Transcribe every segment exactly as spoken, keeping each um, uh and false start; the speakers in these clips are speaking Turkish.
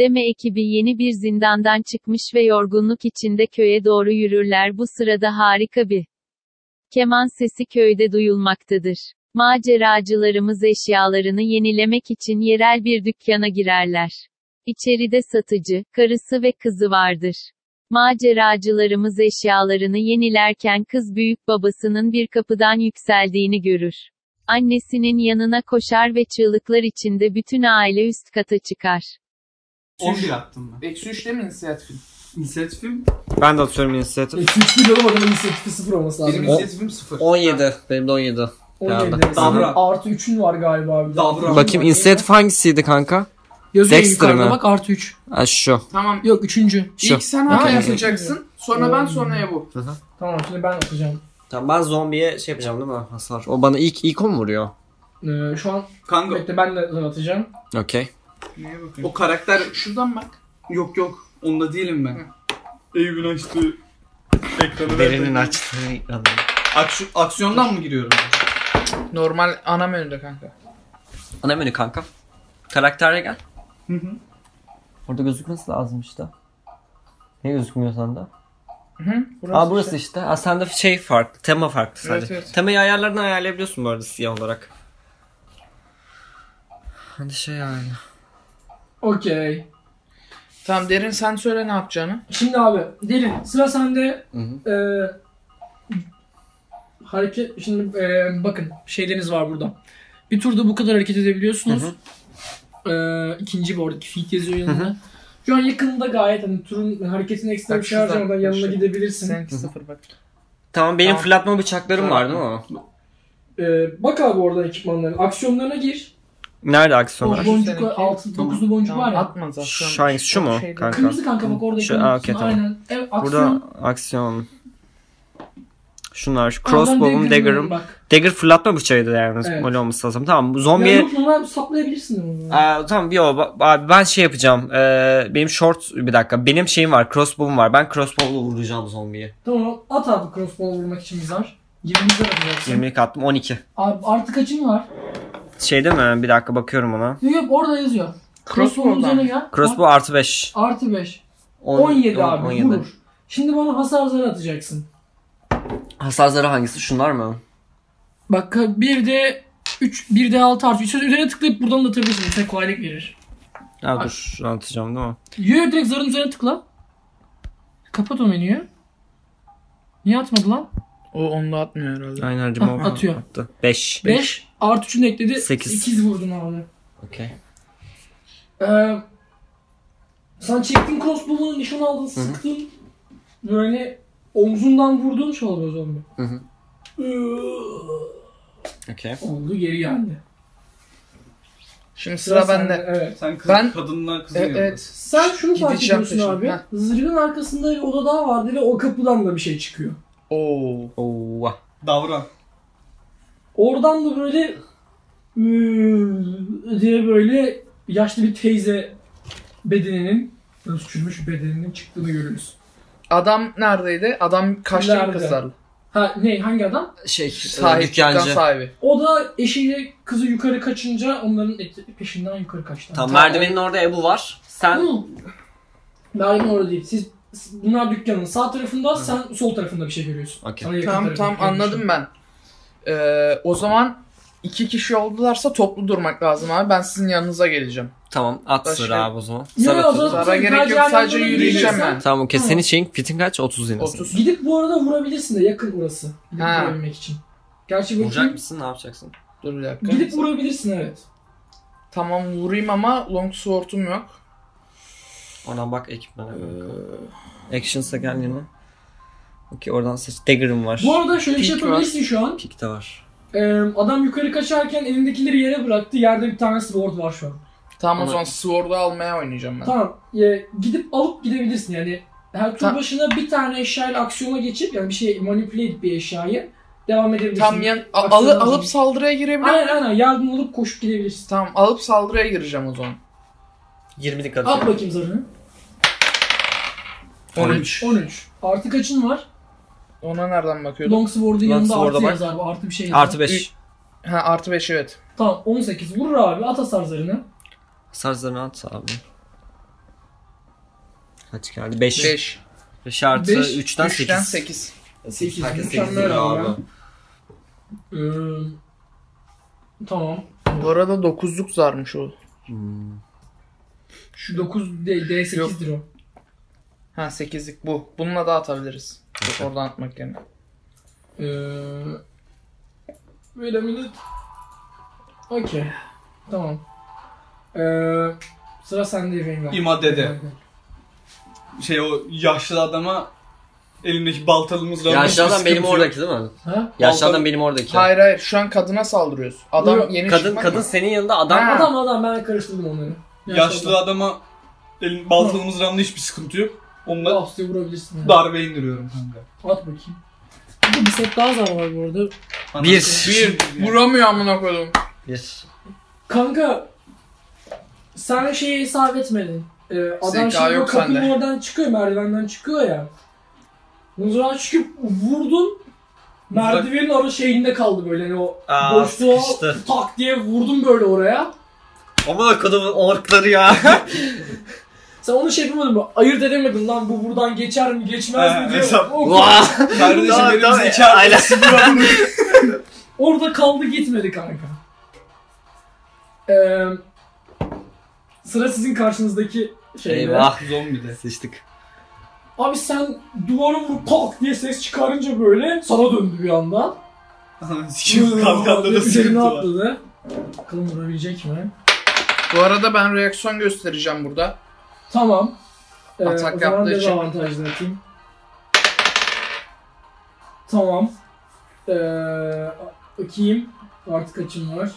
Deme ekibi yeni bir zindandan çıkmış ve yorgunluk içinde köye doğru yürürler. Bu sırada harika bir keman sesi köyde duyulmaktadır. Maceracılarımız eşyalarını yenilemek için yerel bir dükkana girerler. İçeride satıcı, karısı ve kızı vardır. Maceracılarımız eşyalarını yenilerken kız büyük babasının bir kapıdan yükseldiğini görür. Annesinin yanına koşar ve çığlıklar içinde bütün aile üst kata çıkar. on bir attım ben. Eksi üç değil mi inisiyatifin? İnisiyatifim Ben de atıyorum inisiyatif. Eksi üç milyon adamın inisiyatifi sıfır olması lazım. benim inisiyatifim sıfır. on yedi. Benim de on yedi. on yedi. Davran. Artı üçün var galiba abi. Davran. Bakayım inisiyatif hangisiydi kanka? Yazıyor Dexter yukarıda mi? bak artı üç. Ha şu. Tamam. Yok üçüncü. Şu. İlk sen Ha, ha, evet. yapacaksın. Sonra ben sonra Ebu. Tamam şimdi ben atacağım. Tamam ben zombiye şey yapacağım değil mi? Hasar. O bana ilk ilk o mu vuruyor? Ee, şu an Kanka bekle ben de atacağım. Okey. Neye bakıyorsun? o karakter Şuradan bak. yok yok. Onda değilim ben. Eyüp'ün açtığı ekranı Berinin ver. açtığı ekranı. Aks- aksiyondan mı giriyorum? Normal ana menüde kanka. Ana menü kanka. Karaktere gel. Hı hı. Orada gözükmesi lazım işte. Ne gözükmüyor sende? Hı? Burası Aa burası işte. Aa sende şey farklı. Tema farklı sadece. Evet, evet. Temayı ayarlardan ayarlayabiliyorsun bu arada siyah olarak. Hadi şey yani. Okey. Tamam Derin sen söyle ne yapacağını. Şimdi abi Derin sıra sende. Hı hı. Ee, hareket şimdi e, bakın şeyleriniz var burada. Bir turda bu kadar hareket edebiliyorsunuz. Hı hı. Ee, ikinci bu oradaki feat yazıyor yanında. Şu an yakında gayet hani turun hareketini ekstra Bak bir şey şuradan, harcamadan yanına şuradan. gidebilirsin. Seninki sıfır bak. Tamam benim Tamam. fırlatma bıçaklarım var değil mi? Ee, bak abi orada ekipmanların. Aksiyonlarına gir. Nerede O aksiyonlar? Şu boncuk seninki. altı Tamam. dokuzlu boncuk Tamam, var ya. atma zaten. Şu hangisi şu mu Şeyde- kanka? Kırmızı kanka bak orada Şu- ekipman. aa, okey, tamam. Aynen. Evet, aksiyon. Burada aksiyon. Şunlar. Oradan Crossbow'um, dagger'ın dagger'ım. bak. Dagger fırlatma bıçağıydı yani. Evet. Öyle olması lazım. Tamam bu Ya zombiye... yok normal saplayabilirsin onu. Aa, tamam yo abi ben şey yapacağım. Ee, benim short bir dakika. Benim şeyim var. Crossbow'um var. Ben crossbow'la vuracağım zombiye. Tamam at abi crossbow vurmak için bizar. yirmi bizar atacaksın. yirmilik attım. on iki. Abi artı kaçın var? Şey değil mi? Bir dakika bakıyorum ona. Yok yok orada yazıyor. Crossbow'un Crossbow'dan. üzerine gel. Crossbow artı beş. Bak, artı beş. on- on yedi on- abi on yedi. vurur. Şimdi bana hasar zarı atacaksın. Hasar zarı hangisi? Şunlar mı? Bak bir de üç, bir de altı artı üç. Üzerine tıklayıp buradan da atabilirsin. Mesela kolaylık verir. Ha Bak. dur şu an atacağım değil mi? Yok direkt zarın üzerine tıkla. Kapat o menüyü. Niye atmadı lan? O onu da atmıyor herhalde. Aynen harcama Ah, atıyor. attı. beş. beş artı üçünü ekledi. Sekiz. sekiz vurdun abi. Okey. Ee, sen çektin crossbow'unu nişan aldın sıktın. Böyle omzundan vurdun şu oluyor zombi. Hı hı. Okey. Oldu geri geldi. Şimdi sıra bende. sende, Evet. Sen kız, Ben- kadınla kızın E, yanında. evet. Sen şunu fark Gideceğim ediyorsun abi. peşine. Heh. Zırhın arkasında bir oda daha vardı ve o kapıdan da bir şey çıkıyor. Oo. Oo. Davran. Oradan da böyle "Iıı" diye böyle yaşlı bir teyze bedeninin, nasıl çürümüş bir bedeninin çıktığını görüyoruz. Adam neredeydi? Adam kaçtı Nerede? kızlarla. Ha ne hangi adam? Şey Sahibi, dükkan dükkancı. sahibi. O da eşiyle kızı yukarı kaçınca onların eti- peşinden yukarı kaçtı. Tamam merdivenin orada Ebu var. Sen Hı. Merdiven orada değil. Siz bunlar dükkanın sağ tarafında, sen sol tarafında bir şey görüyorsun. Okey. Sana yakın Tamam tarafında tamam bir şey anladım ben. Ee, o zaman iki kişi oldularsa toplu durmak lazım abi. Ben sizin yanınıza geleceğim. tamam at Başka- sıra abi o zaman. Yok, Sen o at. zaman- Zara gerek yok Sadece sadece yanlarına yürüyeceğim yürüyeceksen- ben. Tamam okey. Tamam. Senin şeyin fitin kaç? otuz yine. otuz. Gidip bu arada vurabilirsin de yakın orası. Gidip Ha. vurabilmek için. Gerçi Vuracak bakayım. mısın? Ne yapacaksın? Dur bir dakika. Gidip vurabilirsin evet. Tamam vurayım ama long sword'um yok. Oradan bak ekipmana. Actions'a gel yine. Okey oradan seç. Dagger'ım var. Bu arada şöyle bir şey Pik yapabilirsin şu an. Pik de var. Ee, adam yukarı kaçarken elindekileri yere bıraktı. Yerde bir tane sword var şu an. Tamam Ama- o zaman sword'u almaya oynayacağım ben. Tamam. e, gidip alıp gidebilirsin yani. Her tur Ta- başına bir tane eşyayla aksiyona geçip yani bir şey manipüle edip bir eşyayı devam edebilirsin. Tam yan a- Aksiyon alı, lazım. alıp saldırıya girebilir Aynen miyim? aynen yardım alıp koşup gidebilirsin. Tamam alıp saldırıya gireceğim o zaman. yirmilik At atıyorum. bakayım zarını. on üç. on üç. Artı kaçın var? Ona nereden bakıyordum? Longsword'un yanında Longsword'a artı bak. yazar bu. Artı bir şey yazar. Artı beş. Ha artı beş evet. Tamam on sekiz. Vurur abi. At hasar zarını. Sarzlarını at abi. Kaç geldi? beş. beş. beş artı Beş, üçten üçten sekiz. sekiz. Sekiz. Herkes Mükemmel sekiz diyor abi. abi. Ee, tamam. Bu arada dokuzluk zarmış o. Hmm. Şu dokuz D, D sekizdir o. Ha sekizlik bu. Bununla da atabiliriz. Oradan atmak yerine. Ee, wait a minute. Okey. Tamam. Ee, sıra sende Efendim. İma dede. Şey o yaşlı adama elindeki baltalı mızrağın Yaşlı adam benim oradaki değil mi? Ha? Yaşlı Balta- adam benim oradaki. Hayır hayır şu an kadına saldırıyoruz. Adam Yok, yeni Kadın çıkmadı kadın mı? senin yanında adam. Ha. Adam adam ben karıştırdım onları. Yaşlı adama elin baltalı mızrağında hiçbir sıkıntı yok. Onunla Laps diye vurabilirsin. Yani. darbe indiriyorum kanka. At bakayım. Burada bir set daha zar var bu arada. Bir. Bir vuramıyor amına koydum. Bir. Kanka sen şeyi hesap etmedin. Ee, adam Zeka şimdi o yok kapının sende. oradan çıkıyor, merdivenden çıkıyor ya. Mızrağı çıkıp vurdun. Merdivenin ara şeyinde kaldı böyle hani o Aa, boşluğa sıkıştı. tak diye vurdum böyle oraya. Aman kodumun orkları ya. Sen onu şey yapamadın mı? Ayırt edemedin lan bu buradan geçer mi geçmez He, mi diye. hesap. O- Vah. Kardeşim Tamam, benim tamam. zeka Aynen. Orada kaldı gitmedi kanka. Ee, sıra sizin karşınızdaki şeyde. Eyvah. Zombi de. Sıçtık. Abi sen duvara vurup tak diye ses çıkarınca böyle sana döndü bir anda. Sikim kalkanda da Üzerine sıkıntı var. atladı. Bakalım vurabilecek mi? Bu arada ben reaksiyon göstereceğim burada. Tamam. Ee, Atak o zaman yaptığı için. dezavantajlı atayım. Tamam. Ee, bakayım. Artık kaçım var?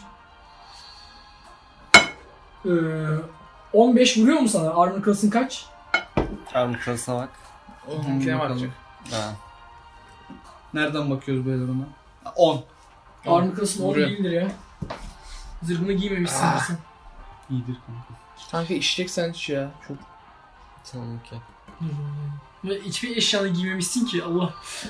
Ee, on beş vuruyor mu sana? Armor class'ın kaç? Armor class'a bak. Onunkine bakalım. bakacak. Ha. Nereden bakıyoruz böyle ona? on. Armor class'ın on Vuruyor. değildir ya. Zırhını giymemişsin Ah. sen. İyidir kanka. Kanka işlek sen hiç ya. Çok Tamam okey. Ve hiçbir eşyanı giymemişsin ki Allah.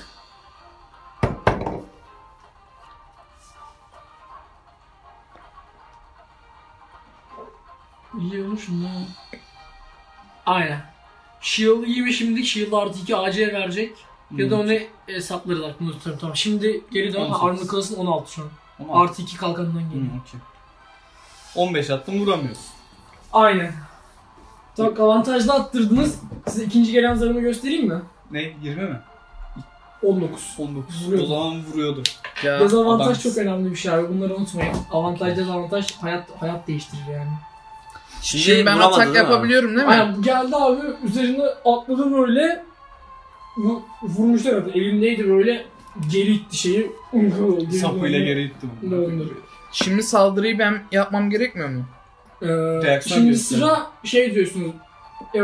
İyi olmuş mu? Aynen. Shield'ı giyme şimdilik. Shield artı iki A C verecek. Ya da onu hesaplarız aklımda tutarım. Tamam. Şimdi geri dön. on sekiz. Armor class'ın on altı şu an. on altı. Artı iki kalkanından Hı, geliyor. okey. on beş attım vuramıyoruz. Aynen. Çok avantajlı attırdınız. Size ikinci gelen zarımı göstereyim mi? Ne? yirmi mi? on dokuz. on dokuz. Vuruyor. O zaman vuruyordur. ya. Dezavantaj adam- çok önemli bir şey abi. Bunları unutmayın. Avantaj dezavantaj hayat hayat değiştirir yani. Şimdi, Şimdi ben vuramadı atak değil mi? yapabiliyorum değil mi? Aynen geldi abi üzerine atladı böyle. Bu vurmuşlar abi. Elindeydi böyle geri itti şeyi. Geri Sapıyla döndü. geri ittim. Döndü. Şimdi saldırıyı ben yapmam gerekmiyor mu? Ee, Reaksiyon şimdi gösterin. sıra şey diyorsunuz. Ee,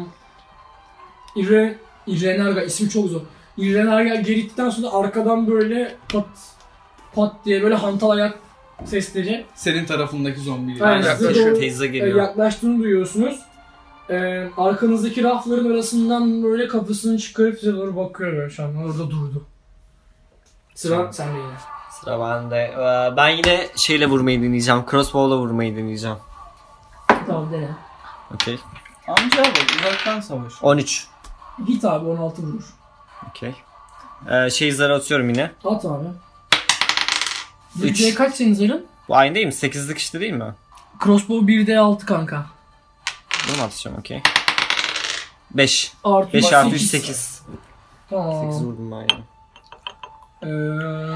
İre, İrenerga ismi çok zor. İrenerga geri ittikten sonra arkadan böyle pat pat diye böyle hantal ayak sesleri Senin tarafındaki zombi. Aynen. Yaklaşıyor. Teyze e, geliyor. yaklaştığını duyuyorsunuz. Ee, arkanızdaki rafların arasından böyle kafasını çıkarıp size doğru bakıyor böyle şu an. Orada durdu. Sıra Tamam. sende yine. Sıra bende. Ee, Ben yine şeyle vurmayı deneyeceğim. Crossbow'la vurmayı deneyeceğim. Tamam dene. Okey. Amca bak uzaktan savaş. on üç. Git abi on altı vurur. Okey. Ee, şey zarı atıyorum yine. At abi. Üç. bir D kaç senin zarın? Bu aynı değil mi? sekizlik işte değil mi? Crossbow bir D altı kanka. Bunu mu atacağım okey. beş. Artı beş bak, artı üç sekiz. sekiz. Tamam. sekiz vurdum ben yine. Ee,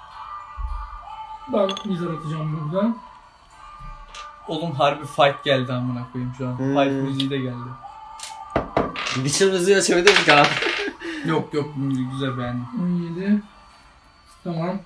ben bir zar atacağım buradan. Oğlum harbi fight geldi amına koyayım şu an. Hmm. Fight müziği de geldi. Witcher müziği açabilir miyim abi? Yok yok müziği güzel beğendim. on yedi. Tamam.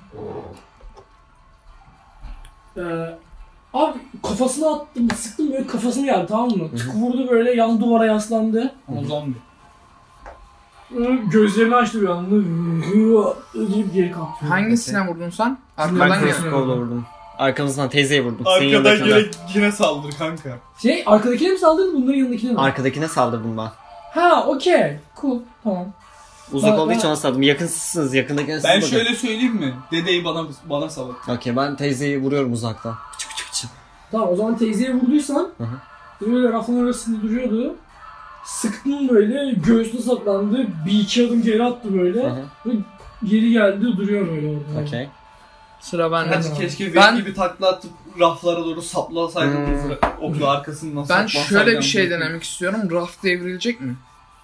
Ee, abi kafasına attım, sıktım böyle kafasını geldi tamam mı? Tık vurdu böyle yan duvara yaslandı. Ama zombi. Ee, Gözlerini açtı bir anda. Deyip geri kalktı. Hangisine vurdun sen? Ben Arkadan gel. crossbow'la vurdum. Arkamızdan teyzeye vurdum. Senin Arkadan yanındakine. yine, yine saldır kanka. Şey arkadakine mi saldırdın bunların yanındakine mi? Arkadakine saldırdım ben. Ha okey. Cool. Tamam. Uzak Ben- olduğu için ben- ona saldım. Yakınsınız. Yakındakine siz Ben bakın. şöyle söyleyeyim mi? Dedeyi bana bana salın. Okey ben teyzeyi vuruyorum uzaktan. Çık çık çık. Tamam o zaman teyzeye vurduysan Hı hı. böyle rafın arasında duruyordu. Sıktın böyle, göğsüne saplandı, bir iki adım geri attı böyle. Hı hı. Ve geri geldi, duruyor böyle orada. Okey. Sıra bende. Hadi keşke Ben- ben gibi takla atıp raflara doğru saplasaydım Hmm. hızlı. Okul arkasından Ben saplansaydım. şöyle bir şey denemek istiyorum. Raf devrilecek mi?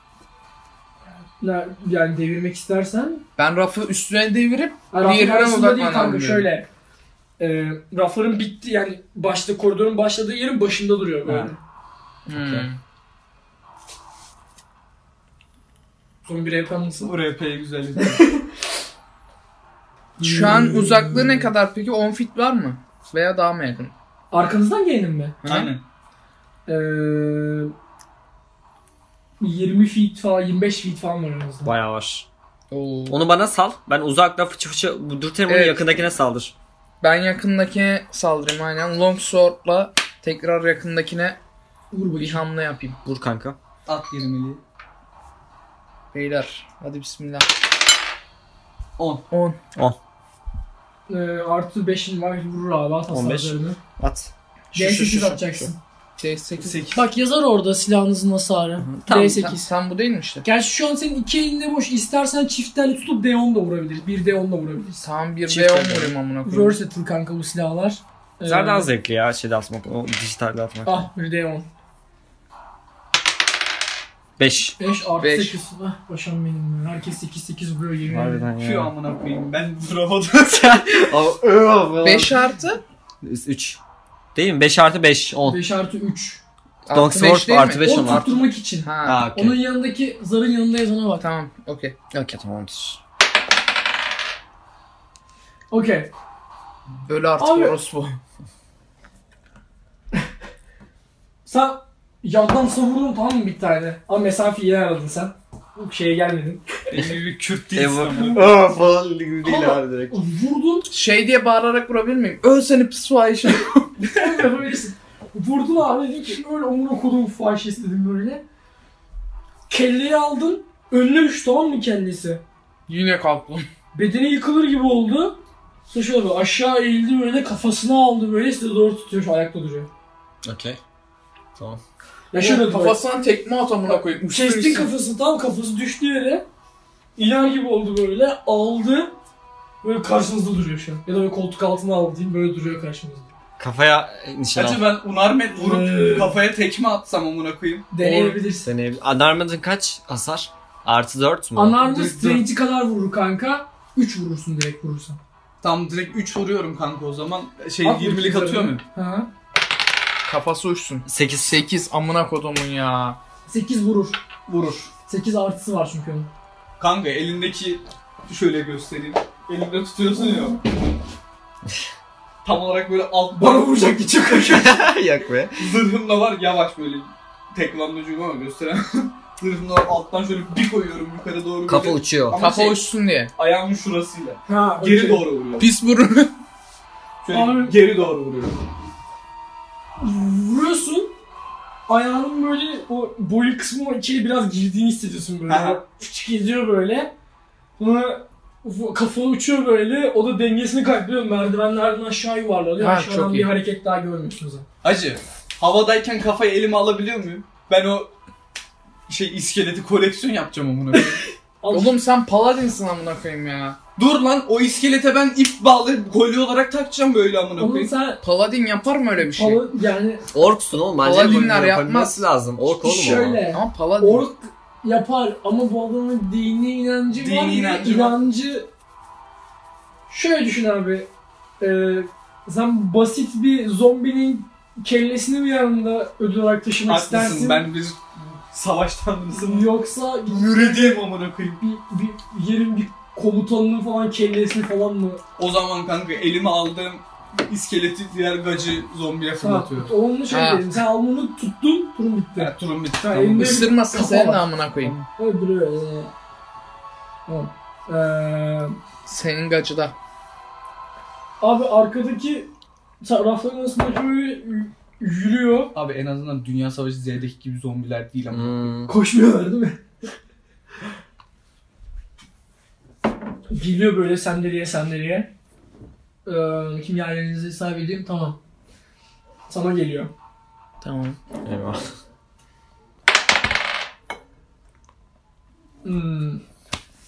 Ne- Yani devirmek istersen... Ben rafı üstüne devirip Ha, rafın diğerine arasında değil odaklanmam kanka, diyorum. şöyle. E, rafların bitti yani başta koridorun başladığı yerin başında duruyor böyle. Ha. Hmm. Son bir yapar mısın? Bu R P güzel. Şu an uzaklığı ne kadar peki? on feet var mı? Veya daha mı yakın? Arkanızdan gelin mi? Hı? Aynen. Ee, yirmi feet falan, yirmi beş feet falan var aranızda. Bayağı var. Oo. Onu bana sal. Ben uzakta fıçı fıçı dürterim onu, Evet. yakındakine saldır. Ben yakındakine saldırayım aynen. Longsword'la tekrar yakındakine vur bir hamle yapayım. Vur kanka. At yirmiliği. Beyler hadi bismillah. on. on. Ee, artı beşin var, vurur abi, at on beş. hasarlarını. At. D sekiz atacaksın. D sekiz. sekiz. Bak yazar orada silahınızın hasarı. Tam, D sekiz. Tam, tam bu değil mi işte? Gerçi şu an senin iki elinde boş. İstersen çiftlerle tutup D on da vurabiliriz. Bir D on da vurabiliriz. Tamam bir Çift D on ederim. vurayım amına koyayım. Versatile kanka bu silahlar. Ee, Zaten daha zevkli ya şeyde atmak. O dijitalde atmak. Ah bir D on. beş. beş artı Beş. sekiz. Ah başım benim ya. Herkes sekiz sekiz vuruyor yemin ederim. Harbiden Şu ya. amına koyayım ben vuramadım. beş artı? üç. Değil mi? beş artı beş. on. beş artı üç. Artı Longsword beş değil mi? artı beş O on. Artı. tutturmak için. Ha. Ha okey. Onun yanındaki zarın yanında yazana bak. Tamam okey. Okey tamamdır. Okey. Öyle artık Abi- orospu. Sen yandan savurdun tamam mı bir tane? Ama mesafeyi iyi aradın sen. Bu şeye gelmedin. Benim gibi bir Kürt değilsin Evo. ama. Aa falan gibi değil Ama- abi direkt. Vurdun. Şey diye bağırarak vurabilir miyim? Öl seni pis fahişe. Yapabilirsin. Vurdun abi dedin ki öyle amına kodum fahişesi dedim böyle. Kelleyi aldın. Önüne düştü tamam mı kellesi? Yine kalktım. Bedeni yıkılır gibi oldu. Sonra şöyle böyle aşağı eğildi böyle kafasına aldı böyle size doğru tutuyor şu ayakta duruyor. Okey. Tamam. Ya şöyle böyle. Kafasına tekme at amına koyayım. Kestin kafasını tam kafası düştü yere. İnan gibi oldu böyle aldı. Böyle karşınızda duruyor şu an. Ya da böyle koltuk altına aldı diyeyim böyle duruyor karşınızda. Kafaya nişan al. Hacı ben Unarmed vurup Ee. kafaya tekme atsam amına koyayım. Deneyebilirsin. Deneyebil- Unarmed'ın kaç hasar? Artı dört mü? Unarmed Direkt strange'i kadar vurur kanka. üç vurursun direkt vurursan. Tam direkt üç vuruyorum kanka o zaman. Şey At yirmilik bakayım atıyor üzerine. muyum? Ha. Kafası uçsun. sekiz. sekiz amına kodumun ya. sekiz vurur. Vurur. sekiz artısı var çünkü onun. Kanka elindeki şöyle göstereyim. Elinde tutuyorsun ya. Tam olarak böyle alt bana vuracak ki çıkıyor. Yak be. Zırhım da var yavaş böyle. Teklandocuyum ama gösteremem. Zırhım da var alttan şöyle bir koyuyorum yukarı doğru. Kafa böyle. uçuyor. Ama Kafa şey, uçsun diye. ayağımın şurasıyla. Ha, Geri okey. doğru vuruyorum. Pis vurun. Şöyle Abi- geri doğru vuruyorum. Vuruyorsun. Ayağının böyle o boyun kısmı içeri biraz girdiğini hissediyorsun böyle. Aha. Fıçık gidiyor böyle. Sonra uf- kafa uçuyor böyle. O da dengesini kaybediyor. Merdivenlerden aşağı yuvarlanıyor. Ha, Aşağıdan çok bir iyi. hareket daha görmüyorsunuz. Hacı havadayken kafayı elime alabiliyor muyum? Ben o şey iskeleti koleksiyon yapacağım amına koyayım. Al. Oğlum sen paladinsin amına koyayım ya. Dur lan o iskelete ben ip bağlayıp kolye olarak takacağım böyle amına Onun koyayım. sen Paladin yapar mı öyle bir şey? Pala- yani Orksun oğlum. Bence Paladinler yapabilmesi yapmaz. lazım. Ork oğlum o. şöyle. Ama paladin. Ork yapar ama bu adamın dini inancı Dini var. ve inancı var. inancı... Şöyle düşün abi. Ee, sen basit bir zombinin kellesini mi yanında ödül olarak taşımak Haklısın istersin? ben bir savaş tanrısıyım. Yoksa Mürediyim amına koyayım. bir, bir yerin bir komutanının falan kellesini falan mı? O zaman kanka elime aldığım iskeleti diğer gacı zombiye Ha, fırlatıyorum. onun şey Ha. dedim. Sen alnını tuttun, turun bitti. Evet, turum bitti. Ha, Tamam. elinde- Isırmasın Kafa seni de var. amına koyayım. Öyle duruyor yani. Tamam. Ee, Senin gacıda. abi arkadaki sa- rafların arasında böyle y- yürüyor. Abi en azından Dünya Savaşı Z'deki gibi zombiler değil ama. Hmm. Koşmuyorlar değil mi? Geliyor böyle sandalye sandalye. Ee, kim yerlerinizi hesap edeyim tamam. Sana geliyor. Tamam. Eyvah.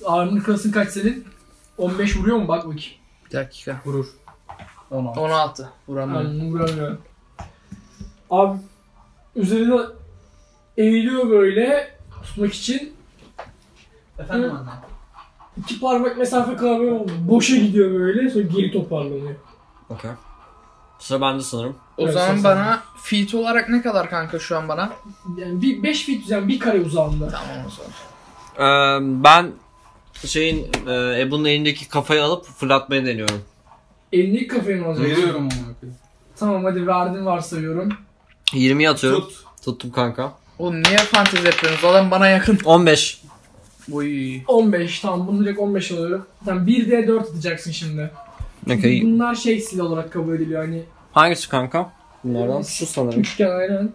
Armor class'ın kaç senin? on beş vuruyor mu? Bak bakayım. Bir dakika. Vurur. on altı. on altı. Vuramıyorum. Yani vuramıyor. Abi üzerine eğiliyor böyle tutmak için. Efendim Hı. anne. İki parmak mesafe kalmıyor oldu. Boşa gidiyor böyle sonra geri toparlanıyor. Okey. Sıra bende sanırım. O Evet, zaman sen- bana feet olarak ne kadar kanka şu an bana? Yani bir beş feet yani bir kare uzağında. Tamam o zaman. Ee, ben şeyin e, Ebu'nun elindeki kafayı alıp fırlatmayı deniyorum. elli kafayı mı alacaksın? Veriyorum onu. Tamam hadi verdin varsayıyorum. yirmiyi atıyorum. Tut. Tuttum kanka. Oğlum niye fantezi yapıyorsunuz? Adam bana yakın. on beş. Uy. on beş tamam bunu direkt on beş alıyorum. Tamam bir D dört atacaksın şimdi. Okey. Bunlar şey sil olarak kabul ediliyor hani. Hangisi kanka? Bunlardan şu sanırım. Üçgen aynen.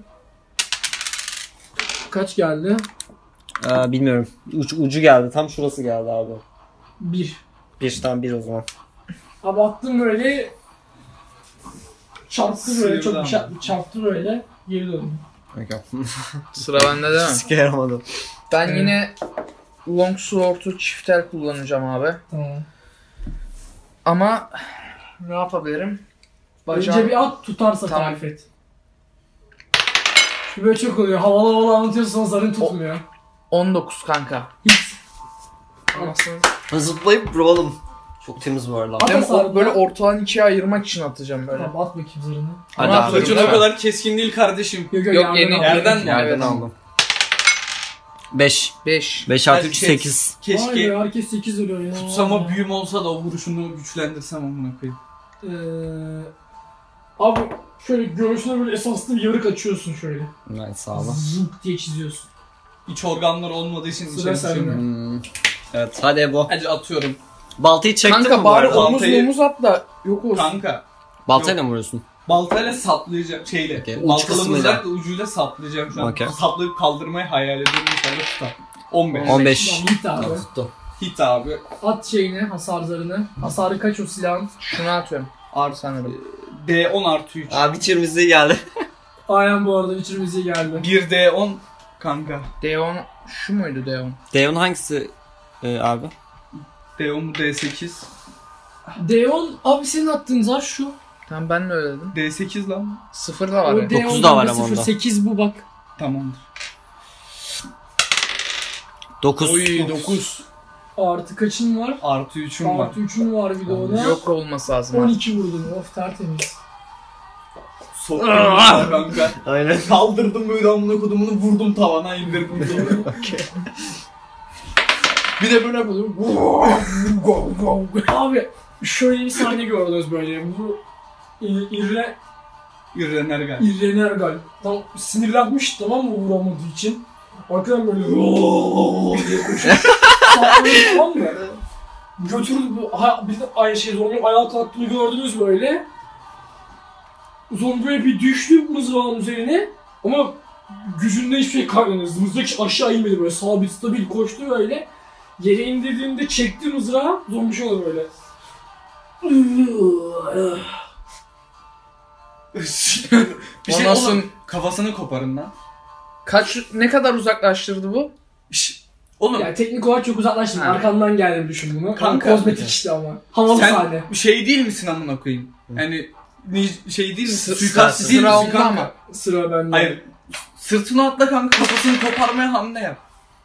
Kaç geldi? Ee, bilmiyorum. Uç, ucu geldi. Tam şurası geldi abi. bir. Bir tane bir o zaman. Abi attım böyle çarptı böyle çok Sıyırdı çarptı, çarptı böyle geri döndüm. Okey. Sıra bende değil mi? Sike yaramadım. Ben Evet. yine longsword'u çiftel kullanacağım abi. Tamam. Ama ne yapabilirim? Bacağım... Önce bir at tutarsa Tamam. tarif et. Çünkü böyle çok oluyor. Havalı havalı anlatıyorsun zarın tutmuyor. on dokuz kanka. Hiç. Anasını... Zıplayıp vuralım. Çok temiz bu arada. At Hem hasarı o- böyle da- ortadan ikiye ayırmak için atacağım böyle. Tamam at bakayım zarını. Hadi Ama abi. Kılıcın o kadar keskin değil kardeşim. Yok Yok, yerden yeni- al. Yerden mi? Yerden Evet. aldım. beş. beş. beş artı üç Kes- sekiz. Vay Keşke be, herkes sekiz vuruyor ya. tutsama büyüm olsa da o vuruşunu güçlendirsem amına koyayım. Ee, abi şöyle göğsüne böyle esaslı bir yarık açıyorsun şöyle. Evet sağ olun. Zıp diye çiziyorsun. İç organlar olmadığı için Sıra içeri sende. düşemiyorum. Hmm. Evet hadi Ebu. Hadi atıyorum. Baltayı çektin Kanka mi bu bari arada? omuz Baltayı- omuz at da yok olsun. Kanka. Baltayla mı vuruyorsun? Baltayla saplayacağım şeyle. Okey, uç Baltalı kısmıyla. mızrakla ucuyla saplayacağım şu an. Okey. Saplayıp kaldırmayı hayal ediyorum inşallah tutar. on beş. on beş. Tamam, git abi. Tuttu. Hit abi. At şeyini, hasar zarını. Hasarı kaç o silahın? Şunu atıyorum. Artı Sanırım. D on artı üç. Abi çirmizliği geldi. Aynen bu arada bitir müziği geldi. bir D on kanka. D on şu muydu D on? Deon hangisi e, abi? D on bu D sekiz. D on abi senin attığın zar şu. Tamam ben mi öyle dedim? D sekiz lan. Sıfır da var O ya. D dokuz da var ondan ama onda. sıfır sekiz bu bak. Tamamdır. dokuz. Oy dokuz. Artı kaçın var? Artı üçüm var. Artı üçün var bir de ona. Yok olması lazım. on artık. iki vurdun. Of tertemiz. Soktum ya kanka. Aynen. Kaldırdım böyle amına kodumunu vurdum tavana indirdim. Bir de böyle yapıyor. Abi şöyle bir sahne gördünüz böyle. Bu İ- İrre, İrrener gel. İrrenergal. Tam sinirlenmiş tamam mı vuramadığı için. Arkadan böyle diye koşuyor. Saplıyor tamam mı? Götürdü bu. Ha, bir de aynı şey zombi ayağa kalktığını gördünüz böyle. Zombi böyle bir düştü mızrağın üzerine. Ama gücünde hiçbir şey kalmadı. Mızrak hiç aşağı inmedi böyle. Sabit stabil koştu böyle. Yere indirdiğinde çekti mızrağı. Zombi şey oldu böyle. bir şey Ondan sonra- oğlum, kafasını koparın lan. Kaç ne kadar uzaklaştırdı bu? Şşş. Oğlum Yani teknik olarak çok uzaklaştım. Ha. Arkandan geldim düşün bunu. Kanka. Kanka. Kozmetik işte ama. Havalı sen sahne. şey değil misin amına koyayım? Yani ni- şey değil misin? Sı- Suikastçı sıra değil misin oldu kanka? ama. Sıra bende. Hayır. Sırtına atla kanka kafasını koparmaya hamle yap.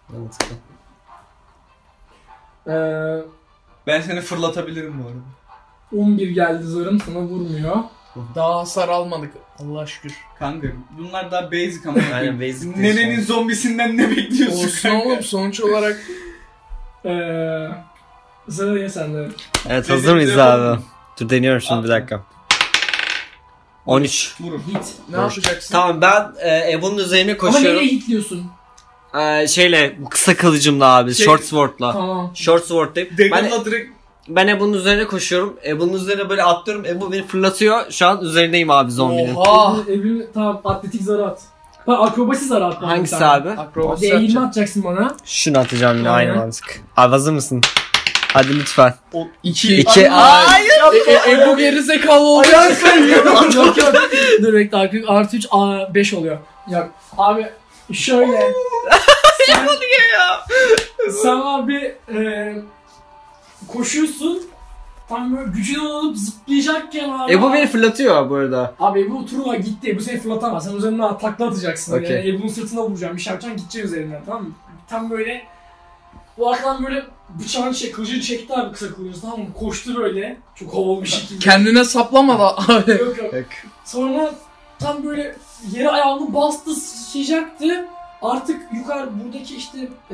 Ee, Ben seni fırlatabilirim bu arada. on bir geldi zarım sana vurmuyor. Daha hasar almadık. Allah şükür. Kanka bunlar daha basic ama. Aynen, basic değil Nenenin şu zombisinden ne bekliyorsun Olsun kanka? oğlum sonuç olarak. Ee, sıra ya sende. Evet hazır mıyız abi? Dur deniyorum şimdi bir dakika. on üç. Vurun. Hit. Ne yapacaksın? Tamam ben e, Ebu'nun üzerine Ama nereye koşuyorum. hitliyorsun? E, şeyle bu kısa kılıcımla abi. Şey- Short sword'la. Tamam. Short sword deyip. Ben, Deagle'la direkt ben Ebu'nun üzerine koşuyorum. Ebu'nun üzerine böyle atlıyorum. Ebu beni fırlatıyor. Şu an üzerindeyim abi zombinin. Oha. Evin, evin, tamam atletik zarı at. Ha, akrobasi zarı at. bana Hangisi bir tane. abi? Akrobasi D yirmi yapacağım. atacaksın bana. Şunu atacağım yine Aynen. aynı mantık. Abi hazır mısın? Hadi lütfen. İki. İki. Hayır. E, e, Ebu gerizekalı oldu. yok yok. Dur bekle artı üç beş oluyor. Yok. Abi şöyle. sen, ya. sen abi e, koşuyorsun. Tam böyle gücünü alıp zıplayacakken abi. Ebu beni fırlatıyor bu arada. Abi Ebu turnuva gitti. Ebu seni fırlatamaz. Sen üzerinden takla atacaksın. Okay. Yani Ebu'nun sırtına vuracaksın. Bir şey yapacaksın, gideceksin üzerinden, tamam mı? Tam böyle bu arkadan böyle bıçağını çek, kılıcını çekti abi kısa kılıcını, tamam mı? Koştu böyle. Çok havalı bir şekilde. Kendine saplama da abi. Yok yok. Sonra tam böyle yere ayağını bastı, sıçrayacaktı. Artık yukarı buradaki işte e,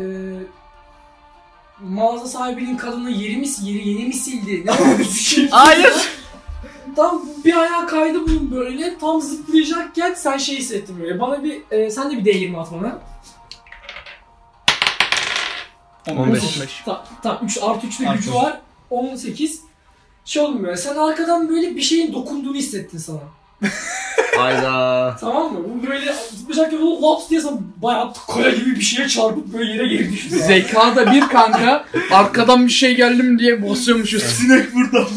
mağaza sahibinin kadını yeri mi, yeri yeni mi sildi? Ne oldu? Bir şey Hayır. Tam bir ayağa kaydı bunun böyle. Tam zıplayacakken sen şey hissettin böyle. Bana bir, e, sen de bir D yirmi at bana. on beş. Tamam, tamam. üç artı üçte Artı gücü üç. var. on sekiz. Şey oldu böyle. Sen arkadan böyle bir şeyin dokunduğunu hissettin sana. Hayda. Tamam mı? Bu böyle zıplayacakken o laps diye sana bayağı kaya gibi bir şeye çarpıp böyle yere geri düştü. Zeka da bir kanka. Arkadan bir şey geldim diye basıyormuşuz. Sinek burada.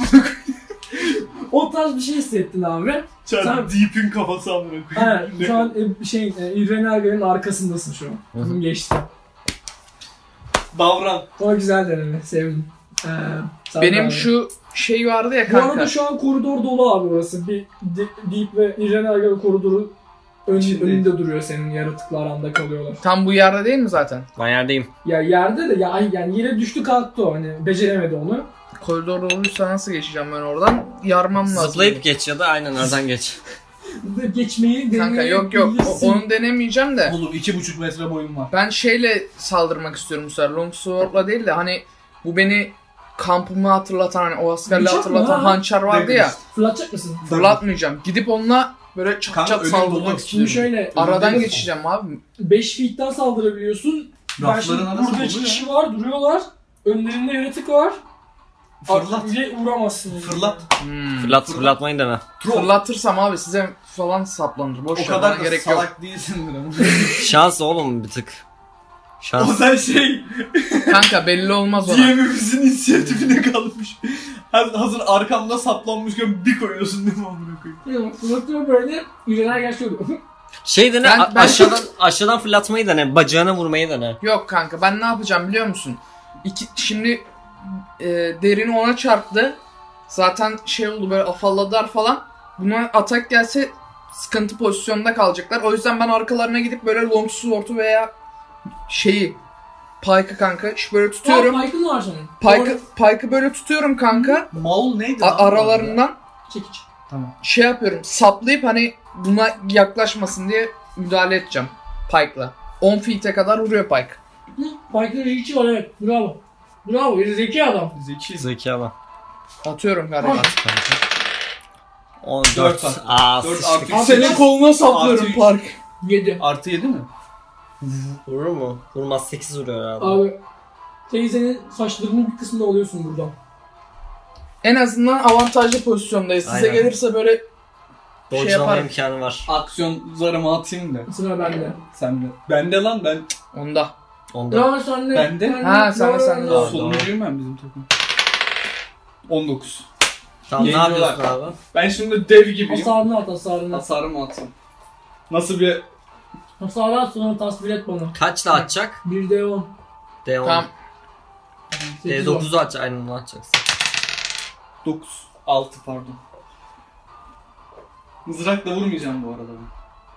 O tarz bir şey hissettin abi. Çarpı Sen- Deep'in kafası amına koyayım. Evet, şu an e, şey, e, İlrenerga'nın arkasındasın şu an. Hı hı. Bizim geçti. Davran. O güzel deneme, sevdim. Ee, sen de Benim abi. şu şey vardı ya Bu arada kanka. şu an koridor dolu abi orası. Bir de- Deep ve İlrenerga koridoru ön, İçinde. önünde duruyor, senin yaratıkla aranda kalıyorlar. Tam bu yerde değil mi zaten? Ben yerdeyim. Ya yerde de ya yani yere düştü kalktı o, hani beceremedi onu. Koridor olursa nasıl geçeceğim ben oradan? Yarmam lazım. Zıplayıp geç ya da aynen oradan geç. Burada geçmeyi Kanka yok yok o- onu denemeyeceğim de. Oğlum iki buçuk metre boyum var. Ben şeyle saldırmak istiyorum bu sefer. Longsword'la değil de hani bu beni kampımı hatırlatan, hani o askerle Bıçak mı hatırlatan ha? hançer vardı ya. Fırlatacak mısın? Fırlatmayacağım. Gidip onunla böyle çat Kanka, çat önüm saldırmak dolu. istiyorum. Şimdi şöyle Aradan Önünde- geçeceğim abi. beş feet'ten saldırabiliyorsun. Ben Rafların şimdi arası burada dolu iki ya. kişi var, duruyorlar. Önlerinde yaratık var. Fırlat. Bile vuramazsın. Fırlat. Hmm. Fırlat fırlatmayı dene. Fırlatırsam abi size falan saplanır. Boş O ver, kadar bana da gerek yok. salak değilsindir ama. Şans oğlum bir tık. O Şans. sen şey, Kanka belli olmaz ona. D M'imizin inisiyatifine kalmış. Hazır, hazır arkamda saplanmışken bir koyuyorsun değil mi amına koyayım? Fırlatıyor böyle, yüzeler yaşıyor. Şey dene Ben- a- ben- aşağıdan aşağıdan fırlatmayı dene. Bacağına vurmayı dene. Yok kanka ben ne yapacağım biliyor musun? İki, şimdi e, derini ona çarptı. Zaten şey oldu böyle afalladılar falan. Buna atak gelse sıkıntı pozisyonda kalacaklar. O yüzden ben arkalarına gidip böyle longsword'u veya şeyi Pike'ı kanka şu böyle tutuyorum. Aa, Pike'ın var senin. Pike'ı Pike'ı böyle tutuyorum kanka. Maul neydi A- lan? aralarından Çekiç. Tamam. şey yapıyorum. Saplayıp hani buna yaklaşmasın diye müdahale edeceğim Pike'la. on feet'e kadar vuruyor Pike. Hı, Pike'ın reach'i var, evet. Bravo. Bravo, zeki adam. Zeki. Zeki ama. Atıyorum kardeşim. on Dört dört. at. Aa Dört sıçtık. artı Senin sekiz. koluna saplıyorum Artı üç. Park. yedi. Artı yedi mi? Vurur mu? Vurmaz, sekiz vuruyor herhalde. Abi, teyzenin saçlarının bir kısmını alıyorsun buradan. En azından avantajlı pozisyondayız. Size Aynen. gelirse böyle şey Dodge'lama yaparım. imkanı var. Aksiyon zarımı atayım da. Sıra bende. Sen de. Bende lan ben. Onda. Onda. Devam senle. Bende. Ha, sen de, sen de. Doğru, Sonuncuyum ben bizim takım. on dokuz. Tamam ne Yeniyorlar. yapıyorsun abi? Ben şimdi dev gibiyim. Hasarını at, hasarını. Hasarımı atayım. Nasıl bir... Hasarı at, sonra tasvir et bana. Kaçla atacak? bir D on. D on. Tamam. D dokuzu atacak. Aynen onu atacaksın. dokuz. altı pardon. Mızrakla vurmayacağım bu arada ben.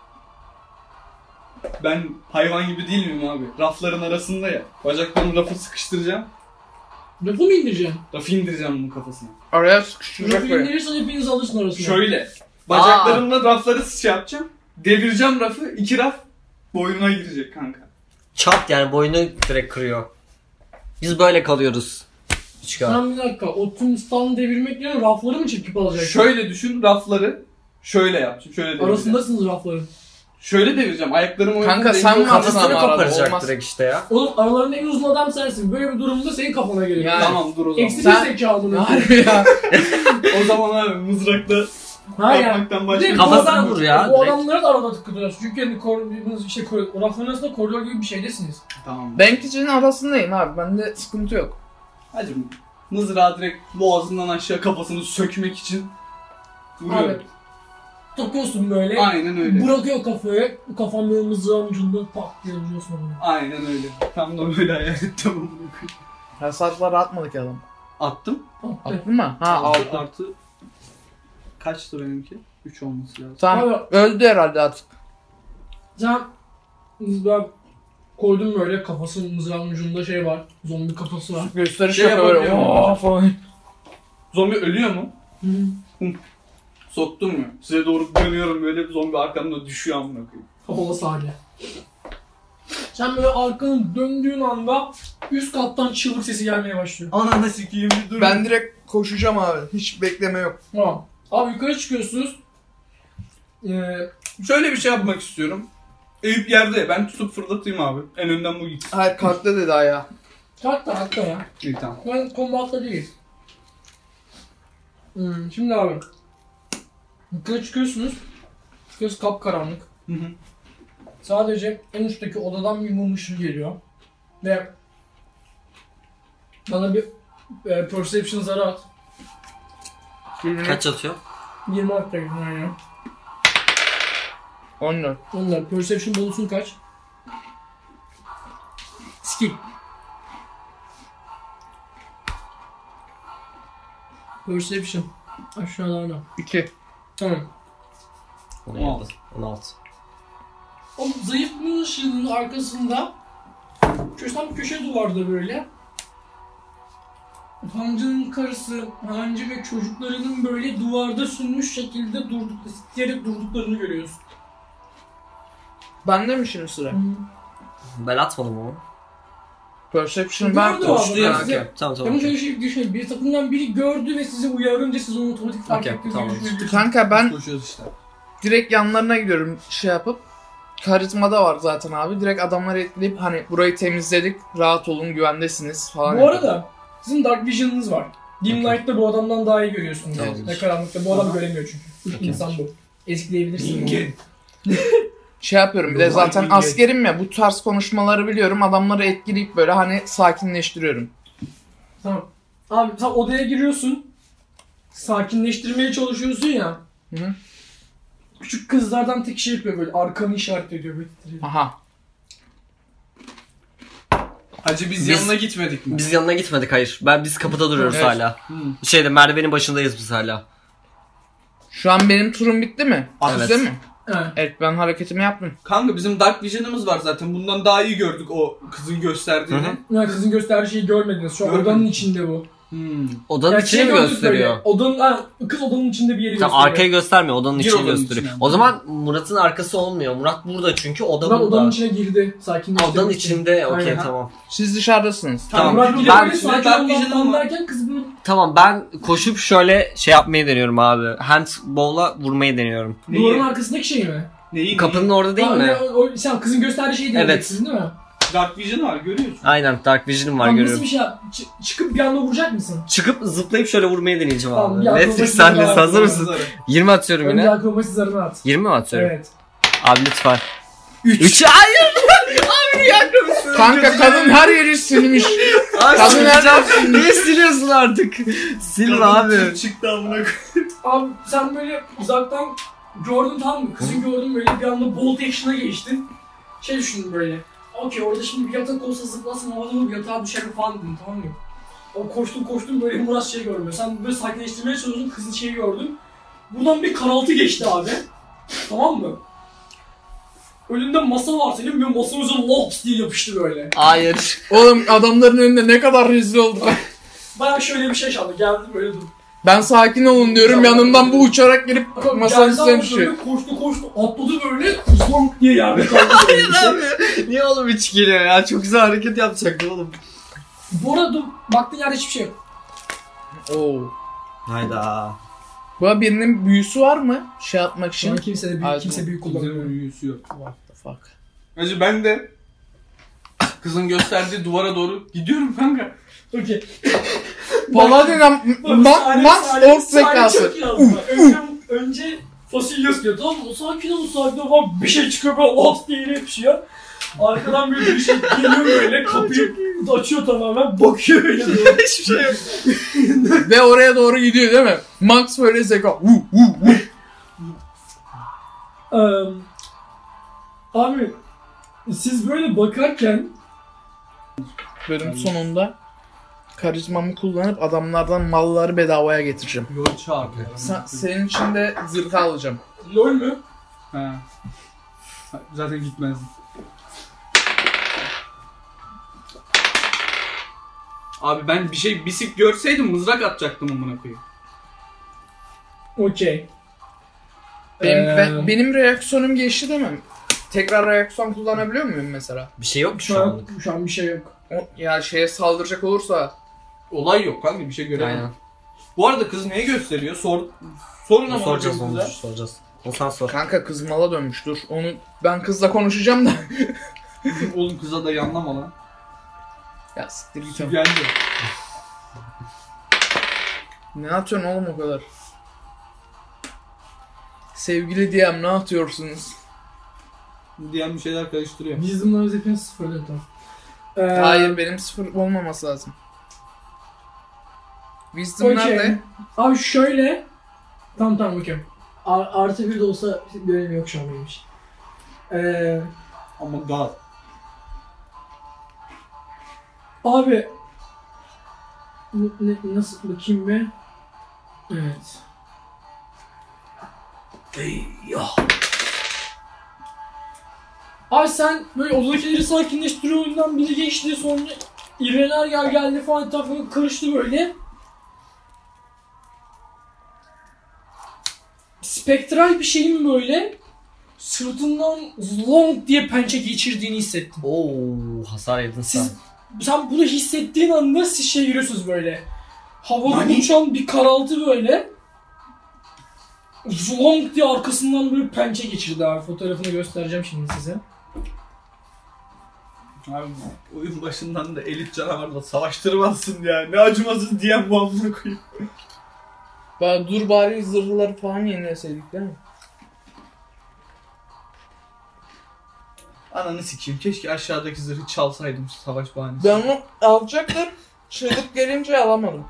Ben hayvan gibi değil miyim abi? Rafların arasında ya. Bacaklarımı rafa sıkıştıracağım. Rafı mı indireceksin? Rafı indireceğim bunun kafasına. Araya sıkıştıracak Rafı böyle. indirirsen hepiniz alırsın arasına. Şöyle. Bacaklarımla rafları şey yapacağım. Devireceğim rafı. iki raf boynuna girecek kanka. Çat yani boynu direkt kırıyor. Biz böyle kalıyoruz. Çıkar. Sen bir dakika, o tüm standı devirmek yerine rafları mı çekip alacaksın? Şöyle düşün, rafları şöyle yapacağım. Şöyle devireceğim. Arasındasınız rafların. Şöyle devireceğim. Ayaklarımı Kanka, oynatınca sen elimle mi kafasına- Tamam, Kafasını arada koparacak olmaz. direkt işte ya. Oğlum aralarında en uzun adam sensin. Böyle bir durumda senin kafana geliyor. Yani. Tamam dur o zaman. Eksi bir Sen- zeka bunu. Harbi ya. O zaman abi mızrakla Ha ya. yapmaktan Bir de başlayalım. bu Kafasına adam- vur ya, Bu direkt. adamları da arada tıklatıyoruz. Çünkü hani kor- şey, kor- rafların arasında koridor gibi bir şeydesiniz. Tamam. Ben ikisinin arasındayım abi. Bende sıkıntı yok. Hadi mızrağı direkt boğazından aşağı kafasını sökmek için vuruyorum. Abi. takıyorsun böyle. Aynen öyle. Bırakıyor kafayı. Kafam böyle mızrağın ucunda pak diye vuruyorsun onu. Aynen öyle. Tam da böyle hayal ettim onu. Hasarları atmadık adam. Attım. Attın mı? Ha Altı altı. artı kaçtı benimki? üç olması lazım. Tamam. Abi- Öldü herhalde artık. Sen ben koydum böyle kafasının mızrağın ucunda şey var. Zombi kafası var. Gösteriş Şey yapıyor böyle. yapabiliyor muyum? "Oo" falan. Zombi ölüyor mu? Hı. Soktum mu? Size doğru dönüyorum böyle zombi arkamda düşüyor amına koyayım. Kapalı sahne. Sen böyle arkanı döndüğün anda üst kattan çığlık sesi gelmeye başlıyor. Ananı sikeyim bir dur. Ben direkt koşacağım abi. Hiç bekleme yok. Tamam. Abi yukarı çıkıyorsunuz. Ee, Şöyle bir şey yapmak istiyorum. Eyüp yerde. Ben tutup fırlatayım abi. En önden bu gitsin. Hayır kalktı dedi ayağa. hatta hatta ya. İyi tamam. Ben kombatta değil. Hmm, şimdi abi. Yukarı çıkıyorsunuz. Çıkıyorsunuz kapkaranlık. Hı hı. Sadece en üstteki odadan bir mum ışığı geliyor. Ve bana bir e, perception zarı at. Kaç atıyor? yirmi hatta yani. on dört. Onlar perception bonusun kaç? Skill. Perception. Aşağılarda. iki. Tamam. on altı. on altı. O zayıf mum ışığının arkasında köşeden köşe duvarda böyle Hancı'nın karısı, Hancı ve çocuklarının böyle duvarda sünmüş şekilde durduk, isteyerek durduklarını görüyorsun. Bende mi şimdi sıra? Ben atmadım onu. Perception ben Gördü o koştu abi, ya. size- Okey. Tamam tamam. Ama okey. şöyle şey düşünün, bir takımdan biri gördü ve sizi uyarınca siz onu otomatik fark Okey, ettiğinizi tamam. düşünebilirsiniz. Kanka ben Koşuyoruz işte. direkt yanlarına gidiyorum şey yapıp. Karizmada var zaten abi. Direkt adamları etkileyip hani burayı temizledik. Rahat olun güvendesiniz falan. Bu arada sizin Dark Vision'ınız var. Dim Okay. Light'ta bu adamdan daha iyi görüyorsunuz. Tamamdır. Ne karanlıkta bu adam Aha. göremiyor çünkü. İlk Okay. insan bu. Eskileyebilirsin. Şey yapıyorum bir de Yok, zaten hangi- askerim ya bu tarz konuşmaları biliyorum. Adamları etkileyip böyle hani sakinleştiriyorum. Tamam. Abi sen odaya giriyorsun. Sakinleştirmeye çalışıyorsun ya. Hı hı. Küçük kızlardan tek şey yapıyor böyle. Arkanı işaret ediyor böyle. titriyor. Aha. Hacı biz, Biz- yanına gitmedik mi? Biz yanına gitmedik hayır. Ben biz kapıda duruyoruz Evet. hala. Hı. Şeyde merdivenin başındayız biz hala. Şu an benim turum bitti mi? Evet. Size mi? Evet. Evet ben hareketimi yaptım. Kanka bizim Dark Vision'ımız var zaten. Bundan daha iyi gördük o kızın gösterdiğini. Hı hı. Yani kızın gösterdiği şeyi görmediniz. Şu an Görmedim. odanın içinde bu. Hmm. Odanın Yani içini şey mi gördünüz gösteriyor? böyle, Odanın, ha, kız odanın içinde bir yeri Tamam gösteriyor. arkayı göstermiyor. Odanın Gir içini odanın gösteriyor. içine. O zaman Murat'ın arkası olmuyor. Murat burada çünkü oda Murat burada. odanın içine girdi. Sakinleştirmek Odanın için. içinde okey Aynen. tamam. Siz dışarıdasınız. Tamam, Murat ben- gidiyor böyle ben- sakin Dark olman Vision'ım falan var. derken kız bunu... Tamam ben koşup şöyle şey yapmayı deniyorum abi. Handball'la vurmayı deniyorum. Neyi? Duvarın arkasındaki şey mi? Neyi? Kapının neyi? orada değil Ha, mi? öyle- o, sen kızın gösterdiği şeyi Evet. diyeceksin değil mi? Dark Vision var görüyorsun. Aynen Dark Vision'ım var Tamam, nasıl görüyorum. bir şey yap? Ç- çıkıp bir anda vuracak mısın? Çıkıp zıplayıp şöyle vurmayı deneyeceğim Tamam, abi. bir Netflix akrobasi sahnesi var, hazır akrobasi mısın? var. yirmi atıyorum Önce yine. akrobasi zarını at. yirmi mi atıyorum? Evet. Abi lütfen. üç. üç hayır. Abi niye akrobası? Kanka kadın her yeri silmiş. Abi Kadın sileceğim. Niye siliyorsun artık? Silme abi. Kadın çıktı amına koyayım. Abi sen böyle uzaktan gördün tamam mı? Kızın gördün böyle bir anda bolt action'a geçtin. Şey düşündün böyle. Okey orada şimdi bir yatak olsa zıplasın havada mı bir yatağa düşer mi falan dedin tamam mı? O koştun koştun böyle Murat şey görmüyor. Sen böyle sakinleştirmeye çalışıyorsun kızın şeyi gördün. Buradan bir karaltı geçti abi. Tamam mı? Önünde masa var senin ve masanın üzerine lops diye yapıştı böyle. Hayır. Oğlum adamların önünde ne kadar rezil olduk. Baya şöyle bir şey yaşandı. Geldi böyle dur. Ben sakin olun diyorum yanımdan bu uçarak gelip masanın Geldi üstüne ama düşüyor. böyle koştu koştu atladı böyle zonk diye yerde kaldı böyle bir şey. Niye oğlum hiç geliyor ya? Çok güzel hareket yapacaktı oğlum. Bu arada dur, baktığın yerde hiçbir şey yok. Oo. Hayda. Bu birinin büyüsü var mı? Şey yapmak Şu an için. kimse de büyük, Hadi. kimse büyük Kimsenin kullanmıyor. büyüsü yok. What the fuck. Hacı ben de kızın gösterdiği duvara doğru gidiyorum kanka. Okey. Paladin'e ma- max ork zekası. çok iyi yazdı bak. Önce, önce fasulye sıkıyor tamam mı? Sakin ol sakin ol bak bir şey çıkıyor böyle ot diye yere yapışıyor. Arkadan böyle bir şey geliyor böyle kapıyı açıyor tamamen bakıyor böyle. Hiçbir şey yok. Ve oraya doğru gidiyor değil mi? Max böyle zeka. Hu, hu, hu. Eee, abi siz böyle bakarken Bölüm sonunda karizmamı kullanıp adamlardan malları bedavaya getireceğim. Yol çağır. Sen, senin için de zırhı alacağım. LOL mü? Ha. Zaten gitmezdim. Abi ben bir şey bisik görseydim mızrak atacaktım amına koyayım. Okey. Benim, Ee, ben- benim reaksiyonum geçti değil mi? Tekrar reaksiyon kullanabiliyor muyum mesela? Bir şey yok ki Şu şu an, anlık. şu an bir şey yok. O, ya şeye saldıracak olursa Olay yok kanka, bir şey göremem. Aynen. Bu arada kız neyi gösteriyor? Sor sorun Onu ama soracağız kıza. onu soracağız. O sen sor. kanka kız mala dönmüş, dur onu ben kızla konuşacağım da. Oğlum kıza da yanlama lan. Ya siktir git. Su geldi. Ne atıyorsun oğlum o kadar? Sevgili D M ne atıyorsunuz? Diyen bir şeyler karıştırıyor. Wisdom'larınız hepiniz sıfırlıyor tamam. Ee, Hayır, benim sıfır olmaması lazım. Wisdom okey. nerede? Abi şöyle. Tamam tamam okey. Ar- artı bir de olsa bir önemi yok şu an benim için. Ee, Ama god. abi ne, ne- nasıl bakayım be? Evet. Abi sen böyle odadakileri sakinleştiriyor, oyundan biri geçti, sonra İrener gel geldi falan, etrafına karıştı böyle. Spektral bir şeyin böyle sırtından long diye pençe geçirdiğini hissettim. Oo, hasar yedin sen. Siz, sen bunu hissettiğin anda siz şey görüyorsunuz böyle. Havada Nani? uçan bir karaltı böyle. Long diye arkasından böyle pençe geçirdi abi. Fotoğrafını göstereceğim şimdi size. Abi oyun başından da elit canavarla savaştırmazsın ya. Ne acımasız diyen bu amına koyayım. Ba dur bari zırhları falan yenileseydik değil mi? Ananı sikeyim. Keşke aşağıdaki zırhı çalsaydım savaş bahanesi. Ben onu alacaktım. Çığlık gelince alamadım.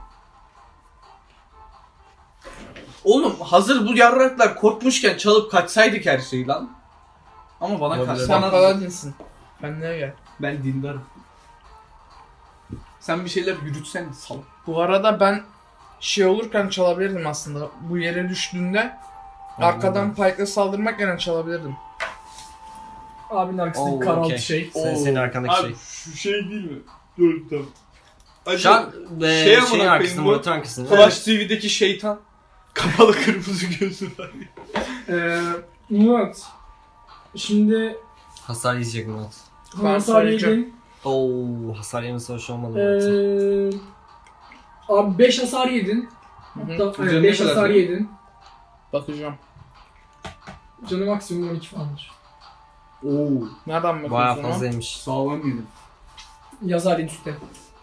Oğlum hazır bu yarraklar korkmuşken çalıp kaçsaydık her şeyi lan. Ama bana Olabilir. kaç. Sen Bana... paladinsin. Kendine gel. Ben dindarım. Sen bir şeyler yürütsen sal. Bu arada ben şey olurken çalabilirdim aslında. Bu yere düştüğünde arkadan pike'la saldırmak yerine çalabilirdim. Abinin arkasındaki Oo, karaltı okey. şey. Sen, senin arkandaki Abi şey. şu şey değil mi? Dur tamam. Acı, Şu an e, şey amına şeyin koyayım arkasında, bu. Murat'ın arkasında. Flash T V'deki şeytan. Kapalı kırmızı gözü var. Ee, Murat. Şimdi Hasar yiyecek Murat. Ben hasar söyleyeceğim. yedin. Oo, hasar yemesi hoş olmadı Murat'ın. Ee, abi beş hasar yedin. Hı. Hatta Üzerine beş kadar hasar değil yedin. Bakacağım. Canı maksimum on iki falandır. Oo. Nereden Bayağı bakıyorsun ona? fazlaymış. Sağlam yedim. Yazar en üstte.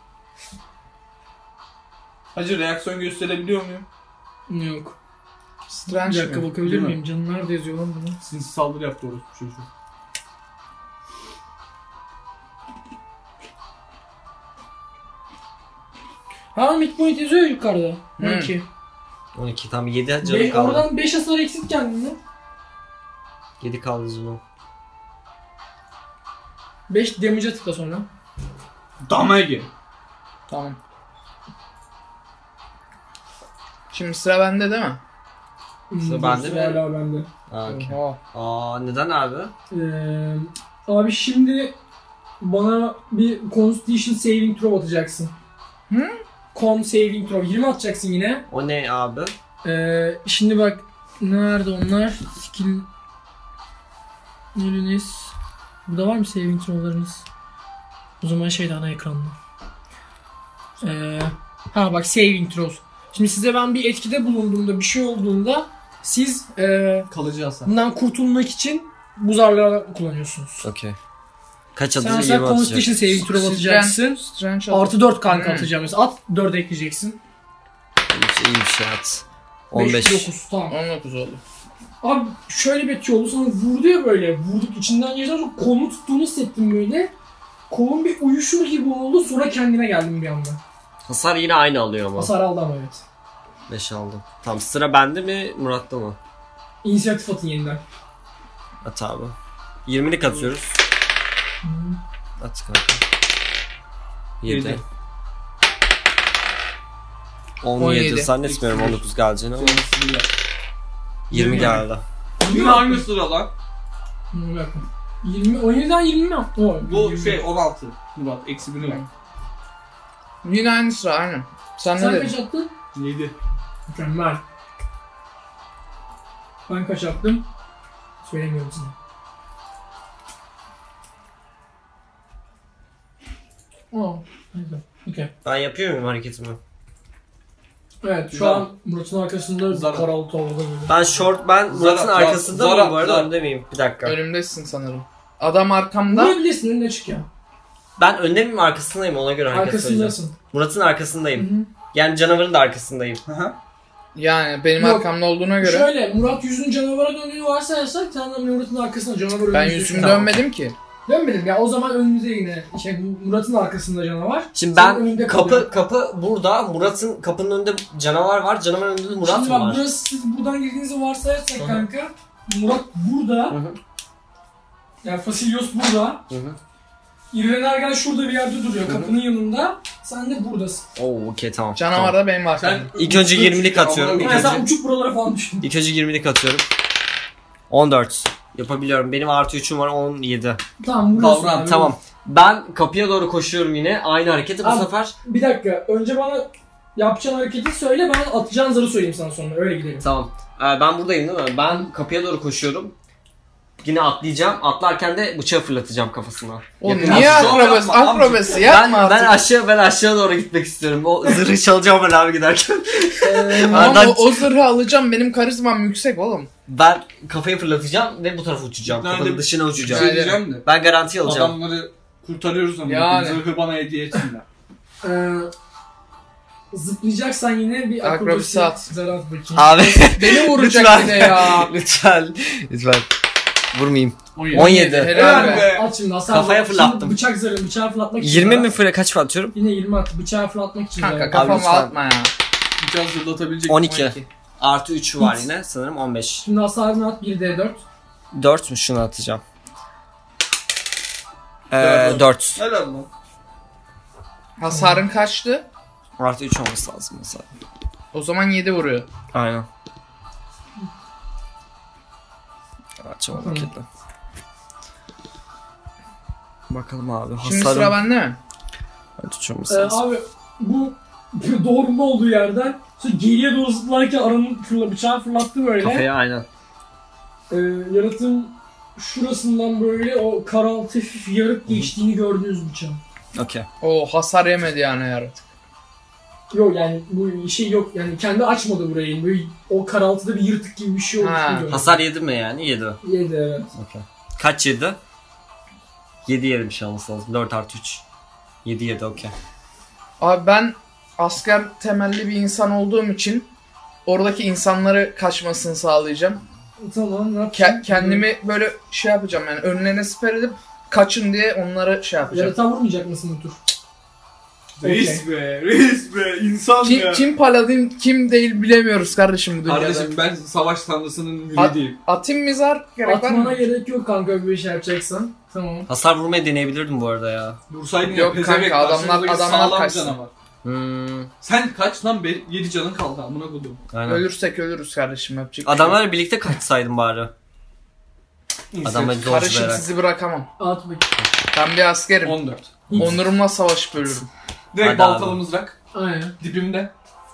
Hacı reaksiyon gösterebiliyor muyum? Yok. Bir Strange dakika mi? bakabilir Değil mi? miyim? Canı nerede yazıyor lan bunu? Sinsi saldırı yaptı orospu çocuğu. Ha midpoint yazıyor yukarıda. Hmm. on iki. on iki tam yedi canı Be- kaldı. oradan beş hasar eksit kendini. yedi kaldı canım. beş damage'a tıkla sonra. Damage. Tamam. Şimdi sıra bende değil mi? Hmm, bende dur, mi? Hala bende. Aa, okey. Oha. Aa, neden abi? Ee, abi şimdi bana bir Constitution saving throw atacaksın. Hı? Con saving throw. yirmi atacaksın yine. O ne abi? Ee, şimdi bak nerede onlar? Skill nereniz? Burada var mı saving throw'larınız? O zaman şeyde ana ekranda. Ee, ha bak saving throws. Şimdi size ben bir etkide bulunduğumda bir şey olduğunda siz e, Kalıcı hasar. bundan kurtulmak için bu zarları kullanıyorsunuz. Okey. Kaç Sen adı mesela yirmi atacak. Constitution saving throw atacaksın. Strange Artı dört kanka Hmm. atacağım mesela. At dört ekleyeceksin. İyi bir şey, iyi bir şey at. on beş, beş. dokuz tamam. on dokuz oldu. Abi şöyle bir etki oldu, sana vurdu ya böyle, vurduk içinden geçti, sonra kolunu tuttuğunu hissettim böyle. Kolun bir uyuşur gibi oldu, sonra kendine geldim bir anda. Hasar yine aynı alıyor ama. Hasar aldı ama evet. beş aldım. Tamam sıra bende mi Murat'ta mı? İnisiyatif atın yeniden. At abi. yirmilik atıyoruz. At kanka. yedi. Yedi. on on yedi. yedi. Zannetmiyorum on dokuz geleceğini ama. yirmi geldi. Yine aynı sıra lan. Bir dakika. yirmi, on yediden yirmi mi? O, Bu yirmi. şey on altı. Murat eksi biri var. Yine aynı sıra aynen. Sen, Sen ne kaç dedin? attın? yedi. Mükemmel. Ben kaç attım? Söylemiyorum sana. Oh, güzel. Okay. Ben yapıyor muyum hareketimi? Evet, şu Güzel. an Murat'ın arkasında Zara. karaltı oldu böyle. Ben short, ben Murat'ın Zara- arkasında Zara- mıyım bu arada? Zara. Önde miyim? Bir dakika. Önümdesin sanırım. Adam arkamda. Vurabilirsin, önüne çık ya. Ben önde miyim arkasındayım ona göre hareket söyleyeceğim. Arkasındasın. Murat'ın arkasındayım. Hı hı. Yani canavarın da arkasındayım. Hı. Yani benim Yok. arkamda olduğuna göre. Şöyle, Murat yüzünün canavara döndüğünü varsayarsak sen de Murat'ın arkasında canavar Ben önünde yüzüm düşün. dönmedim ki. Dönmedim ya, o zaman önümüzde yine şey, Murat'ın arkasında canavar. Şimdi Senin ben önünde kapı kalıyor. kapı burada. Murat'ın kapının önünde canavar var. Canavarın önünde de Murat Şimdi mı bak var? burası, siz buradan girdiğinizi varsayarsak Hı hı. kanka, Murat burada. Hı hı. Yani Fasilyos burada. Hı hı. İrren Ergen şurada bir yerde duruyor, Hı hı. kapının yanında. Sen de buradasın. Oo okey tamam. Canavar Tamam. da benim arkamda. İlk önce yirmilik atıyorum. İlk Yani sen önce, uçuk buralara falan düştün. ilk önce yirmilik atıyorum. on dört. Yapabiliyorum. Benim artı üçüm var on yedi. Tamam buradasın. Davran, abi. Tamam. Ben kapıya doğru koşuyorum yine. Aynı hareketi bu Abi- sefer. Bir dakika, önce bana yapacağın hareketi söyle, ben atacağın zarı söyleyeyim sana sonra, öyle gidelim. Tamam. Ee, ben buradayım değil mi? Ben kapıya doğru koşuyorum. Yine atlayacağım. Atlarken de bıçağı fırlatacağım kafasına. Oğlum Yakın niye atış. akrobasi, Yapma, akrobasi Ben, yapma artık. ben aşağı ben aşağı doğru gitmek istiyorum. O zırhı çalacağım ben abi giderken. Ee, Ama Ardan- o, o zırhı alacağım, benim karizmam yüksek oğlum. Ben kafayı fırlatacağım ve bu tarafa uçacağım. Nerede- Kafanın dışına Bir uçacağım. şey diyeceğim de. Ben garanti alacağım. Adamları kurtarıyoruz ama. Yani. Zırhı bana hediye etsinler. Ee, zıplayacaksan yine bir Akrobasi akrobasi at. zarı at bakayım. Abi Beni vuracak lütfen. yine ya. lütfen. Lütfen. Vurmayayım. on yedi. on yedi. Helal Helal be. be. At şimdi hasar. Kafaya bak. fırlattım. Şimdi bıçak zarı, bıçağı fırlatmak için. yirmi zarı mi at. fırla kaç atıyorum? Yine yirmi at, bıçağı fırlatmak için. Kanka zarı at. kafama lütfen. atma ya. Bir can zırlatabilecek. on iki. on iki. Artı üç var Hit. yine sanırım on beş. Şimdi hasarını at, bir D dört. dört mü şunu atacağım. Ee, Dört. dört. Helal lan. Hasarın kaçtı? Artı üç olması lazım mesela. O zaman yedi vuruyor. Aynen. Açalım Tamam. kilitli. Bakalım abi. Şimdi sıra bende mi? Ben tutuyorum Ee, mesela. abi bu doğrulma olduğu yerden sonra geriye doğru zıplarken aranın fırla, bıçağı fırlattı böyle. Kafaya aynen. Ee, yaratığın şurasından böyle o karaltı hafif yarıp geçtiğini gördüğünüz bıçağın. Okey. O hasar yemedi yani yaratık. Yok yani bu şey yok yani kendi açmadı burayı. Böyle o karaltıda bir yırtık gibi bir şey Ha. oluştu gördüm. Hasar yedi mi yani? Yedi. Yedi evet. Okey. Kaç yedi? yedi yedi bir şey olması lazım. dört artı üç. yedi yedi okey. Abi ben asker temelli bir insan olduğum için oradaki insanları kaçmasını sağlayacağım. Tamam ne yapacağım? Ke- kendimi böyle şey yapacağım yani önlerine siper edip kaçın diye onları şey yapacağım. Yaratığa vurmayacak mısın bu tur? Reis be, reis be, insan Kim, ya. kim paladin kim değil bilemiyoruz kardeşim bu dünyada. Kardeşim ben savaş tanrısının At- müridiyim. Atayım mı zar? Gerek var Atmana mı? gerek yok kanka bir şey yapacaksan. Tamam. Hasar vurmayı deneyebilirdim bu arada ya. Dursaydın Yok ya kanka, pezevenk, adamlar- karşımızdaki adamlar sağlam kaçsın. canavar. Hmm, Sen kaç lan? yedi canın kaldı amına koydum. aynen. Ölürsek ölürüz kardeşim yapacak. bir şey yok. Adamlarla birlikte kaçsaydım bari. Adamla İnisiyatif. Kardeşim dojlayarak. sizi bırakamam. At bakayım. Ben bir askerim. on dört. Onurumla savaşıp ölürüm. Direkt Hadi baltalı abi. mızrak. Aynen. Dibimde.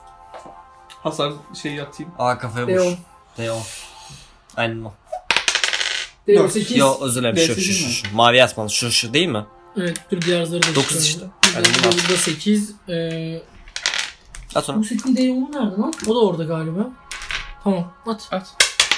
Hasar şeyi atayım. Aa kafaya D on. vur. D on. Aynen o. D on Dört. sekiz. Yo özür dilerim şu D şu sekiz şu mi? şu. Mavi atmalı şu şu değil mi? Evet dur diğer zarı da Dokuz çıkaralım. işte. Burada- Hadi bunu at. Burada sekiz. Ee, At onu. bu setin D onu nerede lan? O da orada galiba. Tamam at. At.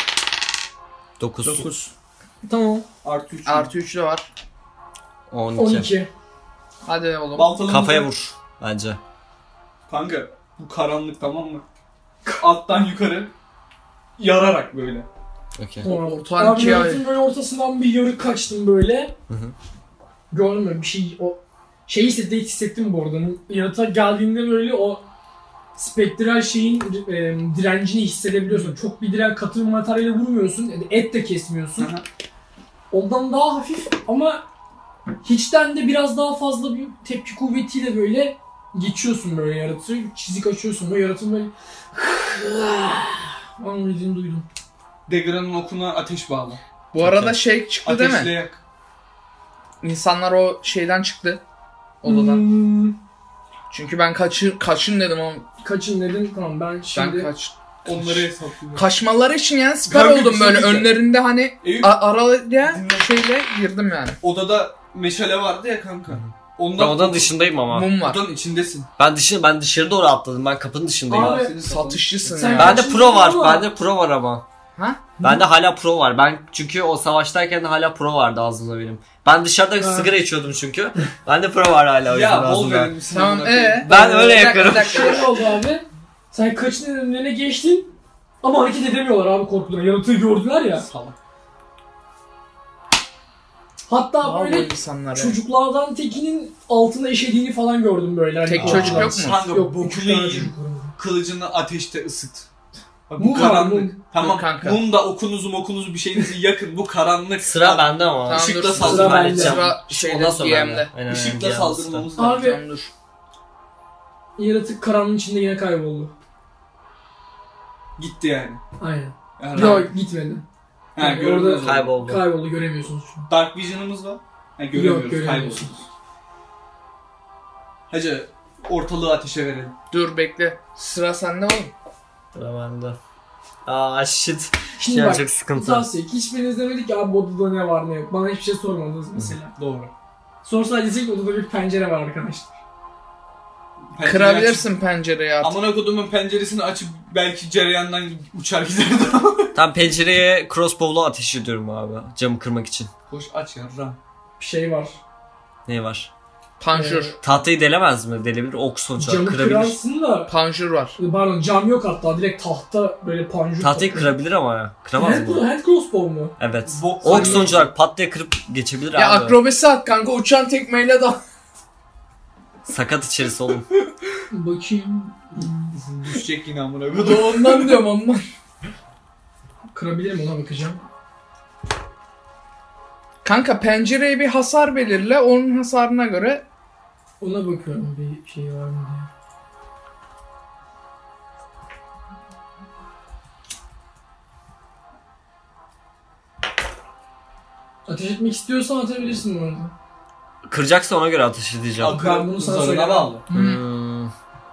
dokuz. dokuz. Tamam. Artı üç. Artı üç de var. on iki. on iki. Hadi oğlum. Baltalı Kafaya mızrak. vur bence. Kanka bu karanlık tamam mı? Alttan yukarı yararak böyle. Okey. Tamam. Ortadan Abi ikiye yaratığın böyle ortasından bir yarık kaçtım böyle. Hı hı. Görmüyorum bir şey o şeyi hissettim, hissettim bu arada. Yaratığa geldiğinde böyle o spektral şeyin e, direncini hissedebiliyorsun. Çok bir diren katı bir materyale vurmuyorsun. Yani et de kesmiyorsun. Aha. Ondan daha hafif ama hiçten de biraz daha fazla bir tepki kuvvetiyle böyle geçiyorsun böyle yaratığı. Çizik açıyorsun böyle yaratığın böyle onun dediğini duydum. Dagger'ın okuna ateş bağla. Bu arada şey çıktı değil Ateşle mi? yak. İnsanlar o şeyden çıktı. Odadan. Hmm, Çünkü ben kaçır, kaçın dedim ama kaçın dedin tamam ben şimdi... ben kaç. Onları hesaplıyorum. Kaçmaları için yani siper Kanka, oldum bir şey böyle diyeceğim. önlerinde hani Eyüp, a- araya Dinle. şeyle girdim yani. odada meşale vardı ya kanka. Ben Ondan odanın dışındayım ama. Mum var. Odanın içindesin. Ben dışarı ben dışarı doğru atladım. Ben kapının dışındayım. Abi, Senin Satışçısın Sen- ya. Bende kaçıncı pro var. ama? Bende pro var ama. Ha? Bende hala pro var. Ben çünkü o savaştayken de hala pro vardı ağzımda benim. Ben dışarıda Ha. sigara içiyordum çünkü. Bende pro var hala o yüzden Ya bol ağzımda. verir misin? Tamam amına koyayım? ee? Ben öyle Bir dakika, yakarım. bir dakika. Şöyle oldu abi. Sen kaçın önüne geçtin ama hareket edemiyorlar abi korkudan. Yaratığı gördüler ya. Salak. Hatta Bravo böyle insanlar ya. çocuklardan tekinin altına işediğini falan gördüm böyle. Hani Tek korkudan. çocuk yok mu? Kanka Yok, bu üç tane kuleyi çocuk var. kılıcını ateşte ısıt. Bak, bu Mum var, karanlık. mum. Tamam Dur kanka. mum da okunuzu mokunuzu bir şeyinizi yakın. Bu karanlık. Sıra bende ama. Tamam, Işıkla dur. saldır. Sıra bende. Halledeceğim. Sıra Ondan şeyde sonra D M'de. bende. Aynen, Işıkla aynen, saldırmamız Abi- lazım. Tamam dur. Yaratık karanlığın içinde yine kayboldu. Gitti yani. Aynen. yani Yok gitmedi. Ha, Yani görünmez orada oldu. Kayboldu. Kayboldu göremiyorsunuz şu an. Dark Vision'ımız var. Ha, göremiyoruz. Yok Kayboldu. göremiyorsunuz. Hacı ortalığı ateşe verelim. Dur bekle. Sıra sende oğlum. Sıra bende. Aa shit. Şimdi Yani bak çok sıkıntı. tavsiye. Hiçbiriniz demedik ki abi bu odada ne var ne yok. Bana hiçbir şey sormadınız mesela. Doğru. Sorsaydınız desek ki odada bir pencere var arkadaşlar. Pencereyi Kırabilirsin pencereyi açıp- artık. Amına kodumun penceresini açıp belki cereyandan uçar giderdi. Tam pencereye crossbow'la ateş ediyorum abi. Camı kırmak için. Koş aç ya ram. Bir şey var. Ne var? Panjur. Ee, Tahtayı delemez mi? Delebilir. Ok sonuç olarak Camı kırabilir. kırarsın da Panjur var. pardon cam yok hatta direkt tahta böyle panjur. Tahtayı takıyor. kırabilir ama ya. Kıramaz Hand, mı? hand crossbow mu? Evet. Bok Ok sanıyor. sonuç olarak pat diye kırıp geçebilir Ya abi. akrobasi at kanka uçan tekmeyle da. Sakat içerisi oğlum. Bakayım. Düşecek yine amına Bu kodum. da ondan diyorum ondan. Kırabilirim ona bakacağım. Kanka pencereye bir hasar belirle. Onun hasarına göre Ona bakıyorum bir şey var mı diye. Ateş etmek istiyorsan atabilirsin bu arada. Kıracaksa ona göre ateş edeceğim. Al, Ben bunu sana zarına söylemem. bağlı. Hmm.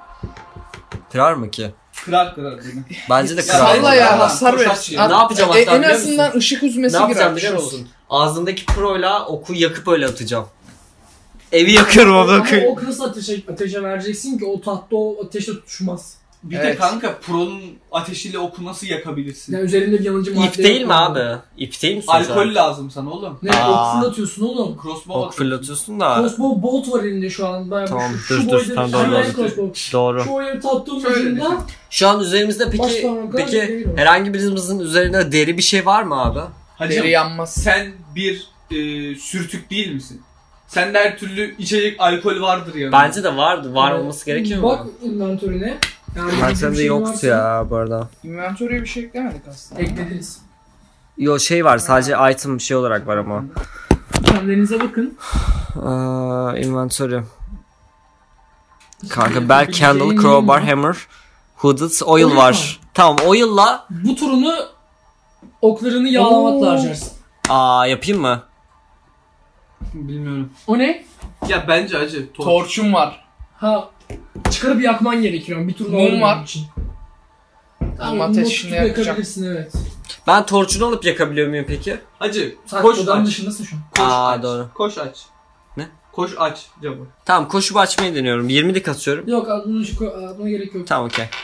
Kırar mı ki? Kırar kırar beni. Bence de Ya kırar. salla Vallahi ya ya, hasar koş ver. aç ya. At- Ne yapacağım e, hatta En biliyor azından musun? ışık Ne hüzmesi yapacağım girer. biliyor bir şey musun? Ağzındaki proyla oku yakıp öyle atacağım. Evi yakıyorum Ama ama ok nasıl ateşe, ateşe vereceksin ki o tahta o ateşe tutuşmaz. Bir de Evet. kanka Pro'nun ateşiyle oku nasıl yakabilirsin? Yani üzerinde bir yanıcı madde İp değil yok mi yani. abi? İp değil mi sonuç Alkol olarak? lazım sana oğlum. Ne Aa. ok fırlatıyorsun oğlum. Crossbow Ok atıyorsun. fırlatıyorsun da. Crossbow bolt var elinde şu an. Bayağı Tamam, şu, şu dur, dur, boyda tamam, bir doğru, tane doğru. crossbow. Doğru. Şu oyu tattığın Şöyle ucunda Şu an üzerimizde peki Başparmak kadar peki demir var. herhangi birimizin üzerinde deri bir şey var mı abi? Hacım, Deri yanmaz. sen bir e, sürtük değil misin? Sende her türlü içecek alkol vardır yanında. Bence de vardı. Var olması gerekiyor mu? Bak inventörüne. Yani Ben bir sende şey yoktu varsa ya bu arada. Inventory'e bir şey eklemedik aslında. Eklediniz. Yo şey var sadece item şey olarak var ama. Kendinize bakın. Aa, inventory. Kanka bell, Yapabileceğin candle, neyim crowbar, var? hammer, hooded, oil Oil var. var. Tamam oil'la Bu turunu oklarını yağlamakla Oo. harcarsın. aa yapayım mı? Bilmiyorum. O ne? Ya bence acı. Torç. Torçum var. Ha çıkarıp yakman gerekiyor bir turunu Mum alman var. için. Tamam, mum ateşini tutup yakacağım. yakabilirsin evet. Ben torçunu alıp yakabiliyor muyum peki? Hacı Sen koş odanın aç. dışındasın şu an. Koş Aa, aç. doğru. Koş aç. Ne? Koş aç camı. Tamam koşup açmayı deniyorum. yirmilik atıyorum. Yok bunu şu atmana gerek yok. Tamam okey.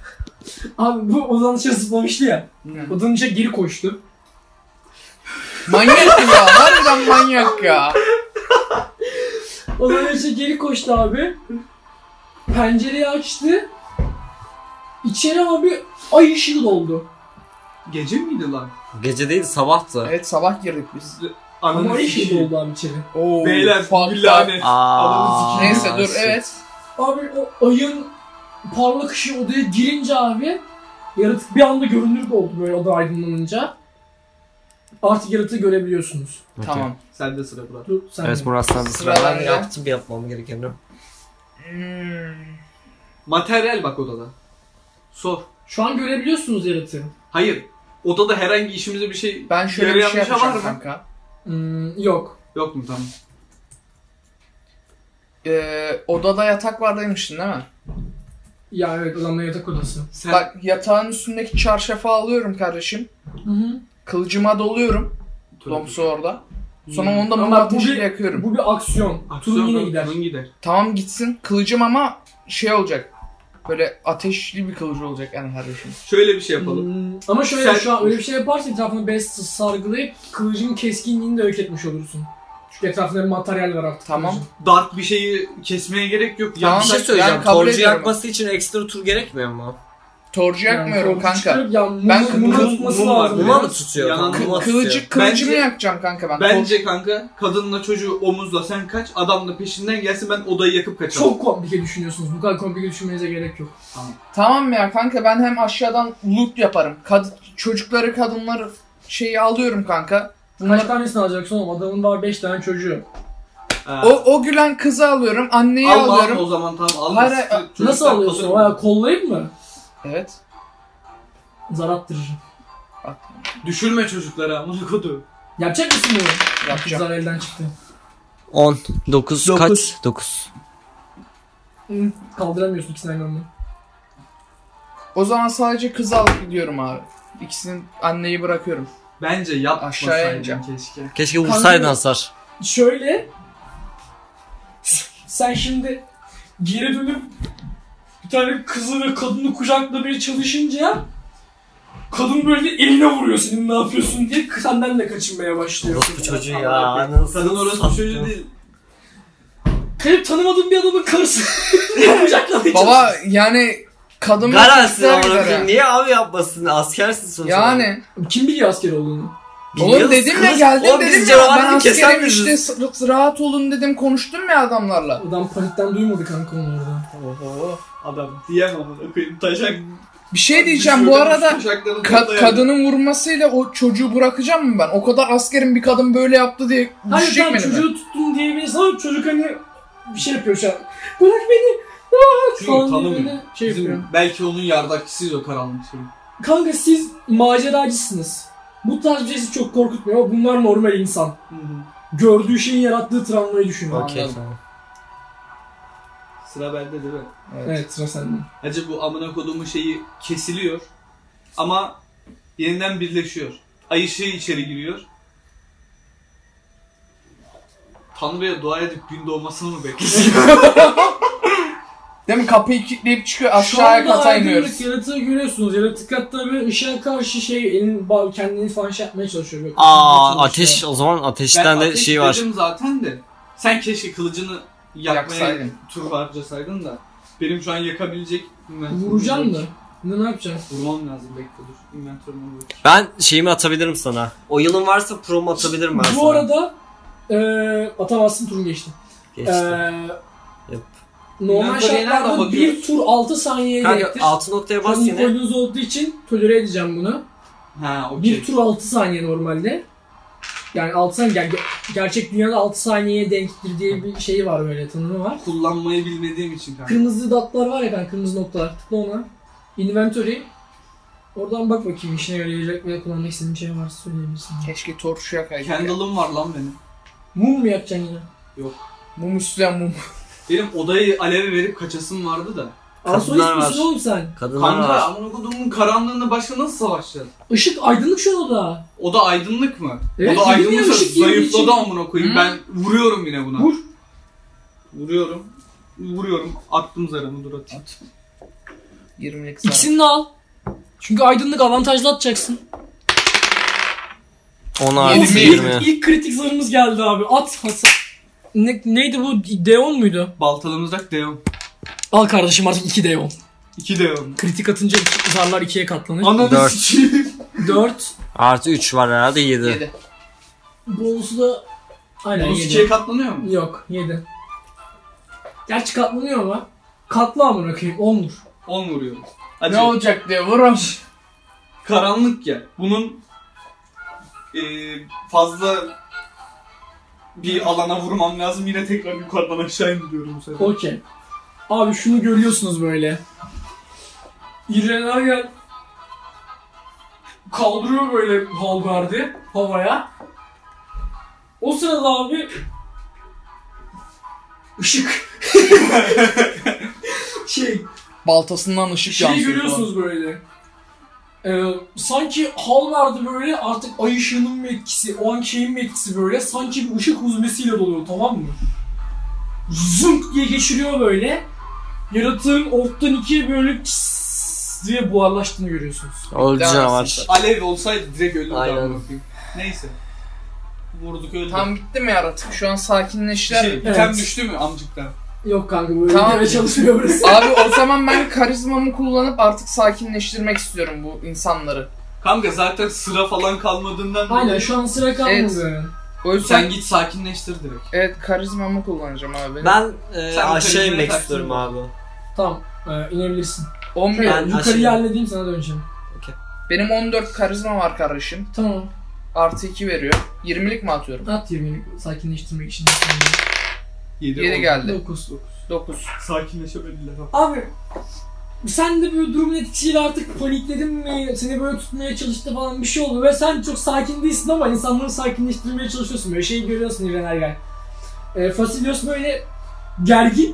Abi bu odanın içine zıplamıştı ya. Hı. Odanın içine geri koştu. Manyak ya. Harbiden manyak ya. Odanın içine geri koştu abi. Pencereyi açtı. İçeri abi ay ışığı doldu. Gece miydi lan? Gece değil sabahtı. Evet sabah girdik biz. Ama Ananı ay ışığı sikeyim. doldu abi içeri. Oo, Beyler fuck bir lanet. Aa, Ananı sikeyim. Neyse dur shit. evet. Abi o ayın parlak ışığı odaya girince abi yaratık bir anda görünür oldu böyle oda aydınlanınca. artık yaratığı görebiliyorsunuz. Tamam. Sende sıra Burak. Dur sen Evet de. Murat sen de Sıra sıra. Ben bende. yaptım yapmam gerekeni. Hmm. Materyal bak odada. Sor. Şu an görebiliyorsunuz yaratığı. Hayır. Odada herhangi işimize bir şey Ben şöyle bir şey yarayan yapacağım var mı? kanka. Hmm, yok. Yok mu? Tamam. Ee, odada yatak var demiştin değil mi? Ya evet, adamla yatak odası. Sen Bak yatağın üstündeki çarşafı alıyorum kardeşim. Hı hı. Kılıcıma doluyorum. Domsu orada. Sonra onu da Ama mum bu ateşiyle bir- yakıyorum. Bu bir aksiyon. Turun yine gider. Turun gider. Tamam gitsin. Kılıcım ama şey olacak. Böyle ateşli bir kılıcı olacak yani kardeşim. Şöyle bir şey yapalım. Hmm, ama şöyle Sen- şu an öyle bir şey yaparsan etrafını bez sargılayıp kılıcın keskinliğini de yok etmiş olursun. Çünkü etrafında bir materyal var artık. Tamam. kılıcın. Dark bir şeyi kesmeye gerek yok. Tamam. Bir şey Yani söyleyeceğim. kabul Torcu ediyorum. yakması için ekstra tur gerekmiyor mu? Torcu yakmıyorum Yani kanka. çıkarıp ya, mumu, Ben mumu kı- tutması mum var. lazım. Muma ya. mı tutuyor? Yanan- Tamam, muma Kı- kılıcı, tutuyor. kılıcımı Bence- yakacağım kanka ben. Bence kanka kadınla çocuğu omuzla sen kaç, adam da peşinden gelsin, ben odayı yakıp kaçarım. Çok komplike düşünüyorsunuz. Bu kadar komplike düşünmenize gerek yok. Tamam ya kanka ben hem aşağıdan loot yaparım. Kad- çocukları kadınları şeyi alıyorum kanka. Kaç Bunlar, tanesini alacaksın oğlum? Adamın var beş tane çocuğu. Ha. o, o gülen kızı alıyorum. Anneyi Alma, alıyorum. alma o zaman, tamam alma. Hayır, hayır, Çocuklar Nasıl alıyorsun? kalır. Baya kollayıp mı? Evet. Zar attırıcı. Düşürme çocukları amına kodu. Yapacak mısın bunu? Yapacağım. Zar elden çıktı. on. dokuz. Dokuz. Kaç? dokuz. Hı, kaldıramıyorsun ikisini aynı anda. O zaman sadece kızı alıp gidiyorum abi. İkisinin anneyi bırakıyorum. Bence Aşağıya yapmasaydın ineceğim. keşke. Keşke vursaydın hasar. Şöyle. Sen şimdi geri dönüp bir tane kızı ve kadını kucaklamaya çalışınca kadın böyle eline vuruyor senin ne yapıyorsun diye senden de kaçınmaya başlıyor. Bu çocuğu ya. Kadın Anasını orası sattı. çocuğu değil. Hep tanımadığım bir adamın karısı kucaklamaya Baba yani kadın Garansın ister amına gider koyayım. ha. Niye abi yapmasın? Askersin sonuçta. Yani. çalışıyor. Kim biliyor asker olduğunu? Oğlum Biliyoruz, dedim ya kılıç- geldim Oğlum dedim biz ya ben canavarını keser askerim miyiz? işte s- rahat olun dedim konuştum ya adamlarla. Adam panikten duymadı kanka onu orada. Oho. Adam diyemem amına koyayım, taşak. Bir şey diyeceğim bu Düşürdüm, arada taşaklarını ka- toplayalım. kadının vurmasıyla o çocuğu bırakacağım mı ben? O kadar askerim bir kadın böyle yaptı diye Hayır düşecek sen beni mi? çocuğu tuttun diyebiliriz ama çocuk hani bir şey yapıyor şu an. Bırak beni. Aa, Çünkü falan diye tanımıyor. böyle şey yapıyor. Bizim, belki onun yardakçısıyız o karanlık şey. Kanka siz maceracısınız. Bu tarz bir şey sizi çok korkutmuyor ama bunlar normal insan. Hı hı. Gördüğü şeyin yarattığı travmayı düşünüyor. Okey Anladım. tamam. Sıra bende değil mi? Evet sıra sende. Hacı bu amına kodumun şeyi kesiliyor ama yeniden birleşiyor. Ay ışığı içeri giriyor. Tanrı'ya dua edip gün doğmasını mı bekliyorsun? Değil mi? Kapıyı kilitleyip çıkıyor Şu aşağıya anda kata aydınlık iniyoruz. yaratığı görüyorsunuz. Yaratık hatta böyle ışığa karşı şey elin ba- kendini falan şey yapmaya çalışıyor. Böyle Aa kaçmaya ateş çalışıyor. o zaman ateşten ben de şey var. dedim zaten de. Sen keşke kılıcını yakmaya Yaksaydın. tur harcasaydın da. Benim şu an yakabilecek inventörüm Vuracaksın yok. mı? Ne, ne yapacaksın? Vurmam lazım, bekle dur. Inventörüme bak. Ben şeyimi atabilirim sana. O yılın varsa promo atabilirim ben sana. Bu arada eee atamazsın turun geçti. Geçti. Eee Yap. normal Inventory'e nereden şartlarda bakıyoruz? bir tur altı saniyeye Kanka gerektir. altı noktaya bas Bas yine. koyduğunuz olduğu için tolere edeceğim bunu. Ha okey. Bir tur altı saniye normalde. Yani altı saniye, ger- gerçek dünyada altı saniyeye denktir diye bir şey var, böyle tanımı var. Kullanmayı bilmediğim için kanka. Kırmızı dotlar var ya kanka, kırmızı noktalar. Tıkla ona. Inventory. Oradan bak bakayım işine yarayacak veya kullanmak istediğin bir şey varsa söyleyebilirsin. Keşke torç yakaydık. ya. Candle'ım var lan benim. Mum mu yakacaksın yine? Mum üstüne mum. Benim odayı aleve verip kaçasım vardı da. Arsoist Kadınlar misin var. oğlum sen? Kadınlar Kanka var. amına kodumun karanlığında başka nasıl savaşacağız? Işık aydınlık şu an oda. Oda aydınlık mı? Evet, Oda dedim ya, aydınlıksa ışık girdiği zayıfladı için. amına koyayım. Hı. Ben vuruyorum yine buna. Vur. Vuruyorum. Vuruyorum. Attım zarımı, dur atayım. yirmilik zar. İkisini de al. Çünkü aydınlık avantajlı atacaksın. on Yirmi. artı Of, yirmi. ilk, ilk kritik zarımız geldi abi. At hasar. Ne, neydi bu? Deon muydu? Baltalı mızrak devam. Al kardeşim artık iki Deon. İki devam. Kritik atınca zarlar ikiye katlanır. Ananı Dört. sikeyim. dört. Artı üç var herhalde yedi. yedi. Bonusu da aynen Bonus yedi. ikiye katlanıyor mu? Yok yedi. Gerçi katlanıyor ama. Katla amına koyayım ondur. on vuruyorum. Ne Acı. olacak diye vurum. Karanlık ya. Bunun e, fazla bir alana vurmam lazım. Yine tekrar yukarıdan aşağı indiriyorum bu sefer. Okey. Abi şunu görüyorsunuz böyle. İrener gel kaldırıyor böyle halgardı havaya. O sırada abi ışık şey Baltasından ışık şey yansıyor görüyorsunuz böyle. Ee, sanki halgardı böyle artık ay ışığının mı etkisi, o an şeyin mi etkisi böyle sanki bir ışık huzmesiyle doluyor, tamam mı? Zınk diye geçiriyor böyle. Yaratığın ortadan ikiye bölünüp tıs diye buharlaştığını görüyorsunuz. Öldü Devam canavar. etsin. Alev olsaydı direkt ölürdü. Aynen. amına koyayım. Neyse. Vurduk öldü. Tam gitti mi yaratık? Şu an Bir sakinleştiler. şey, mi? item Evet. düştü mü amcıktan? Yok kanka böyle Tamam. bir çalışmıyor burası. Abi o zaman ben karizmamı kullanıp artık sakinleştirmek istiyorum bu insanları. Kanka zaten sıra falan kalmadığından Aynen dolayı şu an sıra kalmadı. O yüzden sen git sakinleştir direkt. evet karizmamı kullanacağım abi. Ben e, Sen aşağı karizmaya inmek taksın istiyorum mı? abi. Tamam e, inebilirsin. on bir, Şöyle, Ben yukarıyı aşağıya- halledeyim sana döneceğim. benim on dört karizma var kardeşim. Tamam. Artı iki veriyor. yirmilik mi atıyorum? At yirmilik sakinleştirmek için. yedi yedi geldi. dokuz. dokuz. Sakinleşemediler. Abi sen de böyle durumun etkisiyle artık panikledin mi? Seni böyle tutmaya çalıştı falan bir şey oldu ve sen çok sakin değilsin ama insanları sakinleştirmeye çalışıyorsun. Böyle şeyi görüyorsun İrener gel. E, Fasilios böyle gergin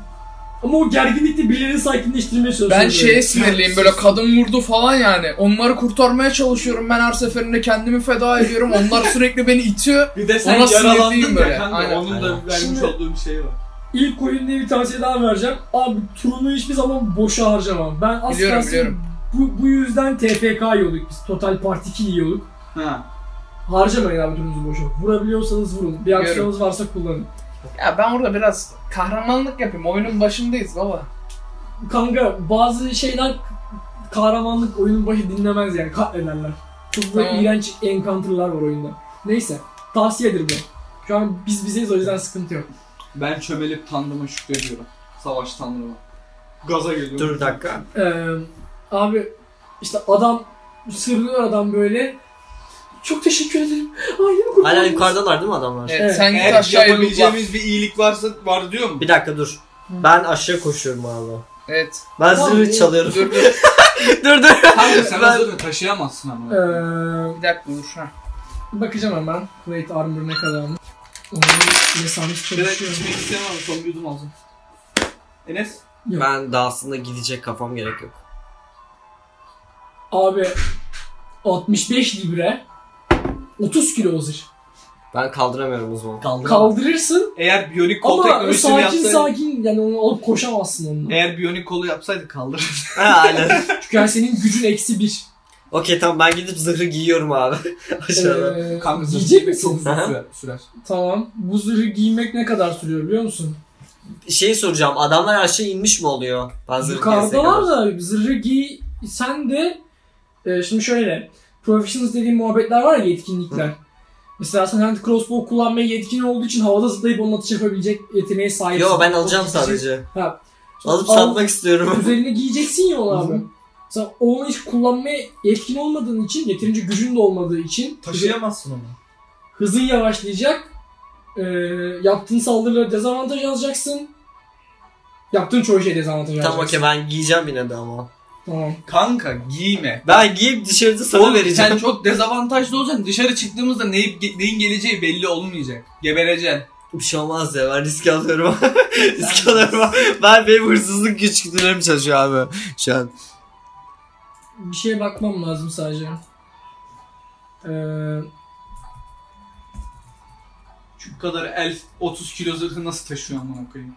ama o gerginlikte birilerini sakinleştirmeye çalışıyor. Ben böyle. şeye sinirliyim böyle kadın vurdu falan yani. Onları kurtarmaya çalışıyorum. Ben her seferinde kendimi feda ediyorum. Onlar sürekli beni itiyor. Bir de sen Ona yaralandın sinirliyim ya böyle. kanka. Aynen. Onun da Aynen. vermiş Şimdi- olduğu bir şey var. İlk oyun diye bir tavsiye daha vereceğim. Abi turunu hiçbir zaman boşa harcamam. Ben asla Biliyorum, sırf biliyorum. bu, bu yüzden T F K yiyorduk biz. Total Party iki yiyorduk. Ha. Harcamayın abi turunuzu boşa. Vurabiliyorsanız vurun. Bir aksiyonunuz varsa kullanın. Ya ben orada biraz kahramanlık yapayım. Oyunun başındayız baba. Kanka bazı şeyler kahramanlık oyunun başı dinlemez yani. Katlederler. Çok böyle Tamam. iğrenç encounter'lar var oyunda. Neyse. Tavsiyedir bu. Şu an biz bizeyiz o yüzden sıkıntı yok. Ben çömelip Tanrı'ma şükrediyorum. Savaş Tanrı'ma. Gaza geliyorum. Dur bir dakika. Ee, abi işte adam sırrıyor adam böyle. Çok teşekkür ederim. Ailemi Hala kurtardınız. yukarıdalar değil mi adamlar? Evet, Evet. sen git Eğer aşağıya lootla. yapabileceğimiz bir iyilik varsa var diyor mu? Bir dakika dur. Ben aşağı koşuyorum abi. Evet. Ben Tamam, zırhı iyi. çalıyorum. Dur dur. dur dur. Kanka sen Ben- hazır taşıyamazsın ama. Ee, Bir dakika dur. Ha. bakacağım hemen. Plate armor ne kadarmış. Onun mesanesi Bir de çalışıyor. içmek istemem ama son bir yudum alacağım. Enes? Yok. Ben daha aslında gidecek kafam gerek yok. Abi altmış beş libre otuz kilo zırh. Ben kaldıramıyorum o zaman. Kaldır. Kaldırırsın Eğer biyonik kol ama teknolojisini sakin yapsaydı... sakin yani onu alıp koşamazsın onunla. Eğer biyonik kolu yapsaydı kaldırırdı. Ha aynen. Çünkü yani senin gücün eksi bir. Okey tamam ben gidip zırhı giyiyorum abi. Aşağıda. Ee, Kanka giyecek çok misin? uzun sürer. sürer. Tamam. Bu zırhı giymek ne kadar sürüyor biliyor musun? Şeyi soracağım. Adamlar aşağı inmiş mi oluyor? Ben zırhı giyeseye Yukarıdalar kadar. da zırhı giy sen de e, şimdi şöyle professionals dediğim muhabbetler var ya yetkinlikler. Mesela sen hand crossbow kullanmaya yetkin olduğu için havada zıplayıp onun atış yapabilecek yeteneğe sahipsin. Yo ben alacağım O kişi- sadece. Ha. Alıp Al- satmak istiyorum. Üzerine giyeceksin ya onu abi. Sen onu hiç kullanmaya yetkin olmadığın için, yeterince gücün de olmadığı için Taşıyamazsın onu. hızın yavaşlayacak. Ee, yaptığın saldırılara dezavantaj alacaksın. Yaptığın çoğu şey dezavantaj alacaksın. Tamam okey ben giyeceğim yine de ama. Tamam. Kanka giyme. Ben giyip dışarıda sana Oğlum, vereceğim. sen çok dezavantajlı olacaksın. Dışarı çıktığımızda neyin, neyin geleceği belli olmayacak. Gebereceksin. Bir şey olmaz ya ben risk alıyorum. risk alıyorum. Ben benim hırsızlık güçlüklerim çalışıyor abi şu an. Bir şeye bakmam lazım sadece. Ee, Şu kadar elf otuz kilo zırhı nasıl taşıyor amına koyayım?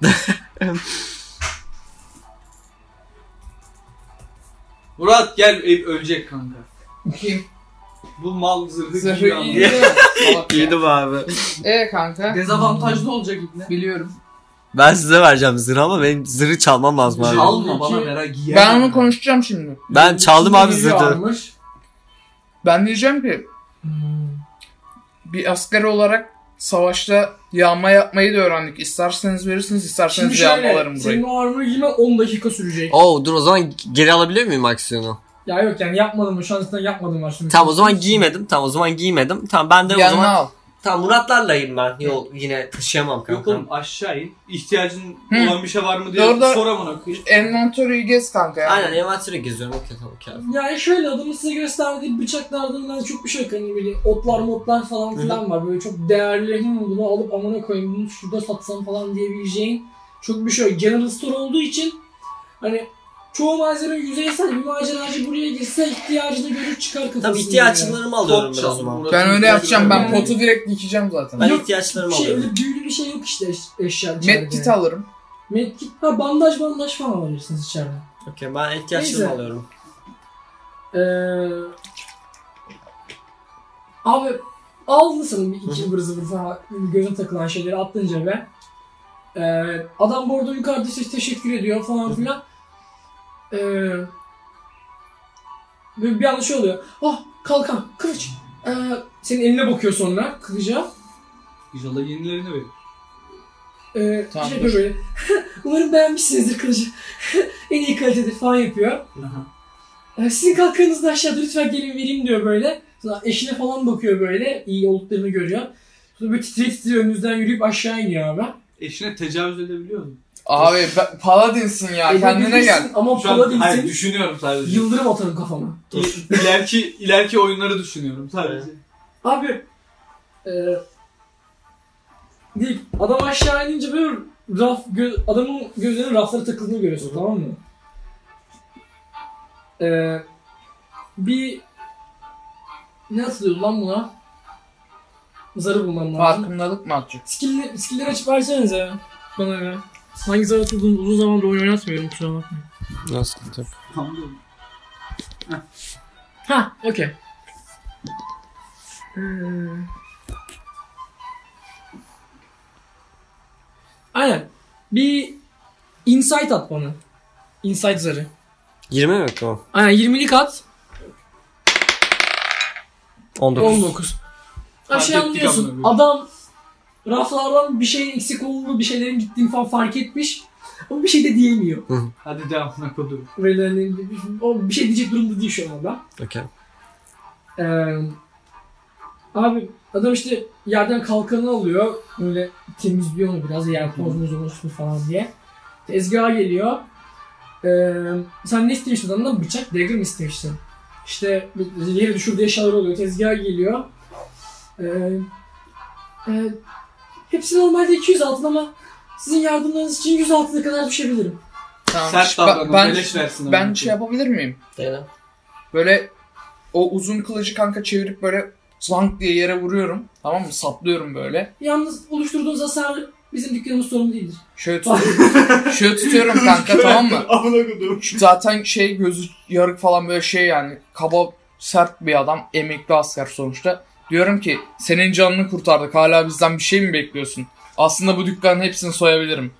Murat gel ev ölecek kanka. Kim? Bu mal zırhı Zırhı giyiyor iyi ama. değil mi? Salak ya. Yedim abi. Ee kanka. Dezavantajlı olacak ibne. Biliyorum. Ben size vereceğim zırhı ama benim zırhı çalmam lazım abi. Çalma bana ver ha giyer. Ben onu konuşacağım şimdi. Ben çaldım abi yüzüğü zırhı. almış. Ben diyeceğim ki Hmm. bir asker olarak savaşta yağma yapmayı da öğrendik. İsterseniz verirsiniz, isterseniz Şimdi şöyle, yağmalarım burayı. senin o armor'ı giymen on dakika sürecek. Oo dur o zaman geri alabiliyor muyum aksiyonu? Ya yok yani yapmadım. Şu an zaten yapmadım var şimdi. Tamam o zaman giymedim. Tamam o zaman giymedim. Tamam ben de o Yanına zaman... al. Tamam Muratlarlayım ben. Yol yine taşıyamam Yok kanka. oğlum aşağı in. İhtiyacın Hı. olan bir şey var mı diye Orada- sor amına koyayım. Envantörü gez kanka ya. Aynen envanteri geziyorum. Okey tamam okey. Yani şöyle adamın size gösterdiği bıçaklardan ben çok bir şey yok. Hani böyle otlar motlar falan filan var. Böyle çok değerli hmm, bunu alıp amına koyayım bunu şurada satsam falan diyebileceğin çok bir şey yok. General Store olduğu için hani çoğu malzeme yüzeysel. Bir maceracı buraya girse ihtiyacını görür çıkar kafasında. Tamam ihtiyaçlarımı alıyorum ben o zaman. Ben öyle yapacağım. Ben Yani- potu direkt dikeceğim zaten. Ben Yok, ihtiyaçlarımı Bir şey alıyorum. öyle büyülü bir şey yok işte eş- eşya içeride. Medkit alırım. Medkit. Ha bandaj bandaj falan alabilirsiniz içeride. Okey ben ihtiyaçlarımı Neyse. alıyorum. Ee, abi aldın sana bir iki ıvır zıvır falan göze takılan şeyleri attın cebe. Ee, adam bu arada yukarıda işte teşekkür ediyor falan filan. Ee, böyle bir anda şey oluyor. Ah kalkan kılıç. Ee, senin eline bakıyor sonra kılıca. İnşallah yenilerini verir. Ee, Tamam, şey dur. yapıyor böyle. Umarım beğenmişsinizdir kılıcı. En iyi kalitedir falan yapıyor. Ee, sizin kalkanınız da aşağıda lütfen gelin vereyim diyor böyle. Sonra eşine falan bakıyor böyle. İyi olduklarını görüyor. Sonra böyle titre titre önünüzden yürüyüp aşağı iniyor abi. Eşine tecavüz edebiliyor musun? Abi ben- paladinsin ya. E, Kendine bilirsin gel. Ama Şu an hayır, paladinsin. düşünüyorum sadece. Yıldırım atarım kafama. İ- ileriki, ileriki oyunları düşünüyorum sadece. Abi e, değil, adam aşağı inince böyle raf, gö, adamın gözlerinin raflara takıldığını görüyorsun tamam mı? E, bir ne atılıyor lan buna? Zarı bulmam lazım. Farkındalık mı atacak? Skill'leri, skill'leri açıp versenize ya. Bana göre. Hangi zar atıldığını uzun zamandır oyun oynatmıyorum kusura bakmayın. Nasıl? Tamam. Ha, okey. Hmm. Aynen. Bir insight at bana. Insight zarı. yirmi mi? Tamam. Aynen yirmilik at. on dokuz. on dokuz. Ha Fark şey ettik anlıyorsun. amına koyayım. Adam raflardan bir şeyin eksik olduğunu, bir şeylerin gittiğini falan fark etmiş. Ama bir şey de diyemiyor. Hadi devamına koydum. Böyle hani o bir şey diyecek durumda değil şu anda. Okey. Ee, abi adam işte yerden kalkanı alıyor. Böyle temizliyor onu biraz. Yer tozumuz olsun falan diye. Tezgaha geliyor. Ee, sen ne istemiştin adamdan? Bıçak, dagger mi istemiştin? İşte yere düşürdüğü eşyalar oluyor. Tezgaha geliyor. Ee, e, hepsi normalde iki yüz altın ama sizin yardımlarınız için yüz altına kadar düşebilirim. Tamam. Sert Ben, davranın, ben, beleş versin. ben amına şey koyayım. yapabilir miyim? Dene. Böyle o uzun kılıcı kanka çevirip böyle zank diye yere vuruyorum. Tamam mı? Saplıyorum böyle. Yalnız oluşturduğunuz hasar bizim dükkanımız sorunu değildir. Şöyle, tut şöyle tutuyorum kanka tamam mı? Amına koydum. Şu zaten şey gözü yarık falan böyle şey yani kaba sert bir adam, emekli asker sonuçta. Diyorum ki senin canını kurtardık, hala bizden bir şey mi bekliyorsun? Aslında bu dükkanın hepsini soyabilirim.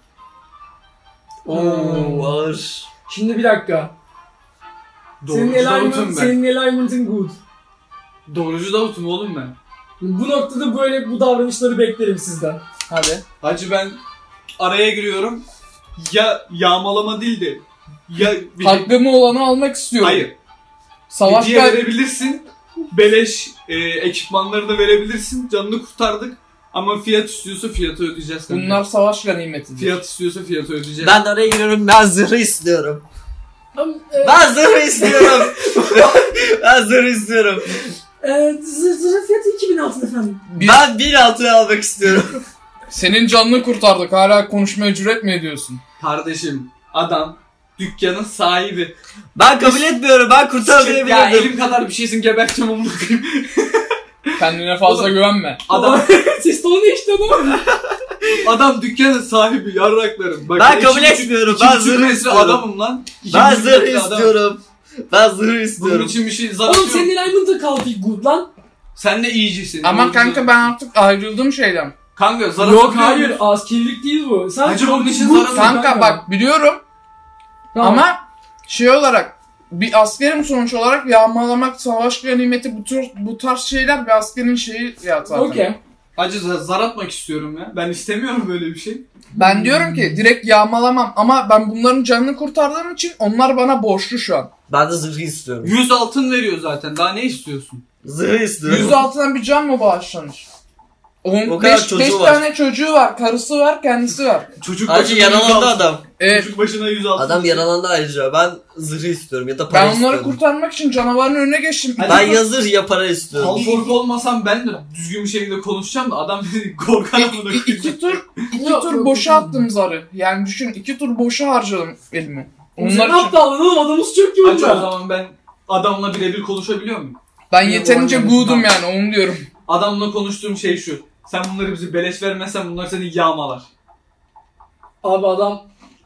Oo ağır. Şimdi bir dakika. Senin Doğrucu alignment, Davut'um ben. senin alignment'ın good. Doğrucu Davut'um oğlum ben. Bu noktada böyle bu davranışları beklerim sizden. Hadi. Hacı ben araya giriyorum. Ya yağmalama değil de ya bir Hakkımı olanı almak istiyorum. Hayır. Savaş Hediye gel- verebilirsin. Beleş e, ekipmanlarını verebilirsin. Canını kurtardık. Ama fiyat istiyorsa fiyatı ödeyeceğiz. kanka. Bunlar savaş ganimetidir. Fiyat istiyorsa fiyatı ödeyeceğiz. Ben de araya giriyorum. Ben zırhı istiyorum. Ama, e, Ben zırhı istiyorum. Ben zırhı istiyorum. e, zırh zırh fiyatı iki bin altın efendim. Bir- Ben bir altı almak istiyorum. Senin canını kurtardık, hala konuşmaya cüret mi ediyorsun? Kardeşim adam dükkanın sahibi. Ben kabul etmiyorum. Ben Ya kurtaramayabilirim. elim kadar bir şeysin geberteceğim onu bakayım. Kendine fazla Oğlum. güvenme. Adam Ses tonu ne işte adam? adam dükkanın sahibi yarraklarım. Bak, Ben iki kabul buçuk- etmiyorum. iki Ben buçuk zırhı metre istiyorum. adamım lan. İki Ben buçuk zırhı metre adam. istiyorum. Ben zırhı Bunun istiyorum. için bir şey Oğlum zaten yok. senin alignment'ın kaldı good lan. Sen de iyicisin. Ama Doğrucu kanka Davut. ben artık ayrıldım şeyden. Kanka zarar Yok atabiliyor hayır muyuz? askerlik değil bu. Sen Hacı bunun için good- zarar- Kanka bak biliyorum Tamam. ama şey olarak bir askerim sonuç olarak yağmalamak, savaş ganimeti bu tür bu tarz şeyler bir askerin şeyi ya zaten. Okey. Hacı za- zar atmak istiyorum ya. Ben istemiyorum böyle bir şey. Ben diyorum ki direkt yağmalamam ama ben bunların canını kurtardığım için onlar bana borçlu şu an. Ben de zırhı istiyorum. yüz altın veriyor zaten. Daha ne istiyorsun? Zırhı istiyorum. Yüz altından bir can mı bağışlanır? O kadar beş, çocuğu beş var. tane çocuğu var. Karısı var, kendisi var. Çocuk Ayrıca başına yüz yaralandı altın. adam. Evet. Çocuk başına yüz altın. Adam yaralandı ayrıca. Ben zırhı istiyorum ya da para Ben onları istiyorum. kurtarmak için canavarın önüne geçtim. Hadi Ben bak- ya zırh ya para istiyorum. Halfork olmasam ben de düzgün bir şekilde konuşacağım da adam beni korkan İki, amına iki, iki tur, iki Yok, tur yok, boşa yok. attım zarı. Yani düşün, iki tur boşa harcadım elimi. Onlar Onlar ne için. yaptı oğlum? Adamız çok iyi Aç o bunlar. zaman ben adamla birebir konuşabiliyor muyum? Ben yeterince Yok, buğdum yanlış. yani, onu diyorum. Adamla konuştuğum şey şu. Sen bunları bize beleş vermezsen bunlar seni yağmalar. Abi adam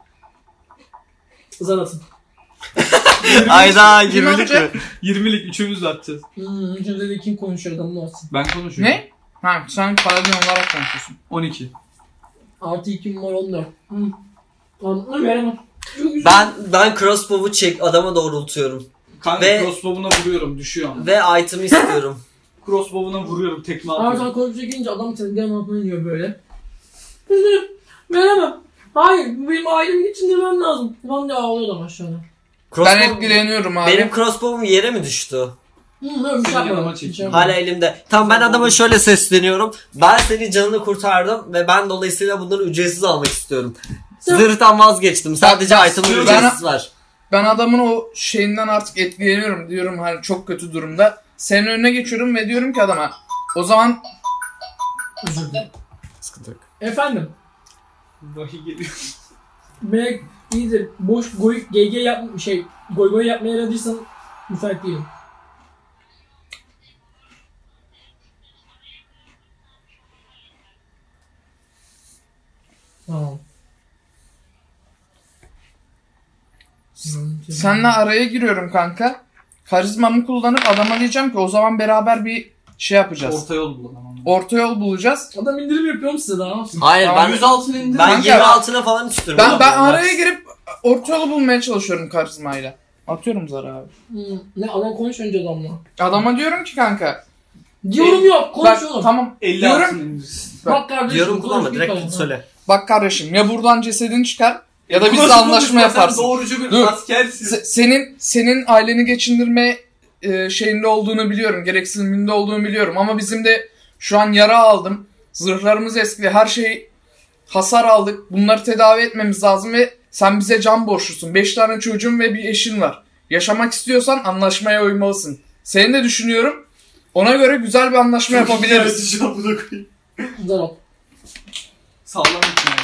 zar atın. Ayda Kim yirmilik yapacak? mi? yirmilik üçümüz de atacağız. Hmm, şimdi de kim konuşuyor adamla atsın. Ben konuşuyorum. Ne? Ha, sen paladin olarak konuşuyorsun. on iki. Artı iki var on dört. Hmm. Anladın veremem. Çok güzel. Ben ben crossbow'u çek adama doğrultuyorum. Kanka Ve- crossbow'una vuruyorum düşüyor ama. Ve item istiyorum. Crossbow'una vuruyorum tekme Abi atıyorum. sen konuşacak gelince adam tezgahın altına iniyor böyle. Veremem. Veremem. Hayır, benim ailemin içinde ben lazım. Ben de ağlıyordum aşağıda. Ben Crossbow- etkileniyorum abi. Benim crossbow'um yere mi düştü? Hmm, öyle bir şey Seni yanıma yapmadım. çekeyim. Bir şey yapmadım. Hala elimde. Tamam ben adama şöyle sesleniyorum. Ben senin canını kurtardım ve ben dolayısıyla bunları ücretsiz almak istiyorum. Zırhtan vazgeçtim. Sadece Ben- item'ın ben- ücretsiz var. Ben adamın o şeyinden artık etkileniyorum. Diyorum hani çok kötü durumda. Senin önüne geçiyorum ve diyorum ki adama, o zaman Özür dilerim. Sıkıntı yok. Efendim, Vahiy geliyor. Melek iyidir. Boş goy G G yap şey goy goy yapmaya yaradıysan müsait değilim. Tamam. seninle araya giriyorum kanka. Karizmamı kullanıp adama diyeceğim ki o zaman beraber bir şey yapacağız. Orta yol bulalım ama. Orta yol bulacağız. Adam indirim yapıyorum size daha ne yapsın? Hayır Tamam, ben yüz altın indir. ben Kanka, yirmi altına falan istiyorum. Ben oğlum, ben olmaz. araya girip orta yolu bulmaya çalışıyorum karizmayla. Atıyorum zara abi. Hmm, ne adam konuş önce adamla. Adama diyorum ki kanka. Diyorum yok konuş Bak, oğlum. tamam. elli altın Diyorum, indirsin. Bak kardeşim. Diyorum konuş, kullanma bir direkt konuş. söyle. bak kardeşim, ya buradan cesedini çıkar ya da Crossbow'u bizle anlaşma tutma, sen yaparsın. Doğrucu bir Dur. askersin. Se- senin senin aileni geçindirme e, şeyinde olduğunu biliyorum. Gereksiniminde olduğunu biliyorum. Ama bizim de şu an yara aldım. Zırhlarımız eski. Her şey hasar aldık. Bunları tedavi etmemiz lazım ve sen bize can borçlusun. Beş tane çocuğun ve bir eşin var. Yaşamak istiyorsan anlaşmaya uymalısın. Seni de düşünüyorum. Ona göre güzel bir anlaşma yapabiliriz. Zar at. Sağlam için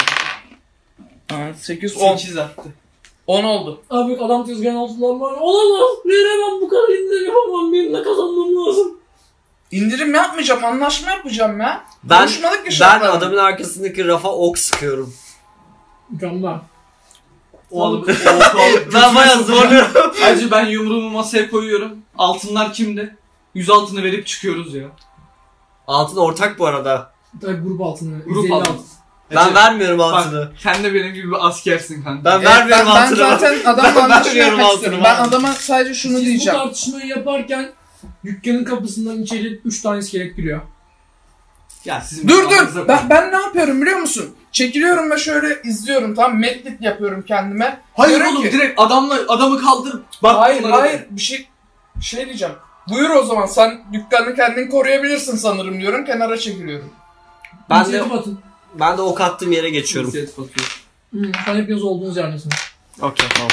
sekiz on. sekiz attı. on oldu. Abi adam tezgahın altından var. Olamaz. Veremem bu kadar indirim yapamam. Benim de kazanmam lazım. İndirim yapmayacağım. Anlaşma yapacağım ya. Ben Konuşmadık ki ben şartlarını. adamın arkasındaki rafa ok sıkıyorum. Mükemmel. O alıp o alıp Ben bayağı zorluyorum. Ayrıca ben yumruğumu masaya koyuyorum. Altınlar kimde? yüz altını verip çıkıyoruz ya. Altın ortak bu arada. Tabii grup altını. Grup yüz elli altın. Ben Ece, vermiyorum altını. Bak sen de benim gibi bir askersin kanka. Ben Evet, vermiyorum ben, ben altını. zaten adamla Ben anlaşma vermiyorum yapmak altını, istiyorum. ben. Ben adama sadece şunu Siz diyeceğim. bu tartışmayı yaparken dükkanın kapısından içeri üç tane iskelet giriyor. Ya sizin Dur kafanıza dur. koy. Ben, ben ne yapıyorum biliyor musun? Çekiliyorum ve şöyle izliyorum. Tamam, medlit yapıyorum kendime. Hayır Diyorum oğlum ki- direkt adamla adamı kaldırıp bak Hayır bunlara- hayır bir şey şey diyeceğim. Buyur o zaman, sen dükkanı kendin koruyabilirsin sanırım diyorum. Kenara çekiliyorum. Ben de İnisiyatif atın. ben de ok attığım yere geçiyorum. İnisiyatif atıyor. Hmm, sen hepiniz olduğunuz yerdesiniz. Okey tamam.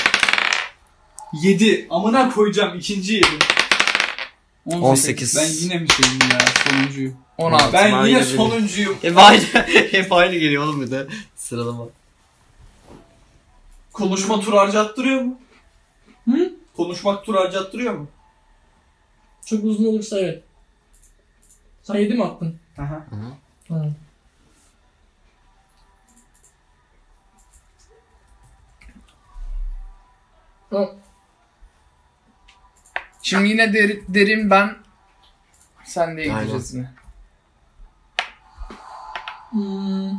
yedi. Amına koyacağım ikinci yedi. on sekiz. Ben yine mi şeyim ya sonuncuyum. on altı. Ben Ben yine yine sonuncuyum. Hep aynı, hep aynı geliyor oğlum bir de. Sıralama. Konuşma tur harcattırıyor mu? Hı? Konuşmak tur harcattırıyor mu? Çok uzun olursa evet. Sen yedi mi attın? Aha. Tamam. Tamam. Şimdi yine der, derim ben. Sen de Aynen. gideceğiz yine. Hmm.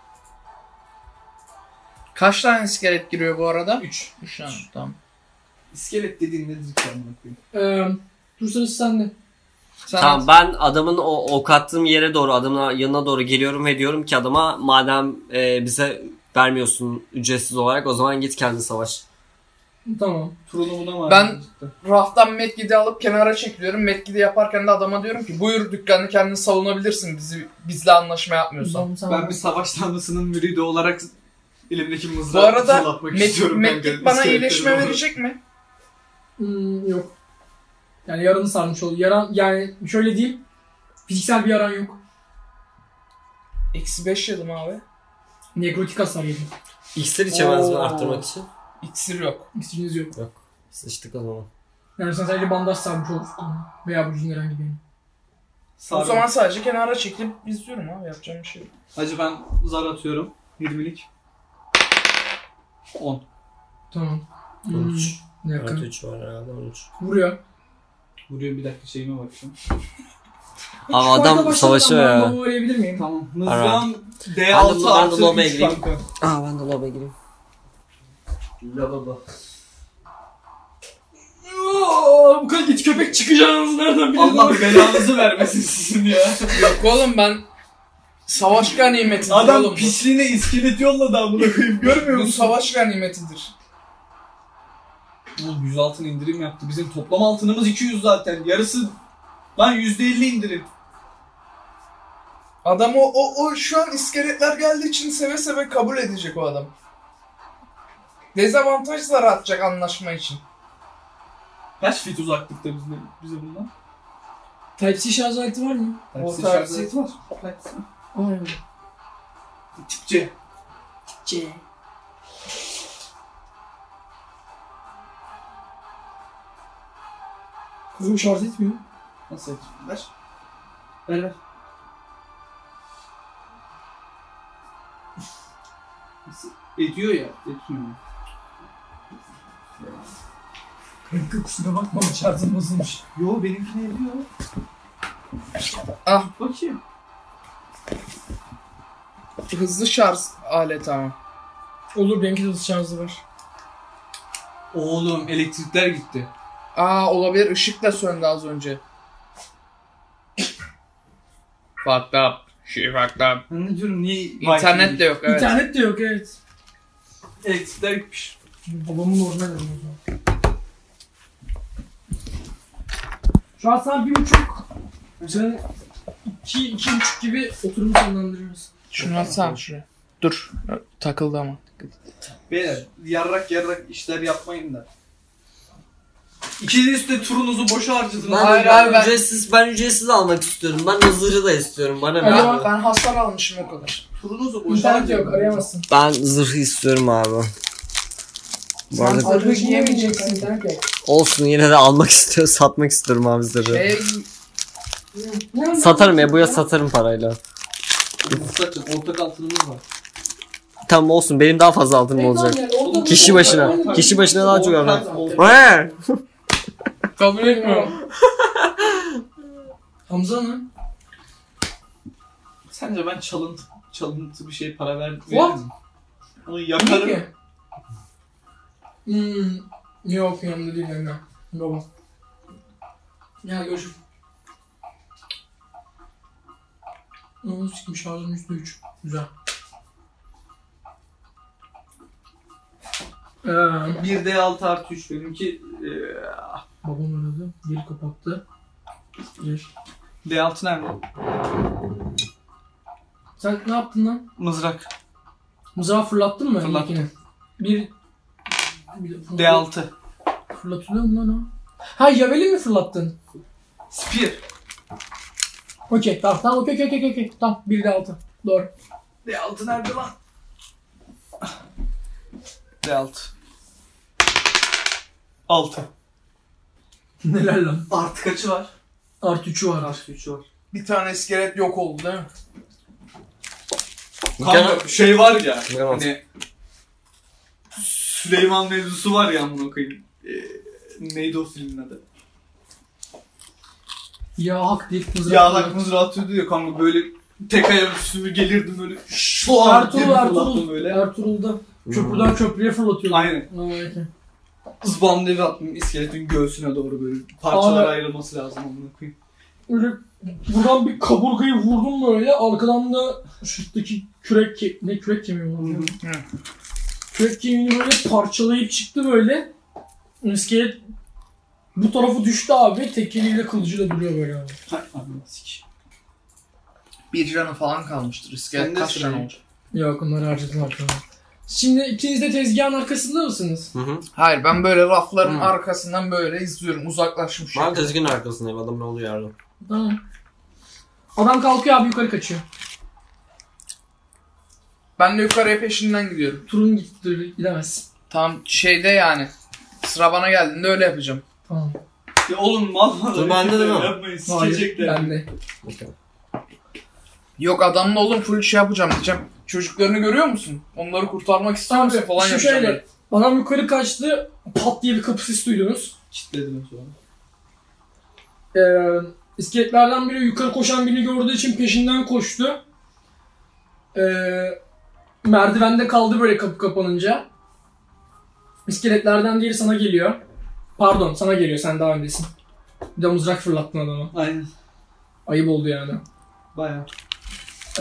Kaç tane iskelet giriyor bu arada? üç. üç tane, tamam. İskelet dediğin nedir ki amına koyayım? Ee, dur sırası sende. Sen Tamam ben adamın o ok attığım yere doğru adamın yanına doğru geliyorum ve diyorum ki adama madem e, bize vermiyorsun ücretsiz olarak o zaman git kendin savaş. Tamam. Turunu buna mı? Ben- raftan medkidi alıp kenara çekiliyorum. Medkidi yaparken de adama diyorum ki buyur dükkanını kendin savunabilirsin bizi bizle anlaşma yapmıyorsan. Tamam, tamam. Ben bir savaş tanrısının müridi olarak elimdeki Bu mızrağı arada fırlatmak med- istiyorum. medkit bana iyileşme verecek mi? Hmm, yok. Yani yaranı sarmış ol. Yaran yani şöyle diyeyim. Fiziksel bir yaran yok. Eksi beş yedim abi. Nekrotik hasar yedi. İksir içemez mi Oo. arttırmak için? İksir yok. İksiriniz yok. Sıçtık o zaman. Yani sen sadece bandaj sarmış olursun. Veya vücudun herhangi birini. O zaman sadece kenara çekilip izliyorum abi yapacağım bir şey yok. Hacı ben zar atıyorum. yirmilik. on. Tamam. on üç. Hmm, yakın. Evet üç var herhalde on üç. Vuruyor. Vuruyor bir dakika şeyime bakacağım. Abi Şu adam arkadaşlar savaşıyor ben ya. bunu arayabilir miyim? Tamam. Aram. Mızrağım D Ben de- altı ben de artı lobaya üç gireyim. kanka. Aa ben de lobaya gireyim. Lavabo. Aa, bu kadar it köpek çıkacağınızı nereden biliyorsun? Allah belanızı vermesin sizin ya. Yok oğlum ben savaş ganimetidir Adam oğlum bu. pisliğine iskelet yolladı amına koyayım. Görmüyor Bu musun? savaş ganimetidir. Oğlum yüz altın indirim yaptı. Bizim toplam altınımız iki yüz zaten. Yarısı lan yüzde elli indirim. Adam o, o, o şu an iskeletler geldiği için seve seve kabul edecek o adam. Dezavantajlar atacak anlaşma için. Kaç fit uzaklıkta bize, bize bundan? Type-C şarj aleti var mı? Orta Type-C hapsi. şarj var. Aynen. Tip C. C. Kızım şarj etmiyor. Nasıl et? Ver. Ver ver. Nasıl? Ediyor ya. Etmiyor. Kanka kusura bakma ama şarjım bozulmuş. Yo benimkine ediyor. Ah. Bakayım. Hızlı şarj aleti ama. Olur benimki de hızlı şarjı var. Oğlum elektrikler gitti. Aa olabilir ışık da söndü az önce. Fucked up. She fucked up. Ben ne diyorum niye İnternet de yok evet. İnternet de yok evet. Elektrikler gitmiş. Babamın orijinal evi o zaman. Şu an saat bir buçuk. Sen iki, iki buçuk gibi oturumu sonlandırıyoruz. Şunu atsana şuraya. Dur. Takıldı ama. Beyler yarrak yarrak işler yapmayın da. İkiniz de turunuzu boşa harcadınız. Ben, Hayır ben, abi, ben- ücretsiz ben ücretsiz almak istiyorum. Ben hızlıcı da istiyorum. Bana ne Alo. abi? Ben hasar almışım o kadar. Turunuzu boşa İnternet harcadınız. yok arayamazsın. Ben zırhı istiyorum abi. Bu arada Zırhı giyemeyeceksin internet yok. olsun yine de almak istiyor, satmak istiyorum abi zırhı. Şey, Satarım ya, bu ya satarım parayla. Saçın ortak altınımız var. Tamam olsun, benim daha fazla altınım olacak. Kişi başına, kişi başına daha çok Ortak- alırım. ortak- Eee! kabul etmiyorum. Hamza mı? Sence ben çalıntı çalıntı bir şeye para ver What? veririm. Onu yakarım. Niye? Hmm, yok yanımda değil Emre. Baba. Ya görüşürüz. Onu sikmiş şarjım yüzde üç. Güzel. Ee, bir D altı artı üç benimki eee, babam aradı. Geri kapattı. Gir. D altı nerede? Sen ne yaptın lan? Mızrak. Mızrağı fırlattın mı? Fırlattım. ilkini? Bir... bir D altı. Fırlatılıyor mu lan o? Ha Javelin mi fırlattın? Spear. Okey tamam tamam okey okey okey okey. Tamam bir de altı. Doğru. D altı nerede lan? D altı. altı. Neler lan? Artı kaçı var? Artı üçü var. Artı üçü var. Bir tane iskelet yok oldu değil mi? Kanka şey var ya Ne var? hani Süleyman mevzusu var ya amına koyayım. Ee, neydi o filmin adı? Ya hak deyip mızrak. Ya bak mızrağı atıyordu ya kanka böyle tek ayak üstüme gelirdim böyle şu an diye Ertuğrul bir fırlattım Ertuğrul. böyle. Ertuğrul'da köprüden köprüye fırlatıyordu. Aynen. Aa, okey. Zbam diye bir attım iskeletin göğsüne doğru böyle. Parçalar Abi- ayrılması lazım amına koyayım. Öyle buradan bir kaburgayı vurdum böyle. Arkadan da şuradaki kürek ke- ne kürek kemiği var. Hı. Kürek kemiğini böyle parçalayıp çıktı böyle. İskelet bu tarafı düştü abi. Tek eliyle kılıcıyla duruyor böyle abi. Hay anam sik. Bir canı falan kalmıştır. İskelet Sende kaç sıra can yok. olacak? Yok onları harcadım arkadan. Şimdi ikiniz de tezgahın arkasında mısınız? Hı hı. Hayır ben böyle rafların Hı. arkasından böyle izliyorum uzaklaşmış. Ben tezgahın arkasındayım. Adam ne oluyor yardım. Tamam. Adam kalkıyor abi yukarı kaçıyor. Ben de yukarıya peşinden gidiyorum. Turun gitti gidemez. Tam şeyde yani. Sıra bana geldiğinde öyle yapacağım. Tamam. Ya oğlum mal Dur bende değil mi? Yapmayın Hayır sikecekler. ben de. Okay. Yok adamla oğlum full şey yapacağım diyeceğim. Çocuklarını görüyor musun? Onları kurtarmak istiyor musun falan Şu yapacağım. şöyle. Adam yukarı kaçtı. Pat diye bir kapı sesi duydunuz. Kitledim sonra. Ee, iskeletlerden biri yukarı koşan birini gördüğü için peşinden koştu. Ee, merdivende kaldı böyle kapı kapanınca. İskeletlerden diğeri sana geliyor. Pardon sana geliyor sen daha öndesin. Bir de mızrak fırlattın adama. Aynen. Ayıp oldu yani. Bayağı. Ee,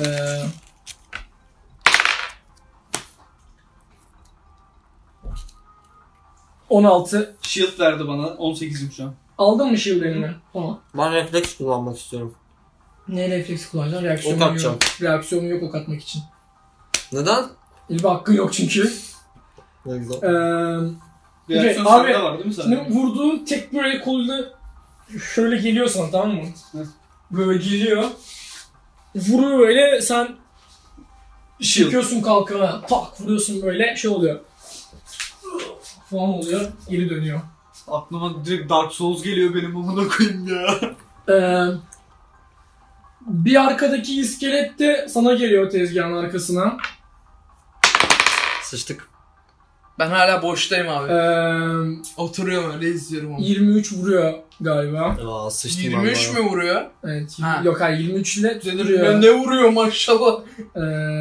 on altı. Shield verdi bana. on sekizim şu an. Aldın mı shield eline? Tamam. Ben refleks kullanmak istiyorum. Ne refleks kullanacaksın? Reaksiyonu Ok atacağım. yok. Reaksiyonu yok ok atmak için. Neden? İlbi hakkın yok çünkü. Ne güzel. Ee, Reaksiyon Abi, sende var değil mi Şimdi sende? vurduğu tek böyle koluyla şöyle geliyor sana tamam mı? Hı. Böyle geliyor. Vuruyor böyle sen Shield. çıkıyorsun kalkana. Tak vuruyorsun böyle şey oluyor. Falan oluyor. Geri dönüyor. Aklıma direkt Dark Souls geliyor benim amına koyayım ya. Ee, bir arkadaki iskelet de sana geliyor tezgahın arkasına. Sıçtık. Ben hala boştayım abi. Ee, Oturuyorum öyle izliyorum onu. yirmi üç vuruyor galiba. Aa sıçtım yirmi üç vallahi. mü vuruyor? Evet. Ha. Yok hayır yirmi üç ile Dedim duruyor. ben ne vuruyor maşallah. Ee,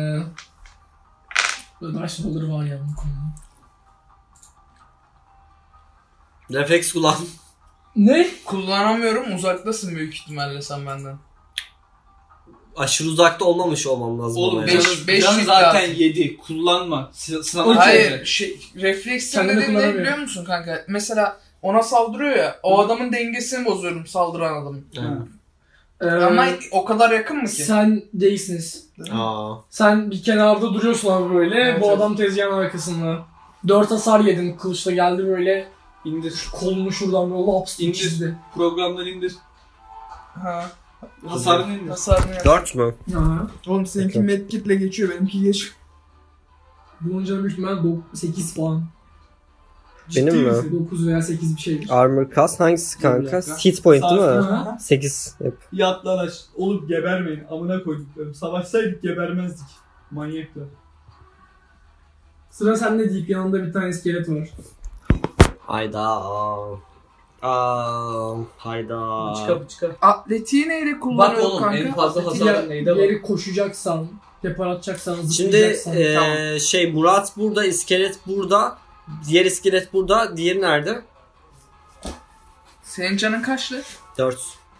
böyle ders yolları var ya bu konuda. Refleks kullan. Ne? Kullanamıyorum uzaktasın büyük ihtimalle sen benden. Aşırı uzakta olmamış olmam lazım. Oğlum ama beş- ya. canın, beş canın yük zaten lazım. yedi. Kullanma. Sı- Sınava Okey. Hayır girecek. şey, refleksim Kendini dediğim ne kullanamıyor. biliyor musun kanka? Mesela ona saldırıyor ya o adamın dengesini bozuyorum saldıran adamın. Yani. Ee, Ama o kadar yakın mı ki? sen değilsiniz. Aa. Sen bir kenarda duruyorsun abi böyle. Evet, bu evet. adam tezgahın arkasında. Dört hasar yedin. Kılıçla geldi böyle. İndir. Kolunu şuradan böyle laps diye İndir. çizdi. Programdan indir. Ha. Hasarını indir. Hasarını yap. dört mü? Aha. Oğlum seninki medkitle geçiyor benimki geç. Bunun canı büyük ihtimalle sekiz puan. Benim mi? dokuz veya sekiz bir şeydir. Armor class hangisi Bir kanka? dakika. Hit point değil mi? Aha. sekiz yap. Yat lan aç. Oğlum gebermeyin. Amına koyduklarım. Savaşsaydık gebermezdik. Manyaklar. Sıra sende deyip yanında bir tane iskelet var. Hayda. Aa. Aa. Hayda. Çıkar çıkar. Atletiği neyle kullanıyor Bak oğlum, kanka? en fazla Atletiği- hasar- Ya, neyde bir yere koşacaksan, depar atacaksan, Şimdi zıplayacaksan. eee, tamam. şey Murat burada, iskelet burada. Diğer iskelet burada. Diğeri nerede? Senin canın kaçtı? dört.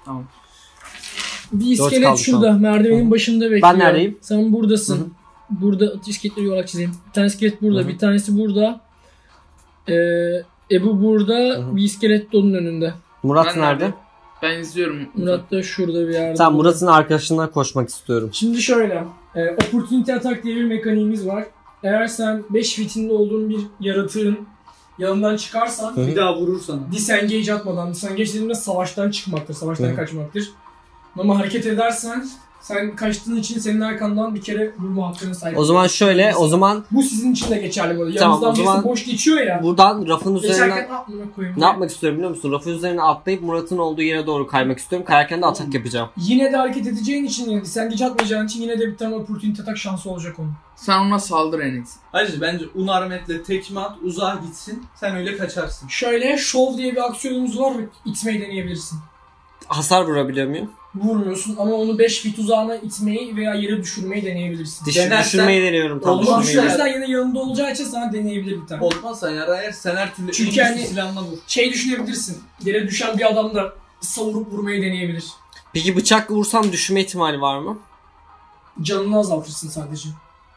Bir Dört iskelet kaldı şu şurada, an. merdivenin Hı hı. başında bekliyor. Ben neredeyim? Sen buradasın. Hı hı. Burada iskeletleri yuvarlak çizeyim. Bir tane iskelet burada, Hı hı. bir tanesi burada. Ee, Ebu burada, hı. bir iskelet de onun önünde. Murat Ben nerede? nerede? Ben izliyorum. Murat da şurada bir yerde. Sen Murat'ın arkadaşından koşmak istiyorum. Şimdi şöyle, e, opportunity attack diye bir mekaniğimiz var. Eğer sen beş fitinde olduğun bir yaratığın yanından çıkarsan, Hı. Bir daha vurur sana. disengage atmadan, disengage dediğimde savaştan çıkmaktır, savaştan Hı. kaçmaktır. Ama hareket edersen, sen kaçtığın için senin arkandan bir kere vurma hakkına sahip. O zaman şöyle, o zaman Bu sizin için de geçerli böyle. Tamam, Yanınızdan o zaman birisi boş geçiyor ya. buradan rafın üzerinden Geçerken aklına koyayım. ne yapmak istiyorum biliyor musun? Rafın üzerine atlayıp Murat'ın olduğu yere doğru kaymak istiyorum. Kayarken de atak yapacağım. Yine de hareket edeceğin için, yani disengage atmayacağın için yine de bir tane opportunity attack şansı olacak onun. Sen ona saldır en iyisi. Ayrıca bence Unarmet'le tekme at uzağa gitsin. Sen öyle kaçarsın. Şöyle, shove diye bir aksiyonumuz var ve itmeyi deneyebilirsin. Hasar vurabiliyor muyum? vurmuyorsun ama onu beş fit uzağına itmeyi veya yere düşürmeyi deneyebilirsin. Düş, Denersen- düşürmeyi deniyorum. Tam Olmaz Ama düşürmeyi ya. düşürürsen yine yanında olacağı için sana deneyebilir bir tane. Olmazsa ya eğer sen her türlü Çünkü en hani- güçlü silahına vur. Şey düşünebilirsin. Yere düşen bir adam da savurup vurmayı deneyebilir. Peki bıçakla vursam düşme ihtimali var mı? Canını azaltırsın sadece.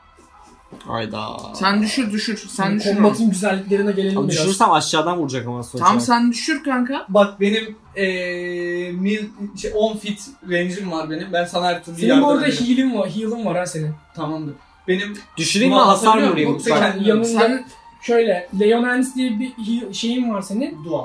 Hayda. Sen düşür düşür. Sen Yani düşür. onu. kombatın güzelliklerine gelelim Ama biraz. düşürürsem aşağıdan vuracak ama sonuçta. Tamam sen düşür kanka. Bak benim eee mil, şey, on fit range'im var benim. Ben sana her türlü Senin yardım bu arada ederim. heal'in var, heal'in var ha senin. Tamamdır. Benim Düşüreyim mi Buna hasar atabiliyor vurayım? muyum? Bak, Sen- Yanında Sen şöyle, Leonens diye bir heal- şeyin var senin. dua.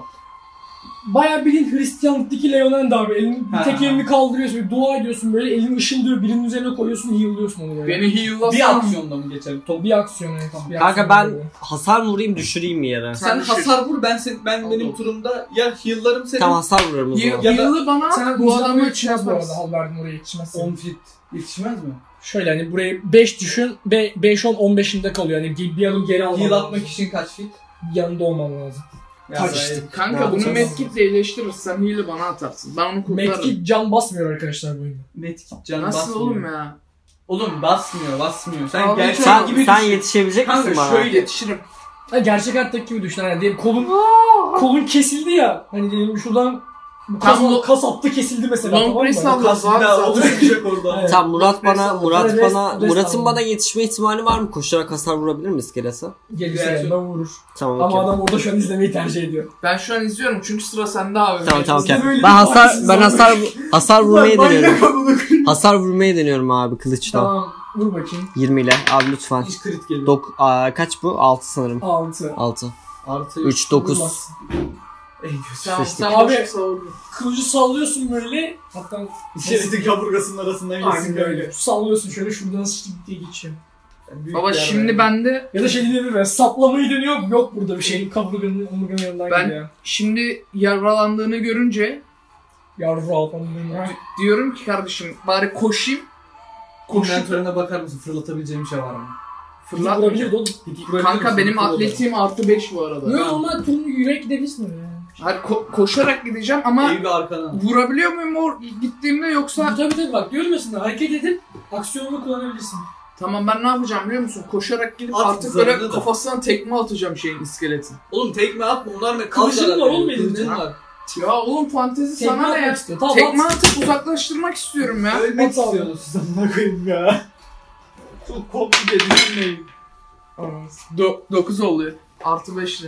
Bayağı bildiğin Hristiyanlıktaki Leonen de abi. Elini, bir Ha. tek elini kaldırıyorsun, bir dua ediyorsun böyle, elini ışındırıyor, birinin üzerine koyuyorsun, heal'lıyorsun onu böyle. beni heal'lasana. Bir aksiyonda mı geçelim? Top. Bir aksiyon evet. bir Kanka aksiyon ben böyle. hasar mı vurayım düşüreyim mi yere? Sen düşür. hasar vur ben sen, ben benim Oldu. turumda ya heal'larım senin Tamam hasar vururum o zaman. Ya da- Heal'ı bana Sen bu bu adamı adamı yetişmez bu yaparız. arada, hal verdin oraya yetişmez. on fit. Yetişmez mi? Şöyle hani buraya beş düşün, beş on on beşinde kalıyor. Yani bir, bir adım geri alman Heal lazım. atmak için kaç fit? Yanında olman lazım. Ya Kaç ben- işte. Kanka Ne bunu yapacağız? medkitle iyileştirirsen heal'ı bana atarsın. Ben onu kurtarırım. Medkit can basmıyor arkadaşlar bu oyunda. Medkit canı Nasıl basmıyor. oğlum ya? Oğlum basmıyor basmıyor. Sen Abi gerçek Sen, gibi sen düşün. yetişebilecek Kanka misin bana? şöyle- Yetişirim. Ha, gerçek hayattaki gibi düşün. Hani diyelim kolun, kolun kesildi ya. Hani diyelim şuradan bu kas, Tam bu- kas hattı kesildi mesela. Long tamam mı? press al. Kas bir Abi daha zaten- oluşacak orada. Evet. Tamam Murat bana Murat Rest- bana rest Murat'ın aldım. bana yetişme ihtimali var mı? Koşarak hasar vurabilir mi iskelese? Gelirse Gerçi- yanına vurur. Tamam Ama okey. adam orada şu an izlemeyi tercih ediyor. Ben şu an izliyorum çünkü sıra sende abi. Tamam tamam okey. Biz böyle Ben bir hasar partisiz ben abi. hasar hasar vurmayı Manyak deniyorum. amına koyayım. Hasar vurmayı deniyorum abi kılıçla. Tamam vur bakayım. yirmi ile abi lütfen. Hiç crit geliyor. Dok aa, kaç bu? altı sanırım. altı. altı. Artı üç dokuz. Vurmaz. En kötü. Tamam Sıçtık. sen Abi- boşa savurdun. Kılıcı sallıyorsun böyle. Hatta İskeletin kaburgasının arasından geçsin aynen öyle. Sallıyorsun şöyle şuradan sıçtık diye geçiyor. Baba şimdi bende Ya da şey diyebilir mi? Saplamayı deniyor. Yok burada bir şey. Kaburganın omurganın yanından Ben- gidiyor. şimdi yaralandığını görünce Yavru alfanın ya. diyorum ki kardeşim bari koşayım. Koşup inventörüne bakar mısın? Fırlatabileceğim bir şey var mı? fırlat. Vurabilirdi oğlum. Kanka benim atletiğim artı beş bu arada. Yok normal turnu yürek gidebilirsin öyle. Hayır ko- koşarak gideceğim ama İyi bir arkana. vurabiliyor muyum o gittiğimde yoksa... Tabii tabii bak diyorum ya sana hareket edip aksiyonunu kullanabilirsin. Tamam ben ne yapacağım biliyor musun? Koşarak gidip At artık böyle zararını da. kafasına tekme atacağım şeyin iskeletin. Oğlum tekme atma onlar mı? Kılıcın var oğlum elinde. Kılıcın var. Ya oğlum fantezi Tekme sana ne ya? atmak istiyor. Tamam Tekme at. atıp uzaklaştırmak istiyorum ya. Ölmek At abi. istiyorsunuz siz amına koyayım ya. Çok komplike düşünmeyin. Do- dokuz oluyor. Artı beşli.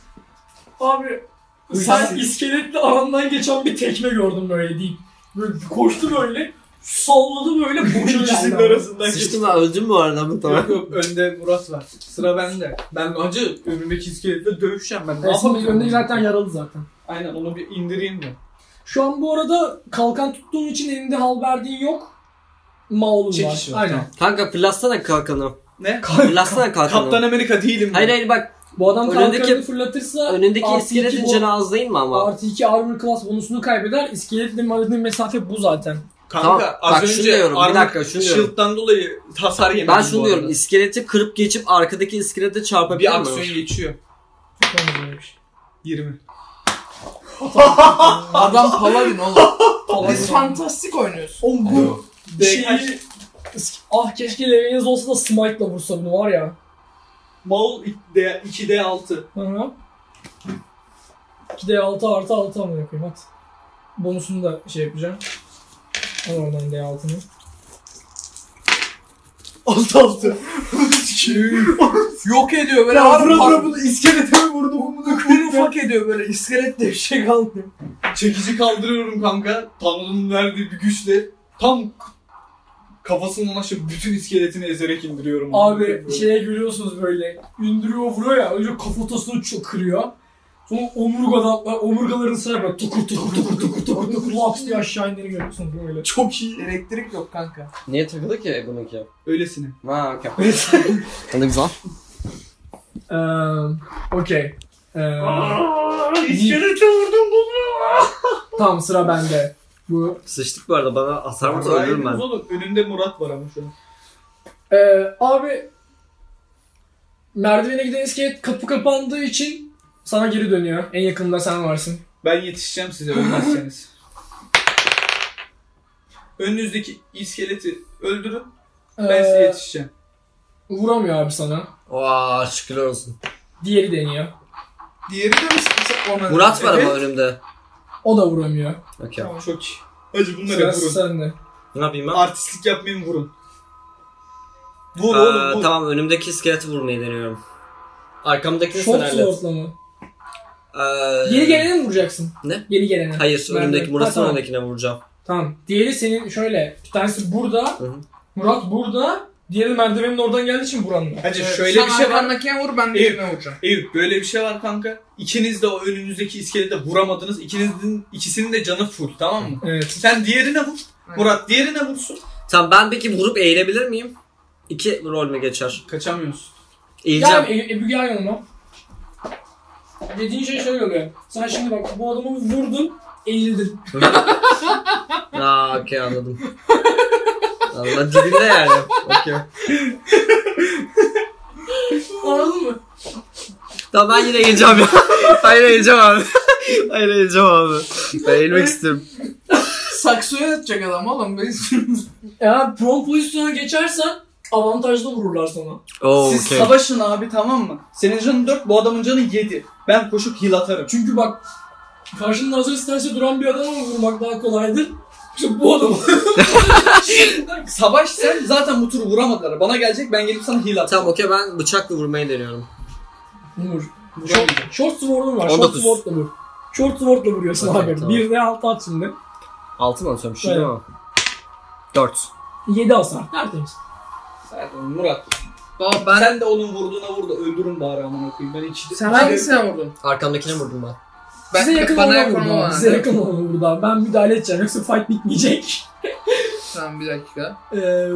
Abi sen iskeletle arandan geçen bir tekme gördüm böyle değil. Böyle koştu böyle. Salladı böyle boşa İkisinin geldi. arasından geçti. Sıçtım ben öldüm bu arada bu tamam. Yok yok önde Murat var. Sıra bende. Ben acı önümdeki iskeletle dövüşeceğim ben. Ne Evet, senin yapabilirim? önündeki zaten yaralı zaten. Aynen onu bir indireyim de. Şu an bu arada kalkan tuttuğun için elinde halberdiğin yok. Maulun Çekiş var. var, Aynen. tamam. Kanka fırlatsana kalkanı. Ne? Fırlatsana kalkanı. Kaptan Amerika değilim ben. Hayır hayır bak Bu adam Önündeki- kalkanını fırlatırsa önündeki artı iskeletin iki canı az değil mi ama? Artı iki armor class bonusunu kaybeder. İskeletle aradığın mesafe bu zaten. Kanka Tamam, az bak önce şunu diyorum, bir armor dakika, şunu diyorum. shield'dan dolayı hasar yemedim Ben bu şunu diyorum arada. iskeleti kırıp geçip arkadaki iskelete çarpabilir Bir miyim? aksiyon geçiyor. Yapamaz öyle bir şey. yirmi. Adam paladin oğlum. Paladin Biz oğlum. fantastik oynuyoruz. Oğlum bu Şeyi... şeyi... Ah keşke leveliniz olsa da smite'la vursa bunu var ya. Maul iki D altı. Hı hı. iki D altı artı altı amına koyayım at. Bonusunu da şey yapacağım. Al oradan D altını. altı altı. Yok ediyor böyle. Ya abi, vura vura par- bunu iskelete mi vurdum bunu bunu ufak ediyor böyle. İskelette bir şey kalmıyor. Çekici kaldırıyorum kanka. Tanrı'nın verdiği bir güçle tam kafasından aşıp bütün iskeletini ezerek indiriyorum. Abi şeye görüyorsunuz böyle. İndiriyor vuruyor ya. Önce kafatasını çok kırıyor. Sonra omurgadan, omurgaların sıra böyle tukur tukur tukur tukur tukur tukur laks diye aşağı indiğini görüyorsunuz böyle. çok iyi. Elektrik yok kanka. Niye takılı ki bununki? Öylesine. Ha okey. Ne güzel. Eee okey. Eee İskelete vurdum bunu. tamam sıra bende. Bu Sıçtık bu arada bana hasar vursa ölürüm ben. Oğlum önünde Murat var ama şu an. Ee, abi merdivene giden iskelet kapı kapandığı için sana geri dönüyor. En yakınında sen varsın. Ben yetişeceğim size ölmezseniz. önünüzdeki iskeleti öldürün. Ben size Ee, yetişeceğim. vuramıyor abi sana. Vaa şükürler olsun. Diğeri deniyor. Diğeri de mi ona? Murat var Evet. ama önümde. O da vuramıyor. Okey. Çok iyi. Hacı bunları Sırası vurun. sende. Ne yapayım ben? Artistlik yapmayın, vurun. Vur Aa, oğlum vur. tamam önümdeki iskeleti vurmayı deniyorum. Arkamdaki Short fenerle. sword'la mı? Ee, Yeni gelene mi vuracaksın? Ne? Yeni gelene. Hayır Nerede? önümdeki Murat'ın Ha, tamam. önündekine vuracağım. Tamam. Diğeri senin şöyle. Bir tanesi burada. hı. Murat burada. Diğeri merdivenin oradan geldiği için vuramıyor. Hacı Evet, şöyle bir sen şey var. arkandakine vur, ben diğerine vuracağım. Eyüp böyle bir şey var kanka. İkiniz de o önünüzdeki iskelete vuramadınız. İkinizin ikisinin de canı full, tamam mı? Evet. Sen diğerine vur. Evet. Murat diğerine vursun. Tamam ben peki vurup eğilebilir miyim? İki rol mü geçer? Kaçamıyorsun. Eğileceğim. Gel Ebu, Ebu gel yanıma. Dediğin şey şöyle oluyor. Sen şimdi bak bu adamı vurdun, eğildin. Aa okey anladım. Anladım. Dibinde yani. Okey. Anladın mı? Tamam ben yine eğileceğim ya. Hayır eğileceğim abi. Hayır eğileceğim abi. Ben eğilmek istiyorum. Saksoya atacak adam oğlum. Ben Eğer prone pozisyona geçersen avantajlı vururlar sana. Oo Siz okey. savaşın abi, tamam mı? Senin canın dört, bu adamın canı yedi. Ben koşup heal atarım. Çünkü bak karşında hazır sterse duran bir adama vurmak daha kolaydır. İşte bu adamı. Savaş sen zaten bu turu vuramadılar. Bana gelecek, ben gelip sana heal atarım. Tamam okey ben bıçakla vurmayı deniyorum. Vur. Short, short sword'un var. on Short dokuz. sword'la vur. Short sword'la vuruyorsun Okey, abi. tamam. Bir de altı at şimdi. Altı mı atıyorum şu Evet. değil mi? Dört. Yedi hasar. Tertemiz. Zaten Murat. Baba ben... Sen de onun vurduğuna vur da öldürün bari amına koyayım. Ben iki Sen hangisine vurdun? Arkamdakine vurdum ben. Ben, Size yakın bana olan yakın vurdu. olan. Size yakın olan vurdu. Ben müdahale edeceğim. Yoksa fight bitmeyecek. Tamam bir dakika. Eee...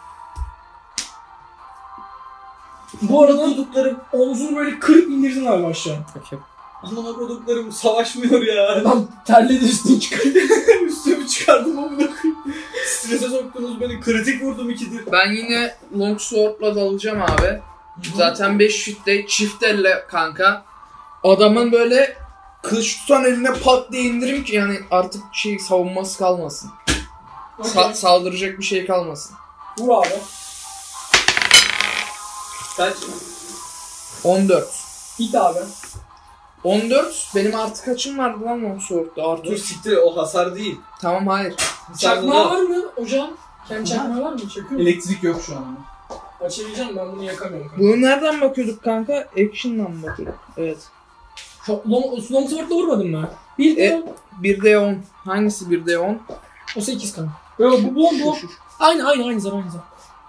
Bu arada koduklarım. omzunu böyle kırıp indirdin abi aşağı. Okey. Amına koduklarım savaşmıyor ya. Adam terledi üstünü çıkardı. Üstümü çıkardım amına koyayım. Strese soktunuz beni. Kritik vurdum ikidir. Ben yine longsword'la dalacağım abi. Zaten beş fitte çift elle kanka. Adamın böyle kılıç tutan eline pat diye indirim ki yani artık şey savunması kalmasın. Sa- saldıracak bir şey kalmasın. Vur abi. Kaç? on dört. Hit abi. on dört benim artı kaçım vardı lan longsword'da artı. Dur siktir, o hasar değil. Tamam hayır. Çakmağı var mı hocam? Kendi çakmağı var mı? Çakıyor mu? Elektrik yok şu an. Açabileceğim, ben bunu yakamıyorum. kanka. Bunu nereden bakıyorduk kanka? Action'dan mı bakıyorduk? Evet. Şu long, longsword'la vurmadın mı? Bir de E- bir D on. Hangisi bir D on? o sekiz kanka. Yok bu bu bu. Aynı aynı aynı zaman aynı zaman.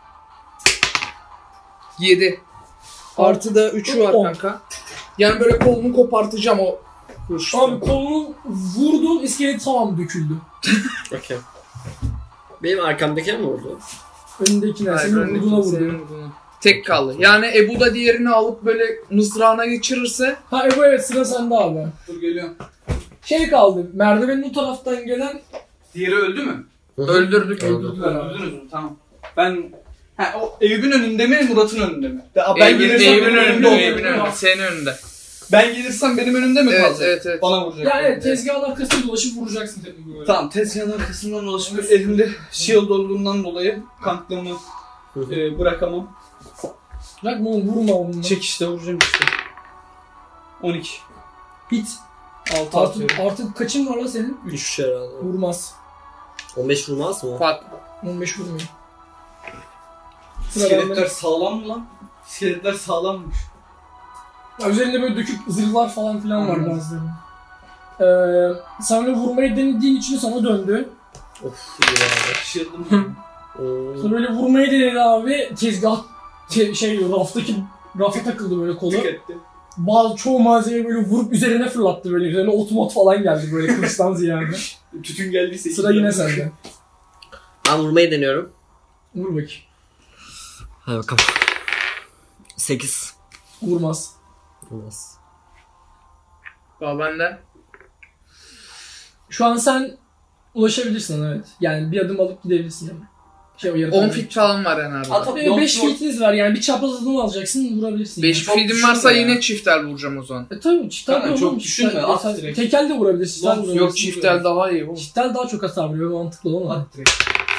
yedi. Artı da üçü var on. kanka. Yani böyle kolunu kopartacağım o kılıçla. Abi kolunu vurdun, iskelet tamam döküldü. Okey. Benim arkamdakine mi vurdu? Önündekine, Hayır, senin öndeki vurduğuna senin vurdu. vurduğuna. Tek kaldı. Yani Ebu da diğerini alıp böyle mızrağına geçirirse Ha Ebu evet, sıra sende abi. Dur geliyorum. Şey kaldı, merdivenin o taraftan gelen Diğeri öldü mü? öldürdük. öldürdüler abi. Öldürdünüz mü? Tamam. Ben... Ha, o Eyüp'ün önünde mi, Murat'ın önünde mi? De- Ben Eyüp'ün gelirsem Eyüp'ün benim önünde, önümde Eyüp'ün olur. önünde. Senin önünde. Ben gelirsem benim önümde mi Evet, kalacak? evet, evet. Bana vuracak. Yani evet, tezgahın arkasına dolaşıp vuracaksın tabii böyle. Tamam, tezgahın arkasından dolaşıp elimde shield olduğundan dolayı kanklığımı e, bırakamam. Bırakma oğlum, vurma onu. Çek işte, vuracağım işte. on iki. Hit. altı Artık, atıyorum. artık kaçın var lan senin? Üç herhalde. Vurmaz. on beş vurmaz mı? Fat. on beş vurmuyor. Sıra İskeletler bende. sağlam mı lan? İskeletler sağlammış. Ya üzerinde böyle dökük zırhlar falan filan var Anladım. bazılarının. Ee, sen öyle vurmayı denediğin için sana döndü. Of iyi abi. Shield'ım. Hmm. Sonra böyle vurmayı denedi abi. Tezgah te- şey raftaki rafa takıldı böyle kolu. Tüketti. Bazı çoğu malzemeyi böyle vurup üzerine fırlattı böyle. Üzerine otomot falan geldi böyle kılıçtan ziyade. Tütün geldiyse... Sıra yine sende. Ben vurmayı deniyorum. Vur bakayım. Hadi bakalım. sekiz. Vurmaz. Vurmaz. Baba bende. Şu an sen ulaşabilirsin evet. Yani bir adım alıp gidebilirsin yani. Şey, o yarı on fit falan var yani abi. At at. beş feet'iniz var yani bir çapraz adım alacaksın vurabilirsin. beş Çok feed'im varsa düşünme ya. yine çift el vuracağım o zaman. E tabii çiftel Kanka, de çok olur. düşünme, Çiftel- at mesela direkt. Tekel de vurabilirsin. çiftel de Yok, vurabilirsin. Yok çift el daha iyi oğlum. Çiftel daha çok hasar vuruyor, mantıklı olan. At direkt.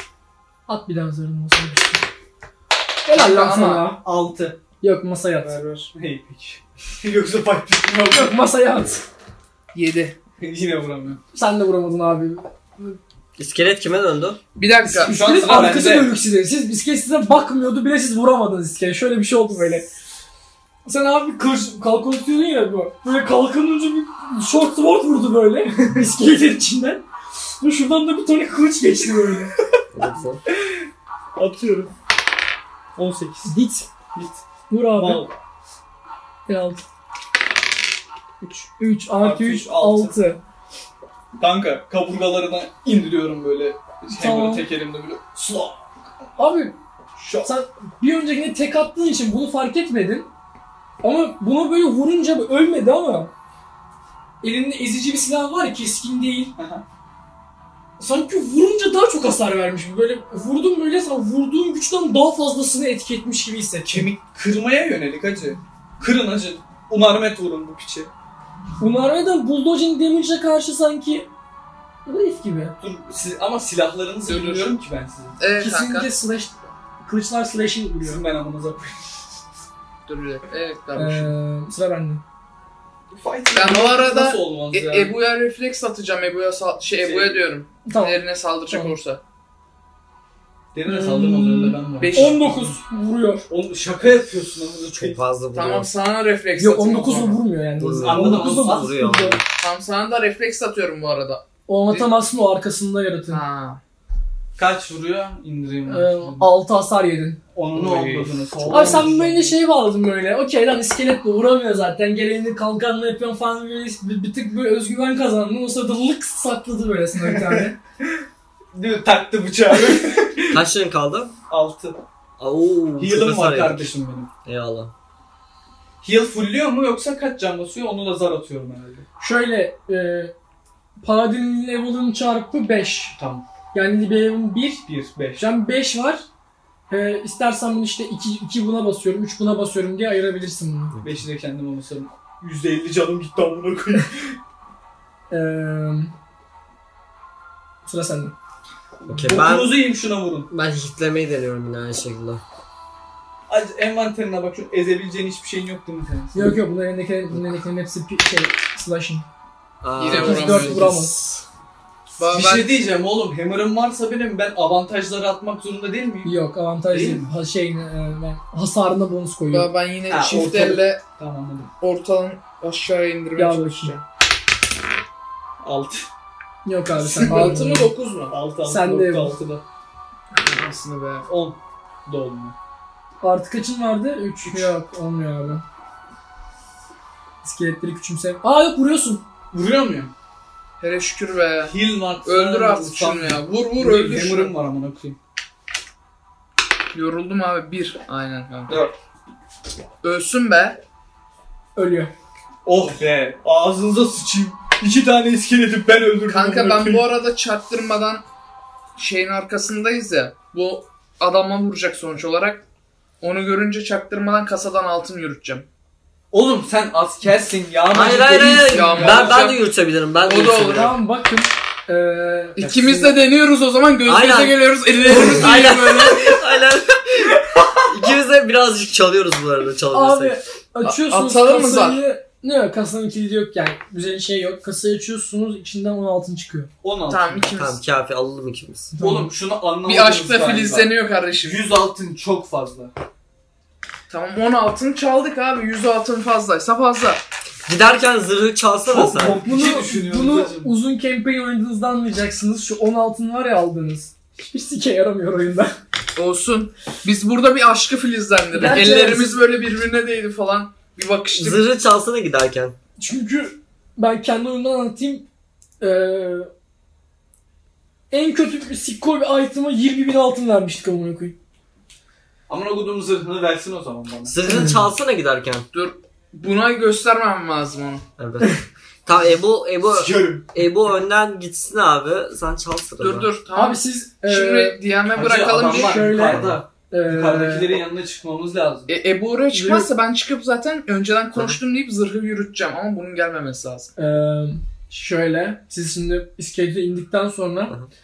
At bir daha zırhını masaya düştü. Helal lan Ama- sana. altı. Yok masaya at. Ver ver. Hey peki. Yoksa fight yok. Yok masaya at. yedi. Yine vuramıyorum. Sen de vuramadın abi. İskelet kime döndü? Bir dakika. Şu an İskelet sıra arkası bende. dönük size. Siz iskelet size bakmıyordu bile siz vuramadınız iskelet. Şöyle bir şey oldu böyle. Sen abi kılıç kalkan tutuyordun ya bu. Böyle kalkanınca bir short sword vurdu böyle. İskeletin içinden. Ve şuradan da bir tane kılıç geçti böyle. Atıyorum. on sekiz. Git. Git. Vur abi. Mal. altı. üç. üç artı Artı üç üç, altı. altı. Kanka kaburgalarına indiriyorum böyle. Tamam. Hammer'ı tek elimde böyle. Slap. Abi Şok. sen bir öncekine tek attığın için bunu fark etmedin. Ama buna böyle vurunca ölmedi ama elinde ezici bir silah var ya, keskin değil. Aha. Sanki vurunca daha çok hasar vermiş gibi. Böyle vurdum böyle sana vurduğun güçten daha fazlasını etki etmiş gibi hissettim. Kemik kırmaya yönelik acı. Kırın acı. Unarmet vurun bu piçe. Bunlardan Bulldog'un damage'e karşı sanki zayıf gibi. Dur siz, ama silahlarınızı Dur, dur. bilmiyorum ki ben sizin. Evet kanka. Kesinlikle slash, kılıçlar slash'ing vuruyor. Sizin ben amınıza koyayım. Dur bir dakika. Evet kardeşim. Ee, sıra bende. Fight Ben bu arada nasıl olmaz E, ya? Ebu'ya refleks atacağım. Ebu'ya sal- şey, Şey- Ebu'ya diyorum. Tamam. Derine saldıracak Tamam. olursa. Derine saldırmaz önünde ben varım. Beş- on dokuz vuruyor. Oğlum şaka yapıyorsun ama. Çok fazla vuruyor. Tamam sana refleks Yok atayım on dokuz o zaman. vurmuyor yani. Vuruyor. Anladım, on dokuz da anladım. Vuruyor. vuruyor. Tamam sana da refleks atıyorum bu arada. O atamazsın, o arkasında yaratın. Ha. Kaç vuruyor? İndireyim. Ee, altı hasar yedin. Onu Oy. olmadınız. Abi sen böyle şey bağladın böyle. Okey lan iskeletle vuramıyor zaten. Gereğini kalkanla yapıyorsun falan böyle bir, bir tık böyle özgüven kazandın. O sırada lık sakladı böyle sana bir tane. Diyor taktı bıçağı. Kaç tane kaldı? altı. Oo, çok Heal'ım hasar var yedik. kardeşim benim. Eyvallah. Heal fullüyor mu yoksa kaç can basıyor onu da zar atıyorum herhalde. Şöyle e, Paladin level'ın çarpı beş. Tamam. Yani level'ın bir. bir, beş. Şu an beş var. E, istersen bunu işte iki, iki buna basıyorum, üç buna basıyorum diye ayırabilirsin bunu. beşi de kendim olmasam. yüzde elli canım gitti amına koyayım. Eee sıra sende. Okey ben Bokunuzu yiyin şuna vurun. ben hitlemeyi deniyorum yine aynı şekilde. Hadi envanterine bak, şu ezebileceğin hiçbir şeyin yok değil mi senin? Yok yok bunların elindekilerin, bunların elindekilerin hepsi pi- şey slashing. Aa, Yine sekiz vuramıyor. dört vuramaz. Ba- Bir ben şey diyeceğim oğlum, hammer'ım varsa benim ben avantajları atmak zorunda değil miyim? Yok avantaj Değil değil. mi? Ha, şey, e, ben hasarına bonus koyuyorum. ba- ben yine Ha, çift ortalık. elle Tamam anladım. ortadan aşağıya indirmeye Gel çalışacağım. altı. Yok abi sen altı mı dokuz mu? altı altı. Sen de- altı da. Aslında be. on. Da olmuyor. Artı kaçın vardı? üç. Yok olmuyor abi. İskeletleri küçümse. Aa yok vuruyorsun. Vuruyor muyum? Hele şükür be. Heal var. Öldür artık şunu ya. Vur vur öldür şunu. Hammer'ım var amına koyayım. Yoruldum abi. Bir. Aynen kanka. dört. Ölsün be. Ölüyor. Oh be. Ağzınıza sıçayım. İki tane iskeleti ben öldürdüm. Kanka amına ben bu koyayım. arada çaktırmadan şeyin arkasındayız ya. Bu adama vuracak sonuç olarak. Onu görünce çaktırmadan kasadan altın yürüteceğim. Oğlum sen askersin ya. Hayır hayır hayır. Ya, Ben, ben hocam. de yürütebilirim. Ben de O da olur. yürütebilirim. Tamam bakın. Eee İkimiz de deniyoruz o zaman. Göz Aynen. göze geliyoruz. Ellerimiz Aynen. böyle. Aynen. İkimiz de birazcık çalıyoruz bu arada abi çalabilirsek. açıyorsunuz A- atalım mı zar? kasayı. Ne yok kasanın kilidi yok yani. Güzel şey yok. Kasayı açıyorsunuz içinden on altın çıkıyor. on altı. Tamam ikimiz. Tamam kafi alalım ikimiz. Oğlum şunu anlamadınız Bir aşkla galiba. filizleniyor kardeşim. yüz altın çok fazla. Tamam on altın çaldık abi. yüz altın fazlaysa fazla. Giderken zırhı çalsana Çok sen. komplike Bunu, düşünüyoruz bunu hacım. uzun campaign oynadığınızda anlayacaksınız. Şu on altın var ya aldığınız. Hiçbir sike yaramıyor oyunda. Olsun. Biz burada bir aşkı filizlendirdik. Gerçekten Ellerimiz siz- böyle birbirine değdi falan. Bir bakıştık. Zırhı çalsana giderken. Çünkü ben kendi oyundan anlatayım. Ee, en kötü bir sikko bir item'a yirmi bin altın vermiştik amına koyayım. Amına koyduğum zırhını versin o zaman bana. Zırhını çalsana giderken. Dur. Buna göstermem lazım onu. Evet. Tamam Ebu Ebu Sikerim. Ebu önden gitsin abi. Sen çal sırada. Dur dur. Tamam. Abi siz e, Şimdi D M'e bırakalım. Hacı, adamlar şöyle- yukarıda. e, Yukarıdakilerin yanına çıkmamız lazım. E, Ebu oraya çıkmazsa ben çıkıp zaten önceden konuştum deyip zırhı yürüteceğim ama bunun gelmemesi lazım. e, şöyle siz şimdi iskelete indikten sonra Hı.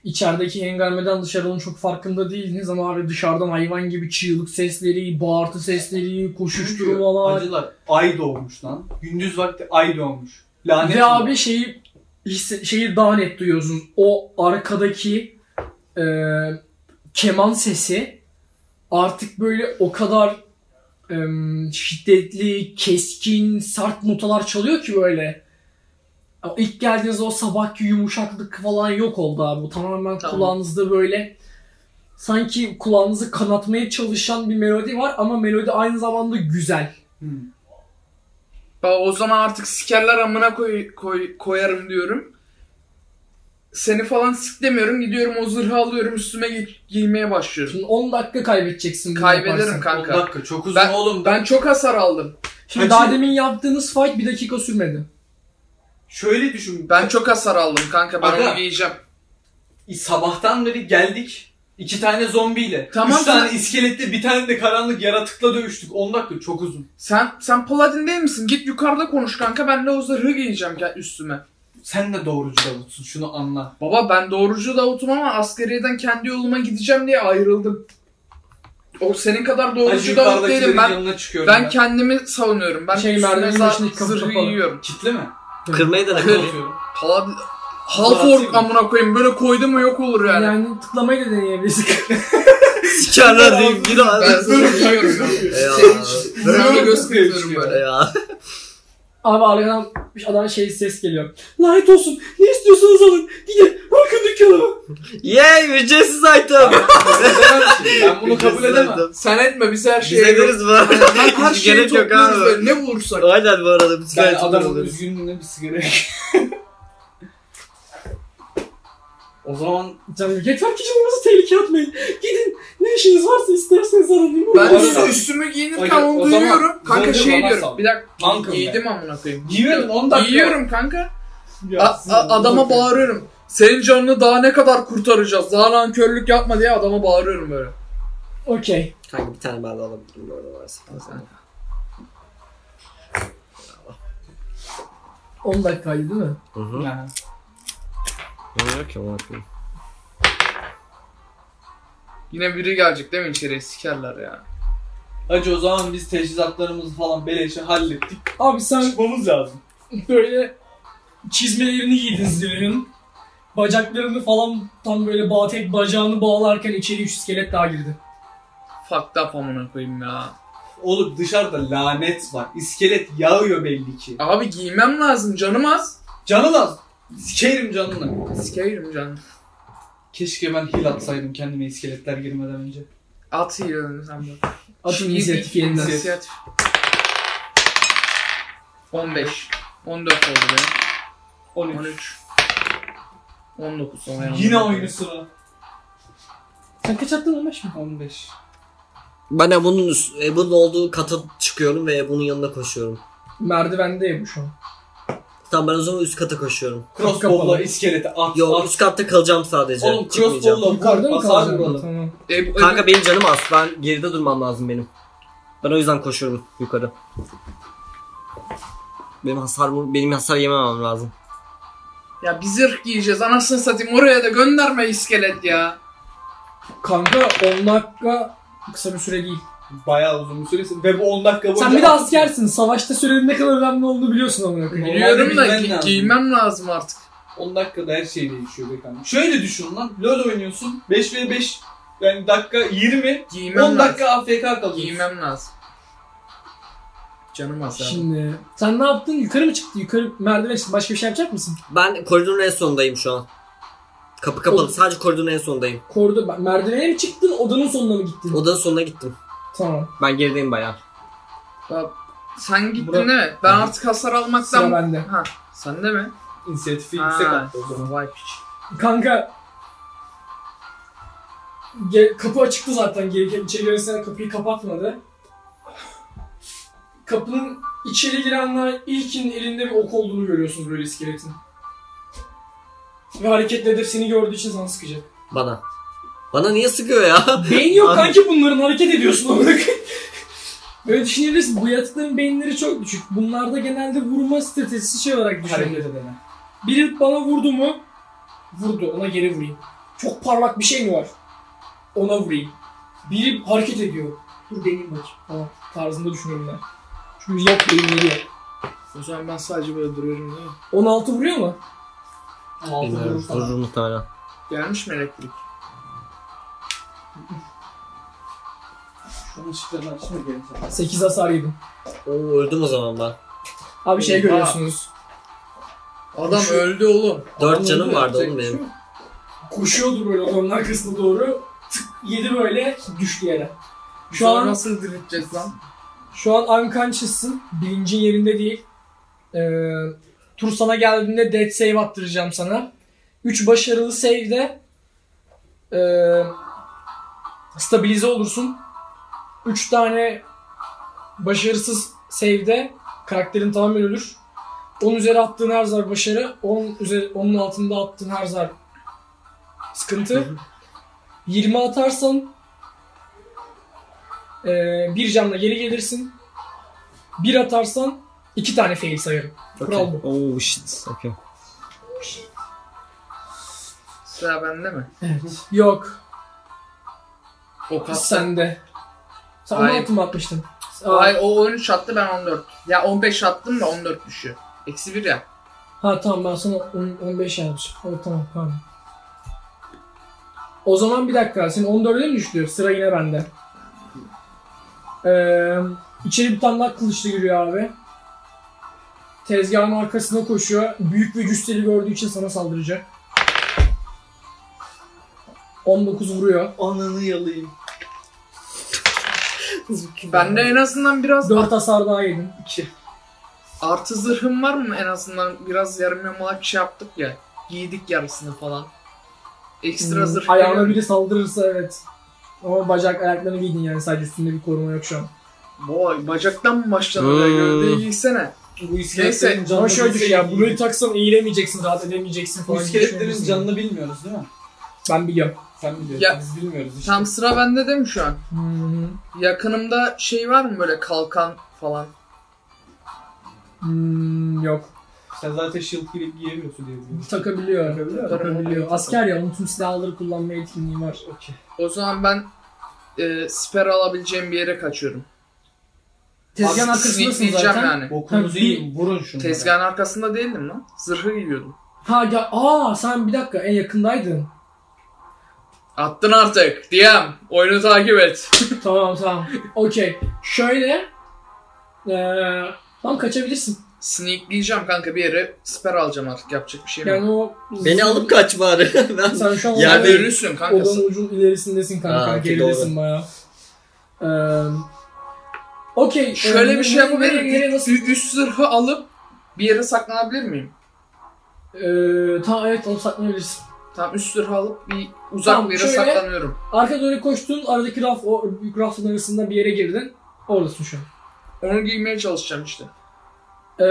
içerideki hengameden dışarı onun çok farkında değildiniz ama abi dışarıdan hayvan gibi çığlık sesleri, bağırtı sesleri, koşuşturmalar. Acılar. Ay doğmuş lan. Gündüz vakti ay doğmuş. Lanet. Ve abi şeyi hisse- şeyi daha net duyuyorsunuz. O arkadaki e, keman sesi artık böyle o kadar e, şiddetli, keskin, sert notalar çalıyor ki böyle. İlk geldiğinizde o sabahki yumuşaklık falan yok oldu abi. Bu tamamen Tamam. kulağınızda böyle sanki kulağınızı kanatmaya çalışan bir melodi var ama melodi aynı zamanda güzel. Hmm. Ben o zaman artık sikerler amına koy, koy, koyarım diyorum. Seni falan siklemiyorum. Gidiyorum o zırhı alıyorum üstüme gi- giymeye başlıyorum. Şimdi on dakika kaybedeceksin. bunu Kaybederim yaparsan. kanka. on dakika çok uzun Ben- oğlum. Ben çok hasar aldım. Şimdi Kaçı- daha demin yaptığınız fight bir dakika sürmedi. Şöyle düşün. Ben çok hasar aldım kanka. Ben Aga. onu giyeceğim. Sabahtan beri geldik. İki tane zombiyle. Tamam, Üç tane sen- iskeletle bir tane de karanlık yaratıkla dövüştük. on dakika çok uzun. Sen sen paladin değil misin? Git yukarıda konuş kanka. Ben de o zırhı giyeceğim gel üstüme. Sen de doğrucu Davut'sun. Şunu anla. Baba ben doğrucu Davut'um ama askeriyeden kendi yoluma gideceğim diye ayrıldım. O senin kadar Hacı doğrucu Davut yukarıdakilerin değilim. Ben yanına çıkıyorum ben kendimi savunuyorum. Ben Şey, üstüme merdivenin za- başındaki kapı zırhı kapalı. giyiyorum. Kitle mi? Kırmayı da ne Kır. kadar. Atıyorum. Paladin... Half Atayım orc mı? amına koyayım. Böyle koydu mu yok olur yani. Yani tıklamayı da deneyebilirsin. Sikerler deyip bir daha. Ben zırhı giyiyorum ya. Eyvallah. Senin için zırhını göz kırpıyorum böyle. Ya. Abi arkadan bir adam şey ses geliyor. Lanet olsun. Ne istiyorsanız alın. Gidin. Bırakın dükkanı. Yay ücretsiz item. Ben bunu kabul edemem. Sen etme biz her Biz şeyi... ederiz bu. Her, her Hiç şeyi gerek yok topluyoruz abi. böyle. Ne bulursak. Aynen bu arada. Biz Ben gayet adamın oluyoruz. üzgünlüğüne bir sigara O zaman Canım yeter ki canınızı tehlikeye atmayın. Gidin. Ne işiniz varsa isterseniz alın. Ben Bu üstü, arada- üstümü giyinirken Aga, onu o zaman duyuyorum. Kanka zırhı şey bana diyorum. sal. Bir dakika. Tankım Giydim amına koyayım. Giyiyorum, on dakika. Giyiyorum kanka. Ya, A- a- adama bağırıyorum. Senin canını daha ne kadar kurtaracağız? Daha nankörlük yapma diye adama bağırıyorum böyle. Okey. Kanka bir tane ben de alabilirim bu arada varsa. on dakikaydı değil mi? Hı hı. Ya. Ne yok ki ona bakayım. Yine biri gelecek değil mi içeriye? Sikerler ya. Hacı o zaman biz teçhizatlarımızı falan beleşe hallettik. Abi sen Çıkmamız lazım. böyle çizmelerini giydin Zira'nın. Bacaklarını falan tam böyle bağ tek bacağını bağlarken içeri üç iskelet daha girdi. Fucked up amına koyayım ya. Oğlum dışarıda lanet var. İskelet yağıyor belli ki. Abi giymem lazım. Canım az. Canın az. Sikerim canını. Sikerim canım. Keşke ben heal atsaydım kendime iskeletler girmeden önce. At yiyorum sen de. Atın inisiyatif yeniden. İnisiyatif. on beş. on dört oldu benim. on üç. on üç. on dokuz sonra Yine aynı sıra. Sen kaç attın on beş mi? on beş. Ben Ebu'nun, üst- Ebu'nun olduğu kata çıkıyorum ve Ebu'nun yanına koşuyorum. Merdivendeyim şu an. Tamam ben o zaman üst kata koşuyorum. Crossbow'la kapalı. iskelete at Yo at. üst katta kalacağım sadece. Oğlum Çıkmayacağım. crossbow'la Yukarıda mı hasar kalacaksın? vuralım. Tamam. E, bu- Kanka benim canım az. Ben geride durmam lazım benim. Ben o yüzden koşuyorum yukarı. Benim hasar vur- benim hasar yememem lazım. Ya bir zırh giyeceğiz. Anasını satayım. Oraya da gönderme iskelet ya. Kanka on dakika kısa bir süre değil. Bayağı uzun bir süresi. Ve bu on dakika boyunca... Sen bir de askersin. Savaşta sürenin ne kadar önemli olduğunu biliyorsun amına koyayım. Biliyorum da bilmen gi- lazım. giymem lazım artık. on dakikada her şey değişiyor be kanka. Şöyle düşün lan. LoL oynuyorsun. beş ve beş yani dakika yirmi. Giymem on lazım. dakika A F K kalıyorsun. Giymem lazım. Canım az abi. Şimdi sen ne yaptın? Yukarı mı çıktı? Yukarı merdiven çıktı. Başka bir şey yapacak mısın? Ben koridorun en sonundayım şu an. Kapı kapalı. Oğlum. Sadece koridorun en sonundayım. Koridor bak, merdivene mi çıktın? Odanın sonuna mı gittin? Odanın sonuna gittim. Tamam. Ben gerideyim bayağı. Bak, sen gittin Bura- değil mi? Ben Hı. artık hasar almaktan... Sıra bende. Ha, sen de mi? İnisiyatifi Ha, yüksek attı o zaman. vay piç. Kanka ge- kapı açıktı zaten. Gereken içeri girenler kapıyı kapatmadı. Kapının içeri girenler ilkin elinde bir ok olduğunu görüyorsunuz böyle iskeletin. Ve hareketle hedef seni gördüğü için sana sıkacak. Bana. Bana niye sıkıyor ya? Beyin yok Abi- kanki bunların, hareket ediyorsun amına koyayım. Böyle düşünebilirsin. Bu yaratıkların beyinleri çok düşük. Bunlarda genelde vurma stratejisi şey olarak Hareket düşünülür. edene. Biri bana vurdu mu? Vurdu. Ona geri vurayım. çok parlak bir şey mi var? Ona vurayım. Biri hareket ediyor. Dur deneyeyim bakayım falan tarzında düşünüyorum ben. Çünkü yok benim geliyor. O zaman ben sadece böyle duruyorum değil mi? on altı vuruyor mu? Altı Bilmiyorum. vurur sana. Vurur muhtemelen. Gelmiş mi elektrik? Şunun ışıklarını açsana gelin sen. sekiz hasar yedim. Oo, öldüm o zaman ben. Abi şey Oha. görüyorsunuz. Adam Şu- öldü oğlum. Dört Adam canım öldü, vardı yapacak oğlum bir şey benim. yok. Koşuyordu böyle adamın arkasına doğru. Tık yedi böyle düştü yere. Şu Şu an an nasıl dirilteceğiz lan? şu an unconscious'sın. Bilincin yerinde değil. Ee, tur sana geldiğinde death save attıracağım sana. üç başarılı save'de ee, stabilize olursun. üç tane başarısız save'de karakterin tamamen ölür. on üzeri attığın her zar başarı, on üzeri onun altında attığın her zar sıkıntı. yirmi atarsan ee, bir canla geri gelirsin. bir atarsan iki tane fail sayarım. Kural bu. Oh shit. Okay. Sıra bende mi? Evet. Yok. O kasta. Sende. Sen on Hayır. altı mı atmıştın? Hayır o on üç attı ben on dört. Ya on beş attım da on dört düşüyor. Eksi bir ya. Ha tamam ben sana on, on beş yazmışım. Evet tamam tamam. O zaman bir dakika. Senin on dörde mi düştü? Sıra yine bende. Ee, içeri bir tane daha kılıçlı giriyor abi. Tezgahın arkasına koşuyor. Büyük ve cüsseli gördüğü için sana saldıracak. on dokuz vuruyor. Ananı yalayayım. Ben de en azından biraz dört hasar daha yedin. İki. artı zırhım var mı en azından? Biraz yarım yamalak şey yaptık ya. Giydik yarısını falan. Ekstra Hmm, zırh. ayağına geliyor. biri saldırırsa evet. Ama bacak ayaklarını giydin yani sadece üstünde bir koruma yok şu an. Boy bacaktan mı başladın? Hmm. Gövdeyi giysene. Bu iskeletlerin Neyse, canını Ama şöyle düşün ya, bilseydik burayı iyiydi. taksan eğilemeyeceksin, rahat edemeyeceksin Bu falan. gibi iskeletlerin düşünüyorsun. canını bilmiyoruz değil mi? Ben biliyorum. Sen biliyorsun. Ya, Biz bilmiyoruz işte. Tam sıra bende değil mi şu an? Hmm, Yakınımda şey var mı böyle kalkan falan? hmm, yok. Sen zaten shield girip giyemiyorsun diye biliyorum. Takabiliyor. Takabiliyor. Takabiliyor. Asker ya, onun tüm silahları kullanma etkinliği var. Okey. O zaman ben e, siper alabileceğim bir yere kaçıyorum. Tezgahın Abi, arkasındasın sneakleyeceğim zaten. yani. Bokunuzu Ha, yiyin. Vurun şunu. Tezgahın arkasında değildim lan. Zırhı giyiyordum. Ha ya, aa sen bir dakika en yakındaydın. Attın artık. D M. Oyunu takip et. Tamam tamam. Okey. Şöyle. Ee, tam kaçabilirsin. Sneakleyeceğim kanka bir yere. Siper alacağım artık. Yapacak bir şey yok. Yani o... Beni alıp kaç bari. Ben Sen şu an Yerde odanın- Yerde ölürsün kanka. odanın ucun ilerisindesin kanka. Ha, Geridesin doğru. bayağı. Ee, Okey. Şöyle ee, bir şey nereye- yapabilir nereye- nereye miyim? nasıl- Ü- Üst zırhı alıp bir yere saklanabilir miyim? Ee, tamam evet onu saklayabilirsin. Tamam üst zırhı alıp bir uzak Tamam, bir yere şöyle- saklanıyorum. Arka doğru koştun, aradaki raf, o büyük rafın arasında bir yere girdin. Oradasın şu an. Onu giymeye çalışacağım işte. Ee,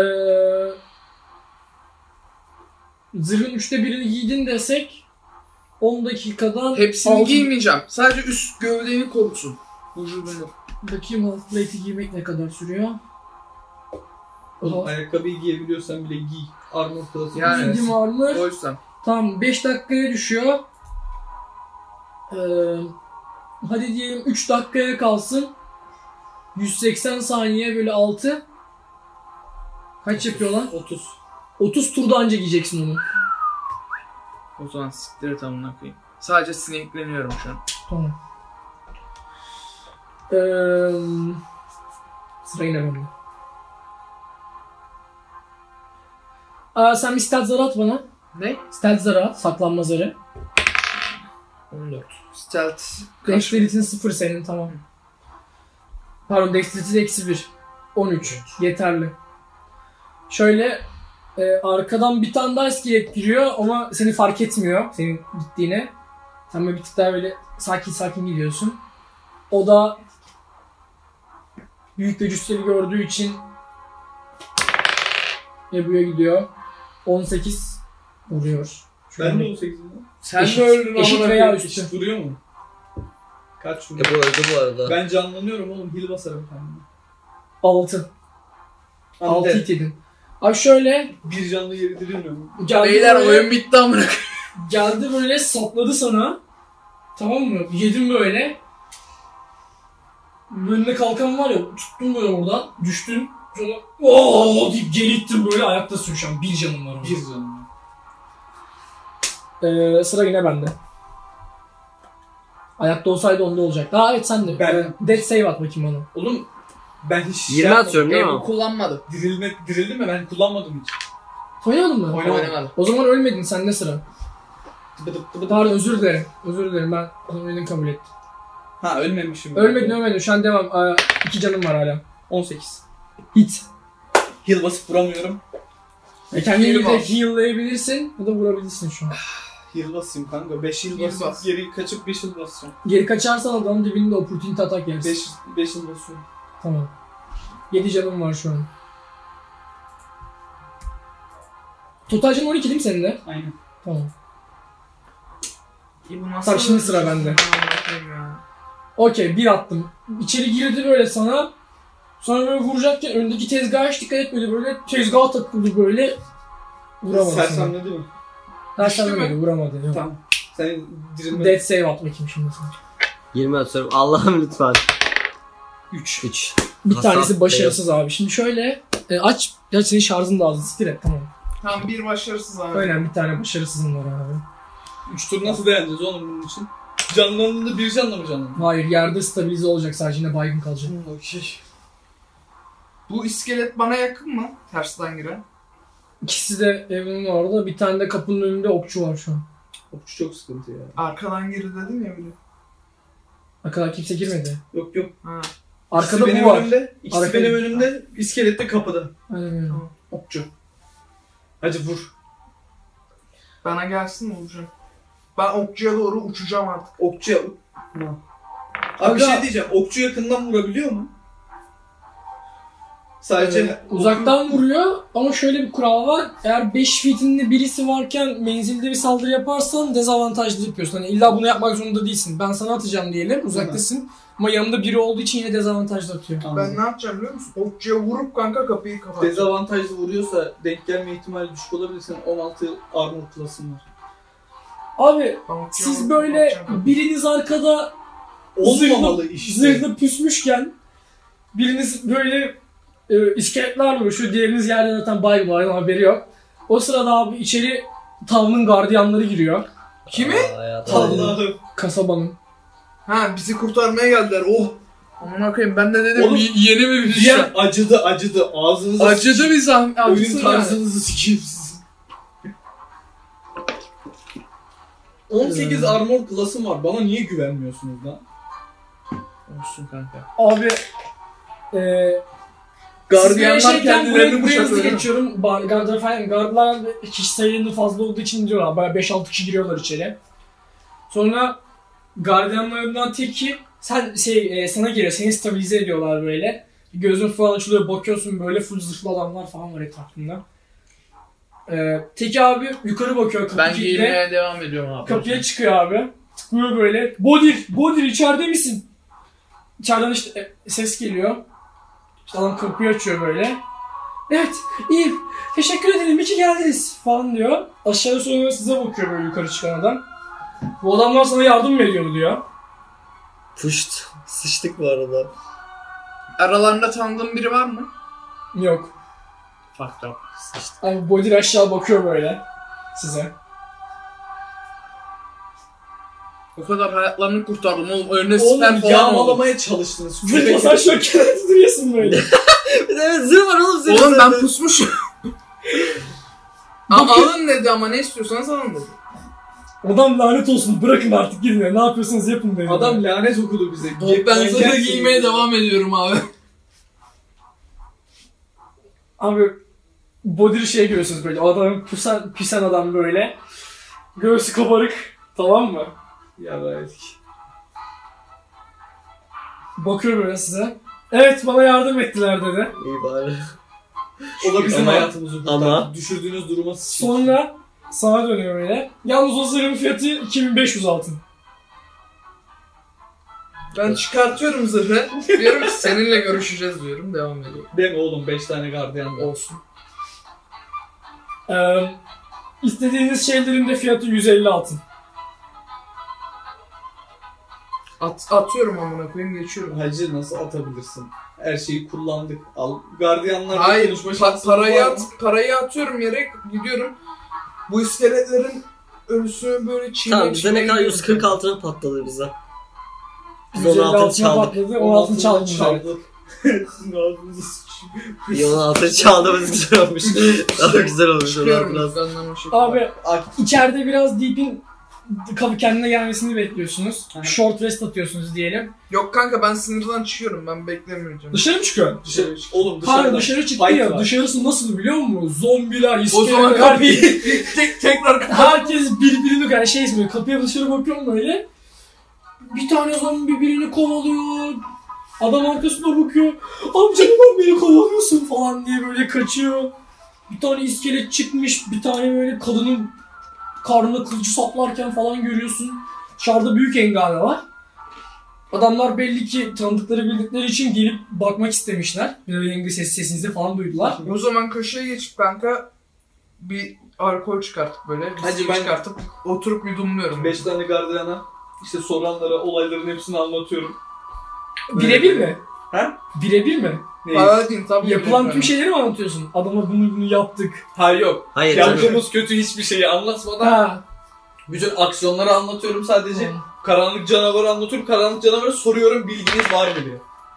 zırhın üçte birini giydin desek on dakikadan Hepsini altı- giymeyeceğim. Sadece üst gövdeni korusun. Vücudunu. Bakayım half plate'i giymek ne kadar sürüyor? Oğlum Half- ayakkabıyı giyebiliyorsan bile giy. Armor class'ı. Yani- Medium armor. O yüzden. Tamam beş dakikaya düşüyor. Ee, hadi diyelim üç dakikaya kalsın. yüz seksen saniye bölü altı. Kaç yapıyor lan? otuz. otuz turda anca giyeceksin onu. O zaman siktir et amına koyayım. Sadece sinekleniyorum şu an. Tamam. Ee, sıra yine bende. Aa, sen bir stealth zarı at bana. Ne? Stealth zarı at. Saklanma zarı. on dört. Stealth. Kaç? Dexterity'nin sıfır senin tamam. Pardon Dexterity de eksi bir. on üç. Yeterli. Şöyle e, arkadan bir tane daha iskelet giriyor ama seni fark etmiyor senin gittiğine. Sen böyle bir tık daha böyle sakin sakin gidiyorsun. O da büyük ve cüsseli gördüğü için Ebu'ya gidiyor. on sekiz vuruyor. Şu Ben an. de on sekizim. Sen Eşit- de öldün eşit amına veya koyayım. üstü. Hiç duruyor mu? Kaç E vuruyor? bu öldü bu arada. Ben canlanıyorum oğlum. Heal basarım kendime. altı. altı Ante. hit yedin. Abi şöyle Bir canlı yeri dirilmiyor mu? geldi Beyler buraya- oyun bitti amına koyayım. Geldi böyle sapladı sana. Tamam mı? Yedim böyle. Önüne kalkan var ya, tuttun böyle oradan, düştün. Sonra ooo deyip geri ittin böyle, ayaktasın şu an. Bir canım var orada. Bir canım. Ee, sıra yine bende. Ayakta olsaydı onda olacaktı. Ha evet sen de. Ben- Dead save at bakayım bana. Oğlum ben hiç yirmi yapmadım. atıyorum değil E, bu mi? kullanmadı. Dirilme, dirildi mi? Ben kullanmadım hiç. Oynamadın mı? Oynamadım. Oynamadı. O zaman ölmedin, sende sıra. Tıbı tıbı tıbı. Pardon, özür dilerim. Özür dilerim, ben ölmediğini kabul ettim. Ha ölmemişim. Ölmedin ölmedin, şu an devam. Aa, iki canım var hala. on sekiz. Hit. Heal basıp vuramıyorum. E kendini Heal de bas. heal'layabilirsin ya da vurabilirsin şu an. Heal basayım kanka. beş heal Heal basıp bas. geri kaçıp beş heal basacağım. Geri kaçarsan adamın dibinde opportunity atak yersin. beş beş heal basıyorum. Tamam. yedi canım var şu an. Total canın on iki değil mi senin de? Aynen. Tamam. E, bu nasıl Tamam, şimdi sıra bende. Ya. Okey, bir attım. İçeri girdi böyle sana. Sonra böyle vuracakken öndeki tezgaha hiç dikkat etmedi, böyle tezgaha takıldı böyle. Vuramadı sana. Sersemledi mi? Sersemlemedi, vuramadı. Yok. Tamam. Sen dirilme. Dead save at bakayım şimdi sana. yirmi atıyorum. Allah'ım lütfen. üç. üç. Bir Hasar tanesi başarısız abi. Şimdi şöyle e, aç. Ya senin şarjın da az. Siktir et, tamam. Tamam, bir başarısız abi. Aynen, bir tane başarısızın var abi. üç tur nasıl dayanacağız oğlum bunun için? Canlandığında bir canla mı canlandın? Hayır, yerde stabilize olacak, sadece yine baygın kalacak. Okey. Bu iskelet bana yakın mı? Tersten giren. İkisi de evinin orada. Bir tane de kapının önünde okçu var şu an. Okçu çok sıkıntı ya. Arkadan girdi dedim ya biri. Ne kadar kimse girmedi. Yok yok. Ha. Arkada İkisi benim bu var. önümde. İkisi Arkada- benim önümde. İskelet de kapıda. Aynen öyle. Tamam. Okçu. Hadi vur. Bana gelsin mi olacak? Ben okçuya doğru uçacağım artık. Okçuya... Abi Aga- bir şey diyeceğim. Okçu yakından vurabiliyor mu? Sadece... Evet, uzaktan vuruyor ama şöyle bir kural var. Eğer beş feet'inde birisi varken menzilde bir saldırı yaparsan dezavantajlı yapıyorsun. Hani illa bunu yapmak zorunda değilsin. Ben sana atacağım diyelim, uzaktasın. Ama yanımda biri olduğu için yine dezavantajlı atıyor. Ben ne yapacağım biliyor musun? Okçuya vurup kanka kapıyı kapatacağım. Dezavantajlı vuruyorsa denk gelme ihtimali düşük olabilir. Senin on altı armor class'ın var. Abi Ben okçuya siz vurup böyle kapatacağım kapıyı. biriniz arkada Olmamalı zırhlı, işte. zırhlı püsmüşken biriniz böyle e, iskeletlerle uğraşıyor, diğeriniz yerden zaten baygın var, haberi yok. O sırada abi içeri Tav'ın gardiyanları giriyor. Kimi? Allah'ım. Kasabanın. Ha, bizi kurtarmaya geldiler. Oh. Aman koyayım, ben de dedim Oğlum, y- yeni mi bir Ya, acıdı acıdı. Ağzınıza Acıdı bir zahmet. Oyun Acısın yani. tarzınızı sikeyim sizin. on sekiz armor class'ım var. Bana niye güvenmiyorsunuz lan? Olsun kanka. Abi eee Gardiyanlar Siz böyle şeyken kendilerini buraya- buraya hızlı bıçaklıyor. geçiyorum. Bar- Gardlar falan. Gardlar kişi sayının fazla olduğu için diyorlar. Bayağı beş altı kişi giriyorlar içeri. Sonra gardiyanlarından teki sen şey e, sana geliyor. Seni stabilize ediyorlar böyle. Gözün falan açılıyor. Bakıyorsun böyle full zırhlı adamlar falan var etrafında. Ee, teki abi yukarı bakıyor kapı Ben kilitli. giyinmeye devam ediyorum abi. Kapıya çıkıyor abi. Tıklıyor böyle. Bodir! Bodir içeride misin? İçeriden işte e, ses geliyor. İşte adam kapıyı açıyor böyle. Evet, iyiyim. Teşekkür ederim, iyi ki geldiniz falan diyor. Aşağıya sonra size bakıyor böyle yukarı çıkan adam. Bu adamlar sana yardım mı ediyor diyor. Puşt. Sıçtık bu arada. Aralarında tanıdığın biri var mı? Yok. Fucked up. Sıçtık. Abi Bodir aşağı bakıyor böyle size. O kadar hayatlarını kurtardım oğlum. Önüne Oğlum siper falan oldu. yağmalamaya çalıştınız. Zırhla sen şu an kenara duruyorsun böyle. Bir de evet zırh var oğlum senin. Oğlum ben üzerinde. pusmuşum. Aa, alın dedi ama ne istiyorsanız alın dedi. Adam lanet olsun, bırakın artık gidin. Ne yapıyorsunuz yapın dedi. Adam lanet okudu bize. Ben sana Yeneceksiniz. giymeye devam ediyorum abi. Abi Bodir'i şey görüyorsunuz böyle. O adamın püsen, püsen adam böyle. Göğsü kabarık. Tamam mı? Ya evet. Bakıyor böyle size. Evet, bana yardım ettiler dedi. İyi bari. O da bizim Ama- hayatımızı kurtardı. ama- Düşürdüğünüz duruma sıçayım. Sonra sana dönüyor böyle. Yalnız o zırhın fiyatı iki bin beş yüz altın. Ben çıkartıyorum zırhı. Diyorum ki seninle görüşeceğiz diyorum. Devam ediyorum. Deme oğlum beş tane gardiyan var. Olsun. Ee, İstediğiniz şeylerin de fiyatı yüz elli altın. At, atıyorum amına koyayım geçiyorum. Hacı nasıl atabilirsin? Her şeyi kullandık. Al. Gardiyanlarla Hayır konuşma pa- şansımız parayı, var mı? at, parayı atıyorum yere gidiyorum. Bu iskeletlerin ölüsünü böyle çiğne Tamam bize ne kadar çiğne yüz kırk altına patladı bize. Biz yüz elli on altını altına çaldık. patladı, on altını çaldınız. çaldık. Sizin ağzınızı sıçayım. Bir on altını çaldığımız güzel olmuş. Daha güzel olmuş. on Çıkıyorum altı biraz. benden o şekilde. Abi Ay, içeride biraz Deep'in kapı kendine gelmesini bekliyorsunuz. Hı. Short rest atıyorsunuz diyelim. Yok kanka ben sınırdan çıkıyorum ben beklemiyorum. Dışarı mı çıkıyor? dışarı, oğlum Hayır dışarıda dışarı çıktı fight ya. var. Dışarısı nasıl biliyor musun? Zombiler, O iskeletler. zaman kapıyı tek, tekrar kapat. Herkes birbirini yani şey ismi kapıya dışarı bakıyorum böyle. Bir tane zombi birini kovalıyor. Adam arkasına bakıyor. Amca neden beni kovalıyorsun falan diye böyle kaçıyor. Bir tane iskelet çıkmış. Bir tane böyle kadının karnına kılıcı saplarken falan görüyorsun. Dışarıda büyük hengame var. Adamlar belli ki tanıdıkları bildikleri için gelip bakmak istemişler. Bir de yenge ses sesinizi falan duydular. O zaman köşeye geçip kanka bir alkol çıkartıp böyle Hacı viski ben- çıkartıp oturup yudumluyorum. Beş tane gardiyana işte soranlara olayların hepsini anlatıyorum. Birebir mi? Ha? Birebir mi? Neyi? Paladin tabii. Yapılan yapıyorum. tüm şeyleri mi anlatıyorsun? Adama bunu bunu yaptık. Hayır yok. Hayır canım. Yaptığımız kötü hiçbir şeyi anlatmadan Ha. bütün aksiyonları anlatıyorum sadece. Hı. Karanlık canavarı anlatıyorum. Karanlık canavarı soruyorum bilginiz var mı diye.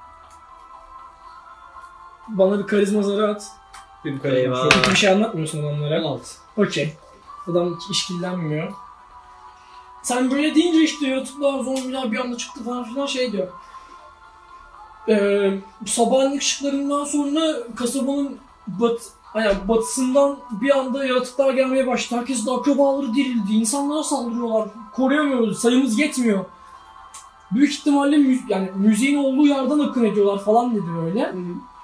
Bana bir karizma zarı at. Benim Eyvah. karakterim Kötü bir şey anlatmıyorsun adamlara. on altı. Okey. Adam hiç işkillenmiyor. Sen böyle deyince işte yaratıklar, zombiler bir anda çıktı falan filan şey diyor. Ee, sabahın ışıklarından sonra kasabanın bat, yani batısından bir anda yaratıklar gelmeye başladı. Herkesin akrabaları dirildi. İnsanlara saldırıyorlar. Koruyamıyoruz. Sayımız yetmiyor. Büyük ihtimalle mü, yani müziğin olduğu yerden akın ediyorlar falan dedi böyle.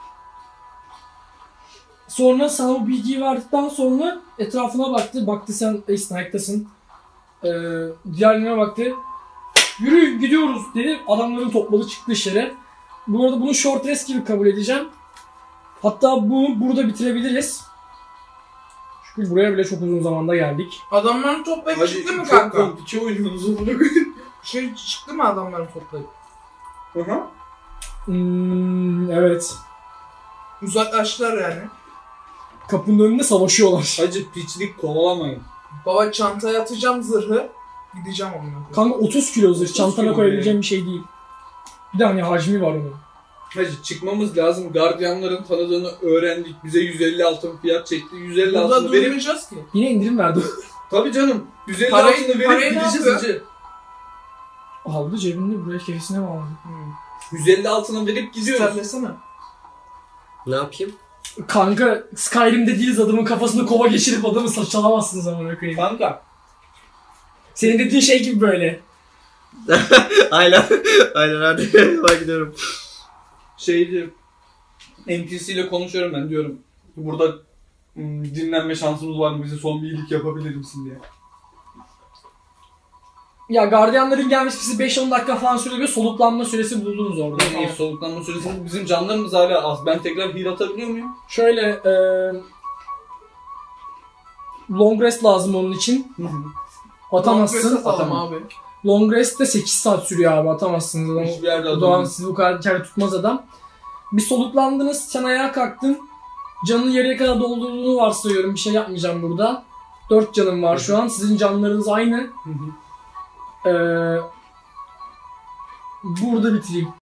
Sonra sana o bilgiyi verdikten sonra etrafına baktı. Baktı sen Ace ayaktasın. Ee, diğerlerine baktı. Yürü gidiyoruz dedi. Adamların topladı çıktı dışarı. Bu arada bunu short rest gibi kabul edeceğim. Hatta bunu burada bitirebiliriz. Çünkü buraya bile çok uzun zamanda geldik. Adamların toplayıp Hacı çıktı mı çok kanka? komplike oynuyorsunuz onu koyun. Şey çıktı mı adamların toplayıp? Hı hı. Hmm, evet. Uzaklaştılar yani. Kapının önünde savaşıyorlar. Hacı piçlik kovalamayın. Baba çantaya atacağım zırhı. Gideceğim onunla. Kanka otuz kilo zırh. otuz Çantana kilo koyabileceğim bir şey değil. Bir de hani hacmi var onun. Hacı çıkmamız lazım. Gardiyanların tanıdığını öğrendik. Bize yüz elli altın fiyat çekti. yüz elli Burada altını verip... durmayacağız ki. Yine indirim verdi. Tabii canım. yüz elli Parayı- altını verip parayı ne gideceğiz yapıyor? hacı. Aldı cebinde buraya kefesine bağladı. yüz elli altını verip gidiyoruz. Sterlesene. Ne yapayım? Kanka Skyrim'de değiliz, adamın kafasını kova geçirip adamı saçalamazsınız amına koyayım. Kanka. Senin dediğin şey gibi böyle. Aynen. Aynen hadi. Ben gidiyorum. Şeydi. N P C ile konuşuyorum ben diyorum. Burada hmm, dinlenme şansımız var mı? Bize son bir iyilik yapabilir misin diye. Ya gardiyanların gelmesi bizi beş on dakika falan sürüyor. Soluklanma süresi buldunuz orada. En iyi soluklanma süresi bizim canlarımız hala az. Ben tekrar heal atabiliyor muyum? Şöyle e, long rest lazım onun için. Atamazsın. Atalım atamam. abi. Long rest de sekiz saat sürüyor abi, atamazsınız adam. Hiçbir yerde O zaman atamam. sizi bu kadar içeride tutmaz adam. Bir soluklandınız, sen ayağa kalktın. Canın yarıya kadar doldurduğunu varsayıyorum. Bir şey yapmayacağım burada. Dört canım var şu an. Sizin canlarınız aynı. Hı hı. Ee, burada bitireyim.